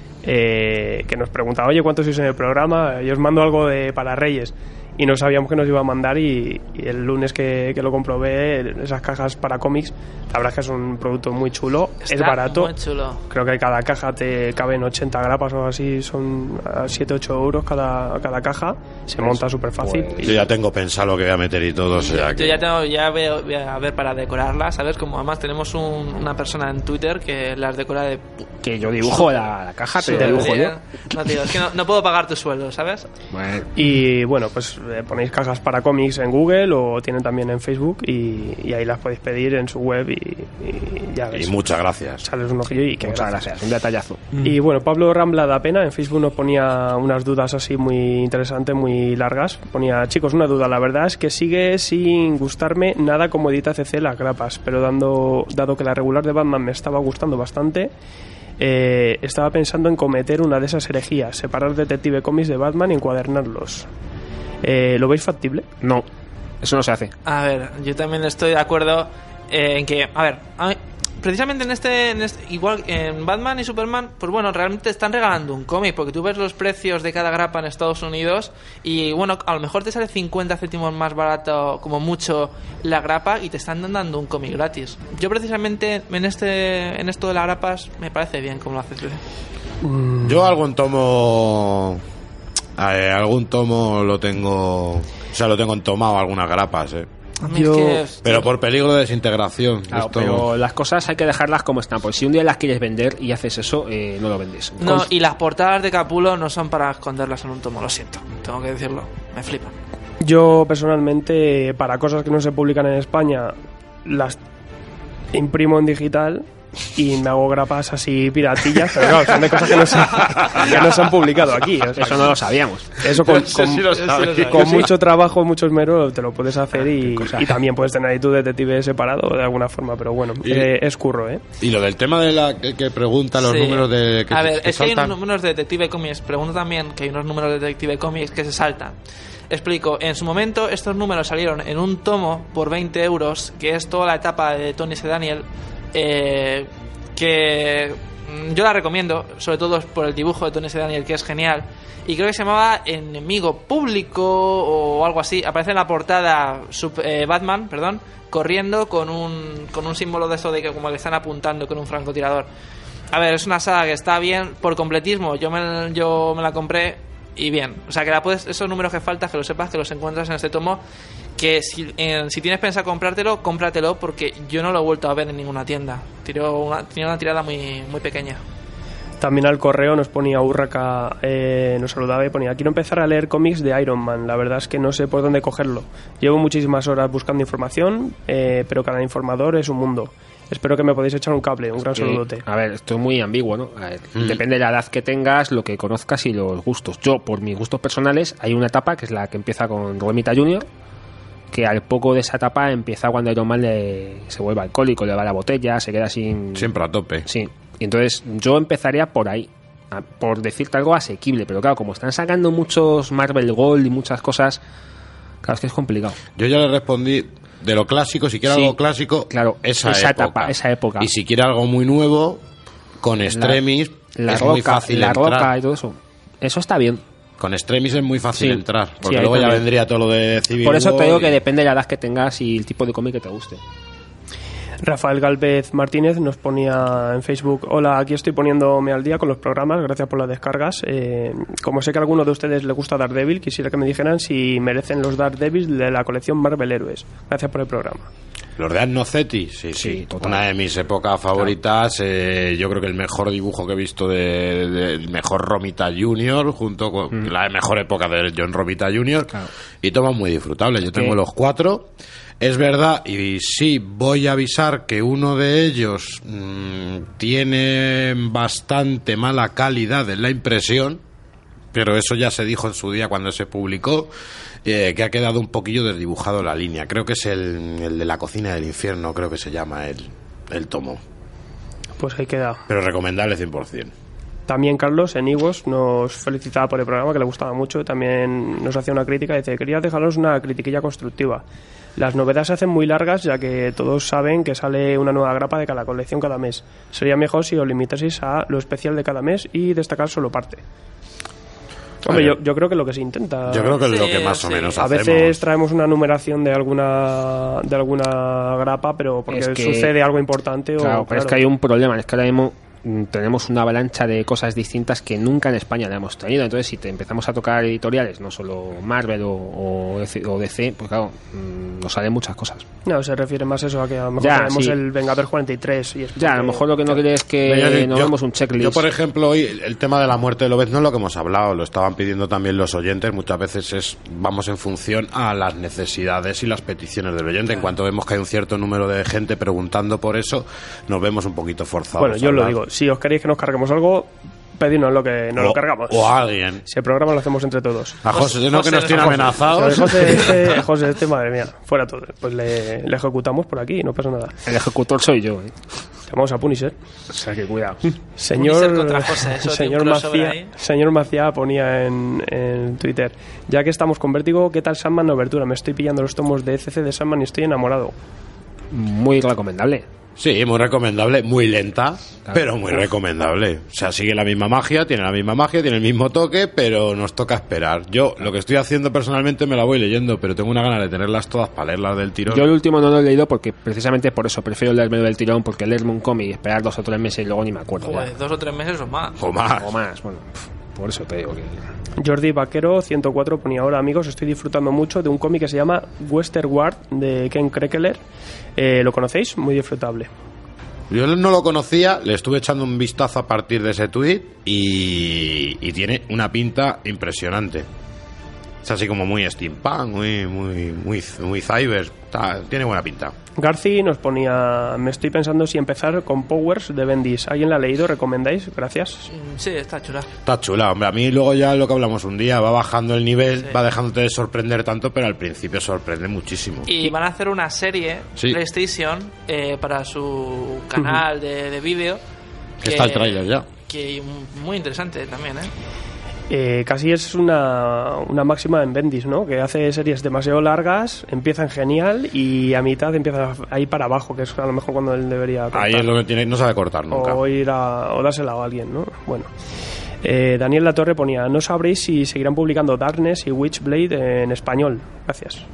que nos preguntaba, oye, ¿cuántos sois en el programa? Yo os mando algo para Reyes. Y no sabíamos que nos iba a mandar y el lunes que lo comprobé, esas cajas para cómics, la verdad es que es un producto muy chulo, es barato, muy chulo. Creo que cada caja te caben 80 grapas o así, son 7-8 euros cada caja, se monta súper fácil. Yo ya tengo pensado lo que voy a meter y todo. O sea yo ya voy a ver para decorarla, ¿sabes? Como además tenemos una persona en Twitter que las decora de... Que yo dibujo la caja, te dibujo yo. No, tío, es que no puedo pagar tu sueldo, ¿sabes? Bueno. Y bueno, pues ponéis cajas para cómics en Google o tienen también en Facebook y ahí las podéis pedir en su web y ya ves. Y muchas gracias. Sales un ojillo y que muchas gracias, un detallazo. Y bueno, Pablo Rambla da pena, en Facebook nos ponía unas dudas así muy interesantes, muy largas. Ponía, chicos, una duda, la verdad es que sigue sin gustarme nada como edita CC las grapas, pero dado que la regular de Batman me estaba gustando bastante, estaba pensando en cometer una de esas herejías, separar Detective Comics de Batman y encuadernarlos. ¿Lo veis factible? No, eso no se hace. A ver, yo también estoy de acuerdo en que, precisamente en este igual en Batman y Superman, pues bueno, realmente están regalando un cómic, porque tú ves los precios de cada grapa en Estados Unidos y bueno, a lo mejor te sale 50 céntimos más barato como mucho la grapa y te están dando un cómic gratis. Yo precisamente en esto de las grapas me parece bien como lo haces. Yo algún tomo lo tengo sea, lo tengo entomado algunas grapas, Yo... Pero por peligro de desintegración. Claro, pero las cosas hay que dejarlas como están, porque si un día las quieres vender y haces eso, no lo vendes. No, y las portadas de Capulo no son para esconderlas en un tomo, lo siento, tengo que decirlo, me flipan. Yo personalmente, para cosas que no se publican en España, las imprimo en digital y me hago grapas así piratillas, pero claro, son de cosas que no se han publicado aquí. O sea, eso no lo sabíamos. Eso con mucho trabajo, mucho esmero te lo puedes hacer y también puedes tener ahí tu detective separado de alguna forma, pero bueno, es curro, ¿eh? Y lo del tema de la que pregunta los números de... A ver, es que hay unos números de Detective Comics, pregunto también que hay unos números de Detective Comics que se saltan. Explico, en su momento estos números salieron en un tomo por 20 euros, que es toda la etapa de Tony C. Daniel, que yo la recomiendo, sobre todo por el dibujo de Tony C. Daniel, que es genial, y creo que se llamaba Enemigo Público o algo así. Aparece en la portada Batman, corriendo con un símbolo de eso de que como le están apuntando con un francotirador. A ver, es una saga que está bien, por completismo yo me la compré y bien, o sea que esos números que faltan, que lo sepas, que los encuentras en este tomo, que si tienes pensado comprártelo, cómpratelo, porque yo no lo he vuelto a ver en ninguna tienda. Tenía una tirada muy, muy pequeña. También al correo nos ponía Urraca, nos saludaba y ponía: quiero empezar a leer cómics de Iron Man, la verdad es que no sé por dónde cogerlo. Llevo muchísimas horas buscando información, pero cada informador es un mundo. Espero que me podáis echar un cable, un gran saludote. A ver, esto es muy ambiguo, ¿no? A ver, depende de la edad que tengas, lo que conozcas y los gustos. Yo, por mis gustos personales, hay una etapa que es la que empieza con Romita Jr., que al poco de esa etapa empieza cuando Iron Man se vuelve alcohólico, le va la botella, se queda sin... Siempre a tope. Sí, y entonces yo empezaría por ahí, por decirte algo asequible, pero claro, como están sacando muchos Marvel Gold y muchas cosas, claro, es que es complicado. Yo ya le respondí... De lo clásico, si quiere algo clásico, claro, esa época. Y si quiere algo muy nuevo, con Extremis es muy fácil la entrar. Roca y todo eso. Eso está bien. Con Extremis es muy fácil entrar, porque luego ya vendría todo lo de Civil War. Por eso te digo que depende de la edad que tengas y el tipo de cómic que te guste. Rafael Galvez Martínez nos ponía en Facebook: hola, aquí estoy poniéndome al día con los programas, gracias por las descargas. Como sé que a alguno de ustedes le gusta Daredevil, quisiera que me dijeran si merecen los Daredevil de la colección Marvel Héroes. Gracias por el programa. Los de Anno Zeti, sí. Una de mis épocas favoritas. Yo creo que el mejor dibujo que he visto del mejor Romita Jr. junto con la mejor época de John Romita Jr. Y toma muy disfrutable. Yo tengo los 4. Es verdad, y sí, voy a avisar que uno de ellos tiene bastante mala calidad en la impresión, pero eso ya se dijo en su día cuando se publicó, que ha quedado un poquillo desdibujado la línea. Creo que es el de la cocina del infierno, creo que se llama el tomo. Pues ahí queda. Pero recomendable 100%. También Carlos en Iwos nos felicitaba por el programa, que le gustaba mucho. También nos hacía una crítica, dice: quería dejaros una critiquilla constructiva. Las novedades se hacen muy largas, ya que todos saben que sale una nueva grapa de cada colección cada mes. Sería mejor si os limitaseis a lo especial de cada mes y destacar solo parte. Hombre, yo creo que es lo que se intenta. Yo creo que es lo que más o menos hacemos. A veces traemos una numeración de alguna grapa, pero porque sucede algo importante. Claro, pero es que hay un problema, es que ahora mismo tenemos una avalancha de cosas distintas que nunca en España la hemos tenido. Entonces, si te empezamos a tocar editoriales, no solo Marvel o DC, pues claro, nos salen muchas cosas. No, se refiere más eso a que a lo mejor tenemos el Vengador 43 y a lo mejor lo que no quiere es que no vemos un checklist. Yo, por ejemplo, hoy el tema de la muerte de Lobezno es lo que hemos hablado, lo estaban pidiendo también los oyentes. Muchas veces vamos en función a las necesidades y las peticiones del oyente. En cuanto vemos que hay un cierto número de gente preguntando por eso, nos vemos un poquito forzados. Bueno, yo lo digo, si os queréis que nos carguemos algo, pedidnos lo que nos lo cargamos. O a alguien. Si el programa lo hacemos entre todos. A José, ¿no? Que nos tiene amenazados. José, madre mía, fuera todo. Pues le ejecutamos por aquí, no pasa nada. El ejecutor soy yo, Llamamos a Punisher. O sea que cuidado. Señor José, Macía ponía en Twitter: ya que estamos con Vértigo, ¿qué tal Sandman Obertura? Me estoy pillando los tomos de ECC de Sandman y estoy enamorado. Muy recomendable. Sí, muy recomendable, muy lenta, pero muy recomendable. O sea, sigue la misma magia, tiene el mismo toque, pero nos toca esperar. Yo lo que estoy haciendo personalmente me la voy leyendo, pero tengo una gana de tenerlas todas para leerlas del tirón. Yo el último no lo he leído porque precisamente por eso prefiero leerme del tirón, porque leerme un cómic y esperar 2 o 3 meses y luego ni me acuerdo. Joder, 2 o 3 meses o más. O más, bueno, por eso te digo que... Jordi Vaquero 104 ponía: hola amigos, estoy disfrutando mucho de un cómic que se llama Western de Ken Krekeler. ¿Lo conocéis? Muy disfrutable. Yo no lo conocía, le estuve echando un vistazo a partir de ese tuit y tiene una pinta impresionante. Es así como muy steampunk, muy cyber. Tiene buena pinta. Garci nos ponía: me estoy pensando si empezar con Powers de Bendis. ¿Alguien la ha leído? ¿Recomendáis? Gracias. Sí, está chula. Está chula, hombre. A mí luego ya lo que hablamos un día, va bajando el nivel, sí, va dejándote de sorprender tanto, pero al principio sorprende muchísimo. Y van a hacer una serie, sí, PlayStation, para su canal de vídeo. Que está el tráiler ya. Que muy interesante también, casi es una máxima en Bendis, ¿no? Que hace series demasiado largas, empiezan genial y a mitad empieza a ir para abajo, que es a lo mejor cuando él debería cortar. Ahí es lo que tiene, no sabe cortar nunca. O dársela a alguien, ¿no? Bueno. Daniel Latorre ponía: no sabréis si seguirán publicando Darkness y Witchblade en español. Gracias.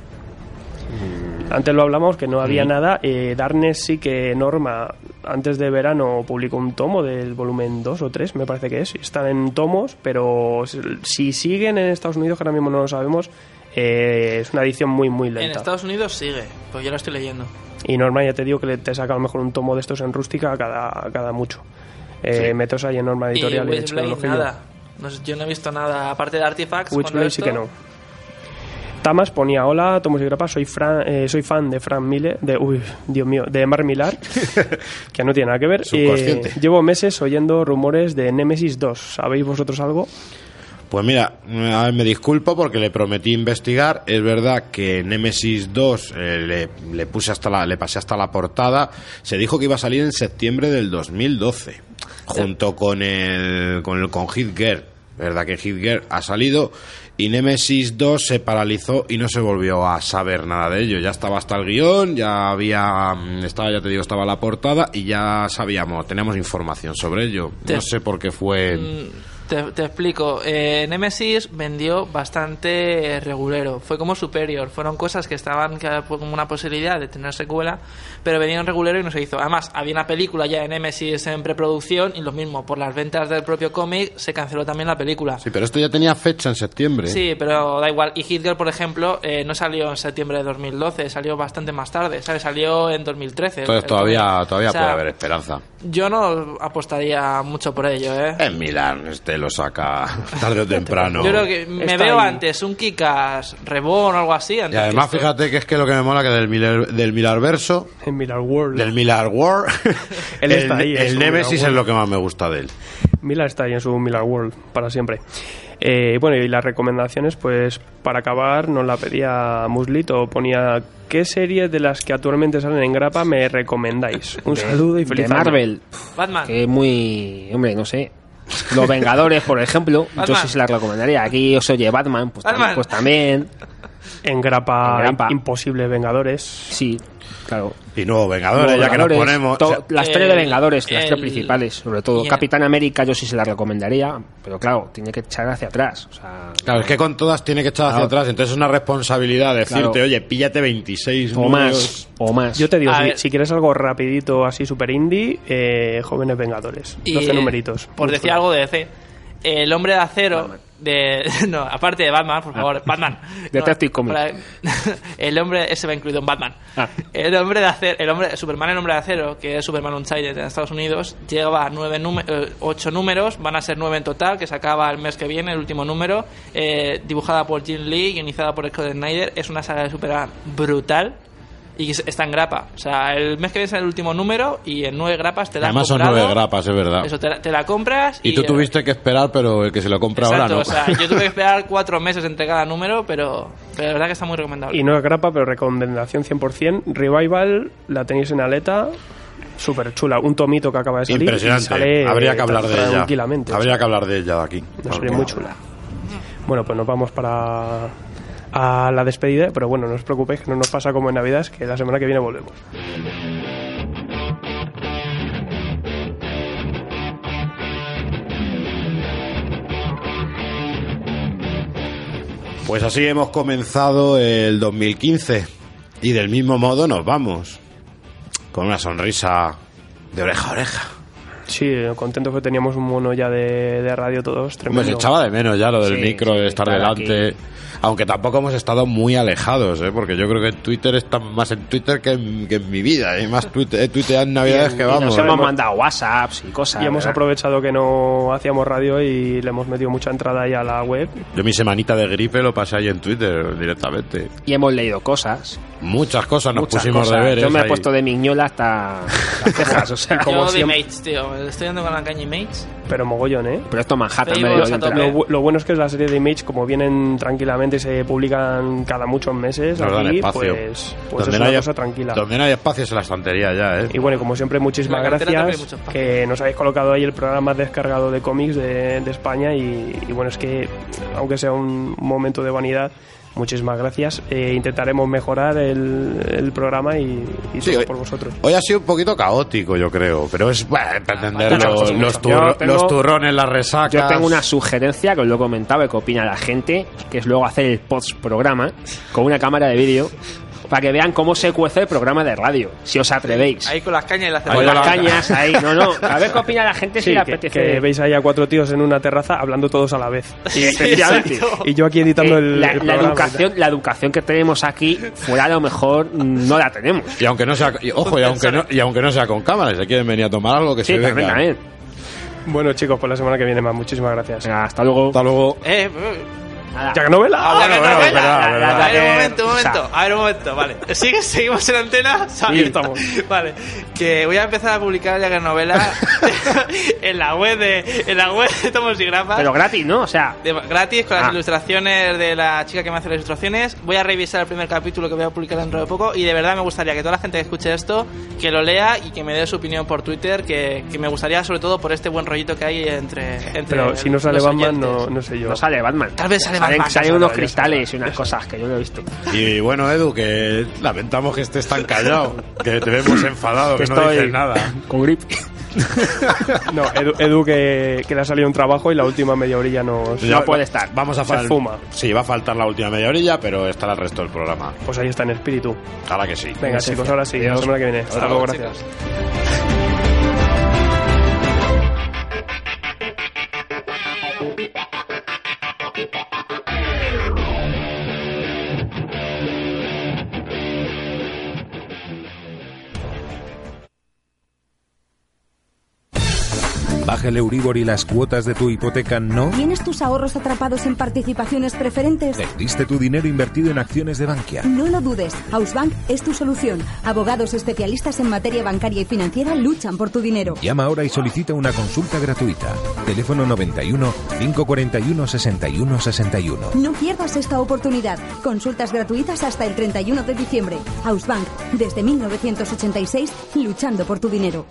Antes lo hablamos, que no había nada. Darkness sí que Norma, antes de verano, publicó un tomo del volumen 2 o 3, me parece que es. Están en tomos, pero si siguen en Estados Unidos, que ahora mismo no lo sabemos, es una edición muy, muy lenta. En Estados Unidos sigue, pues yo la estoy leyendo. Y Norma, ya te digo que te saca a lo mejor un tomo de estos en rústica cada mucho. Sí. Metos ahí en Norma Editorial y Witchblade, nada. No sé, yo no he visto nada, aparte de Artifacts. Witchblade sí que no. Tamas ponía: hola, Tomos y Grapas, soy fan de Frank Miller, de Mark Millar, que no tiene nada que ver. Llevo meses oyendo rumores de Nemesis 2. ¿Sabéis vosotros algo? Pues mira, a ver, me disculpo porque le prometí investigar. Es verdad que Nemesis 2 le pasé hasta la portada. Se dijo que iba a salir en septiembre del 2012, junto con Hit-Girl. Verdad que Hit-Girl ha salido y Nemesis 2 se paralizó y no se volvió a saber nada de ello. Ya estaba hasta el guión, estaba la portada y ya teníamos información sobre ello. No sé por qué fue. Te explico. Nemesis vendió bastante regulero. Fue como Superior. Fueron cosas que estaban como una posibilidad de tener secuela, pero venían regulero y no se hizo. Además, había una película ya de Nemesis en preproducción y lo mismo, por las ventas del propio cómic se canceló también la película. Sí, pero esto ya tenía fecha en septiembre. Sí, pero da igual. Y Hit-Girl, por ejemplo, no salió en septiembre de 2012, salió bastante más tarde, ¿sabes? Salió en 2013. Entonces todavía puede haber esperanza. Yo no apostaría mucho por ello, En Milán lo saca tarde o temprano. Yo creo que me veo antes un Kick-Ass Reborn o algo así. Y además fíjate que es que lo que me mola que del Millarverso, del Millar World, el Nemesis es lo que más me gusta de él. Millar está ahí en su Millar World para siempre. Bueno, y las recomendaciones, pues para acabar nos la pedía Muslito, ponía: ¿qué series de las que actualmente salen en grapa me recomendáis? Un saludo y feliz año. De Marvel, Batman, que es muy, hombre, no sé, Los Vengadores, por ejemplo, yo sí se las recomendaría. Aquí os oye Batman, pues también. En grapa. Imposible Vengadores. Sí, claro. Y nuevo Vengadores, ya que nos ponemos. Las tres de Vengadores, las tres principales, sobre todo. Capitán América yo sí se la recomendaría, pero claro, tiene que echar hacia atrás. O sea, claro, es que con todas tiene que echar hacia atrás, entonces es una responsabilidad decirte, oye, píllate 26 o más. Yo te digo, si quieres algo rapidito, así super indie, Jóvenes Vengadores, 12 numeritos. Por decir algo de DC, El Hombre de Acero... no, aparte de Batman, por favor, Batman. Detective Comics. El hombre, ese va incluido en Batman. El Hombre de Acero, Superman, el Hombre de Acero, que es Superman Unchained en Estados Unidos, llega a 8 números, van a ser 9 en total, que se acaba el mes que viene, el último número, dibujada por Jim Lee, guionizada por Scott Snyder. Es una saga de Superman brutal. Y está en grapa. O sea, el mes que viene es el último número y en 9 grapas te la Además son 9 grapas, es verdad. Eso, te la compras. Y tú tuviste que esperar, pero el que se lo compra ahora no. O sea, yo tuve que esperar 4 meses entre cada número, pero la verdad que está muy recomendable. Y no es grapa, pero recomendación 100%. Revival, la tenéis en Aleta. Súper chula. Un tomito que acaba de salir. Impresionante. Habría que hablar de ella. Tranquilamente. Habría que hablar de ella de aquí. Sería muy chula. Bueno, pues nos vamos a la despedida, pero bueno, no os preocupéis que no nos pasa como en Navidad, que la semana que viene volvemos. Pues así hemos comenzado el 2015 y del mismo modo nos vamos con una sonrisa de oreja a oreja. Sí, contento que teníamos un mono ya de radio todos. Tremendo. Me echaba de menos ya lo del micro, de estar delante. aquí. Aunque tampoco hemos estado muy alejados, porque yo creo que Twitter está más en Twitter que en mi vida. Y más tuitear en Navidades que vamos. Nos hemos mandado WhatsApps y cosas. Y hemos aprovechado que no hacíamos radio y le hemos metido mucha entrada ahí a la web. Yo mi semanita de gripe lo pasé ahí en Twitter directamente. Y hemos leído cosas. Muchas cosas, nos Muchas pusimos cosas. deberes. Yo me he ahí. puesto de miñola hasta las cejas. O sea, como Yo de siempre. Mates, tío. Estoy dando con la caña y Mates. Pero mogollón, ¿eh? Pero esto Manhattan Sí, me vamos dio a tope. entrar. Lo bueno es que es la serie de Image, como vienen tranquilamente, se publican cada muchos meses Nos dan aquí, espacio. pues es Donde una no haya- cosa tranquila. Donde no hay espacio es en la estantería ya, Y bueno, como siempre, muchísimas En la cartera también hay gracias mucho espacio. que nos habéis colocado ahí el programa más descargado de cómics de España y bueno, es que aunque sea un momento de vanidad, muchísimas gracias. Intentaremos mejorar el programa y Sí, todo hoy- por vosotros. Hoy ha sido un poquito caótico, yo creo, pero es para entender Muchas cosas, Yo tengo- los turrones, las resacas. Yo tengo una sugerencia que os lo he comentado, que opina la gente, que es luego hacer el post-programa con una cámara de vídeo para que vean cómo se cuece el programa de radio, si os atrevéis. Ahí con las cañas y las Con las cañas ahí, no, a ver qué opina la gente si Sí, le que apetece. veis ahí a 4 tíos en una terraza hablando todos a la vez. Sí, efectivamente. Y yo aquí editando el la programa. la educación que tenemos aquí, fuera a lo mejor no la tenemos. Y aunque no sea, aunque no sea con cámara, si se quieren venir a tomar algo, que Sí, se vengan. también. Bueno, chicos, pues la semana que viene más. Muchísimas gracias. Venga, hasta luego. Hasta luego. ¿Ya novela? Ah, bueno, bueno, bueno, verdad, a verdad. ver, un momento. A ver, un momento, vale. Seguimos en antena. Sí, estamos. Vale. Que voy a empezar a publicar ya que novela en la web de Tomos y Grapas. Pero gratis, ¿no? O sea, Gratis, con las Ah. ilustraciones de la chica que me hace las ilustraciones. Voy a revisar el primer capítulo que voy a publicar dentro de poco. Y de verdad me gustaría que toda la gente que escuche esto, que lo lea y que me dé su opinión por Twitter. Que me gustaría, sobre todo, por este buen rollito que hay entre Pero si no sale los Batman, oyentes. no sé yo. no sale Batman. Tal vez sale Batman. Salen unos cristales y unas cosas que yo no he visto. Y bueno, Edu, que lamentamos que estés tan callado, que te vemos enfadado, que no estoy dices nada. con grip. No, Edu que le ha salido un trabajo y la última media orilla nos... No puede estar. Vamos a Se fuma. Sí, va a faltar la última media orilla, pero estará el resto del programa. Pues ahí está en espíritu. Ojalá que sí. Venga, chicos, ahora sí. La semana que viene. Hasta luego, gracias. ¿Baja el Euribor y las cuotas de tu hipoteca no? ¿Tienes tus ahorros atrapados en participaciones preferentes? ¿Perdiste tu dinero invertido en acciones de Bankia? No lo dudes, Hausbank es tu solución. Abogados especialistas en materia bancaria y financiera luchan por tu dinero. Llama ahora y solicita una consulta gratuita. Teléfono 91 541 61 61. No pierdas esta oportunidad. Consultas gratuitas hasta el 31 de diciembre. Hausbank, desde 1986, luchando por tu dinero.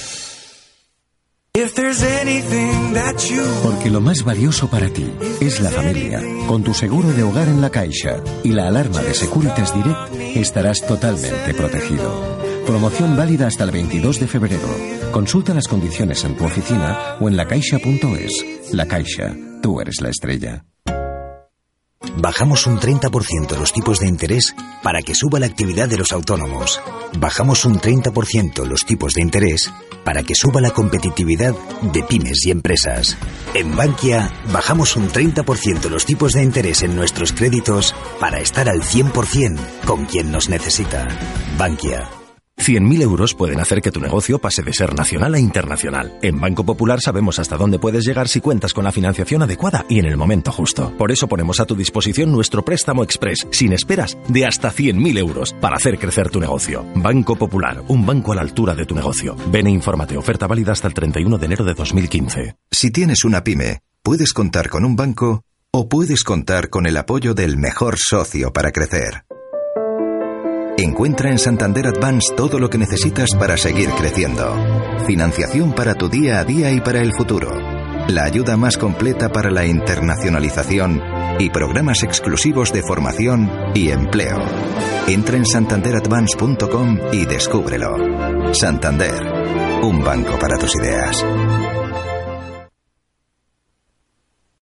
Porque lo más valioso para ti es la familia. Con tu seguro de hogar en La Caixa y la alarma de Securitas Direct estarás totalmente protegido. Promoción válida hasta el 22 de febrero. Consulta las condiciones en tu oficina o en lacaixa.es. La Caixa, tú eres la estrella. Bajamos un 30% los tipos de interés para que suba la actividad de los autónomos. Bajamos un 30% los tipos de interés para que suba la competitividad de pymes y empresas. En Bankia, bajamos un 30% los tipos de interés en nuestros créditos para estar al 100% con quien nos necesita. Bankia. 100.000 euros pueden hacer que tu negocio pase de ser nacional a internacional. En Banco Popular sabemos hasta dónde puedes llegar si cuentas con la financiación adecuada y en el momento justo. Por eso ponemos a tu disposición nuestro préstamo express, sin esperas, de hasta 100.000 euros para hacer crecer tu negocio. Banco Popular, un banco a la altura de tu negocio. Ven e infórmate. Oferta válida hasta el 31 de enero de 2015. Si tienes una pyme, puedes contar con un banco o puedes contar con el apoyo del mejor socio para crecer. Encuentra en Santander Advance todo lo que necesitas para seguir creciendo. Financiación para tu día a día y para el futuro. La ayuda más completa para la internacionalización y programas exclusivos de formación y empleo. Entra en santanderadvance.com y descúbrelo. Santander, un banco para tus ideas.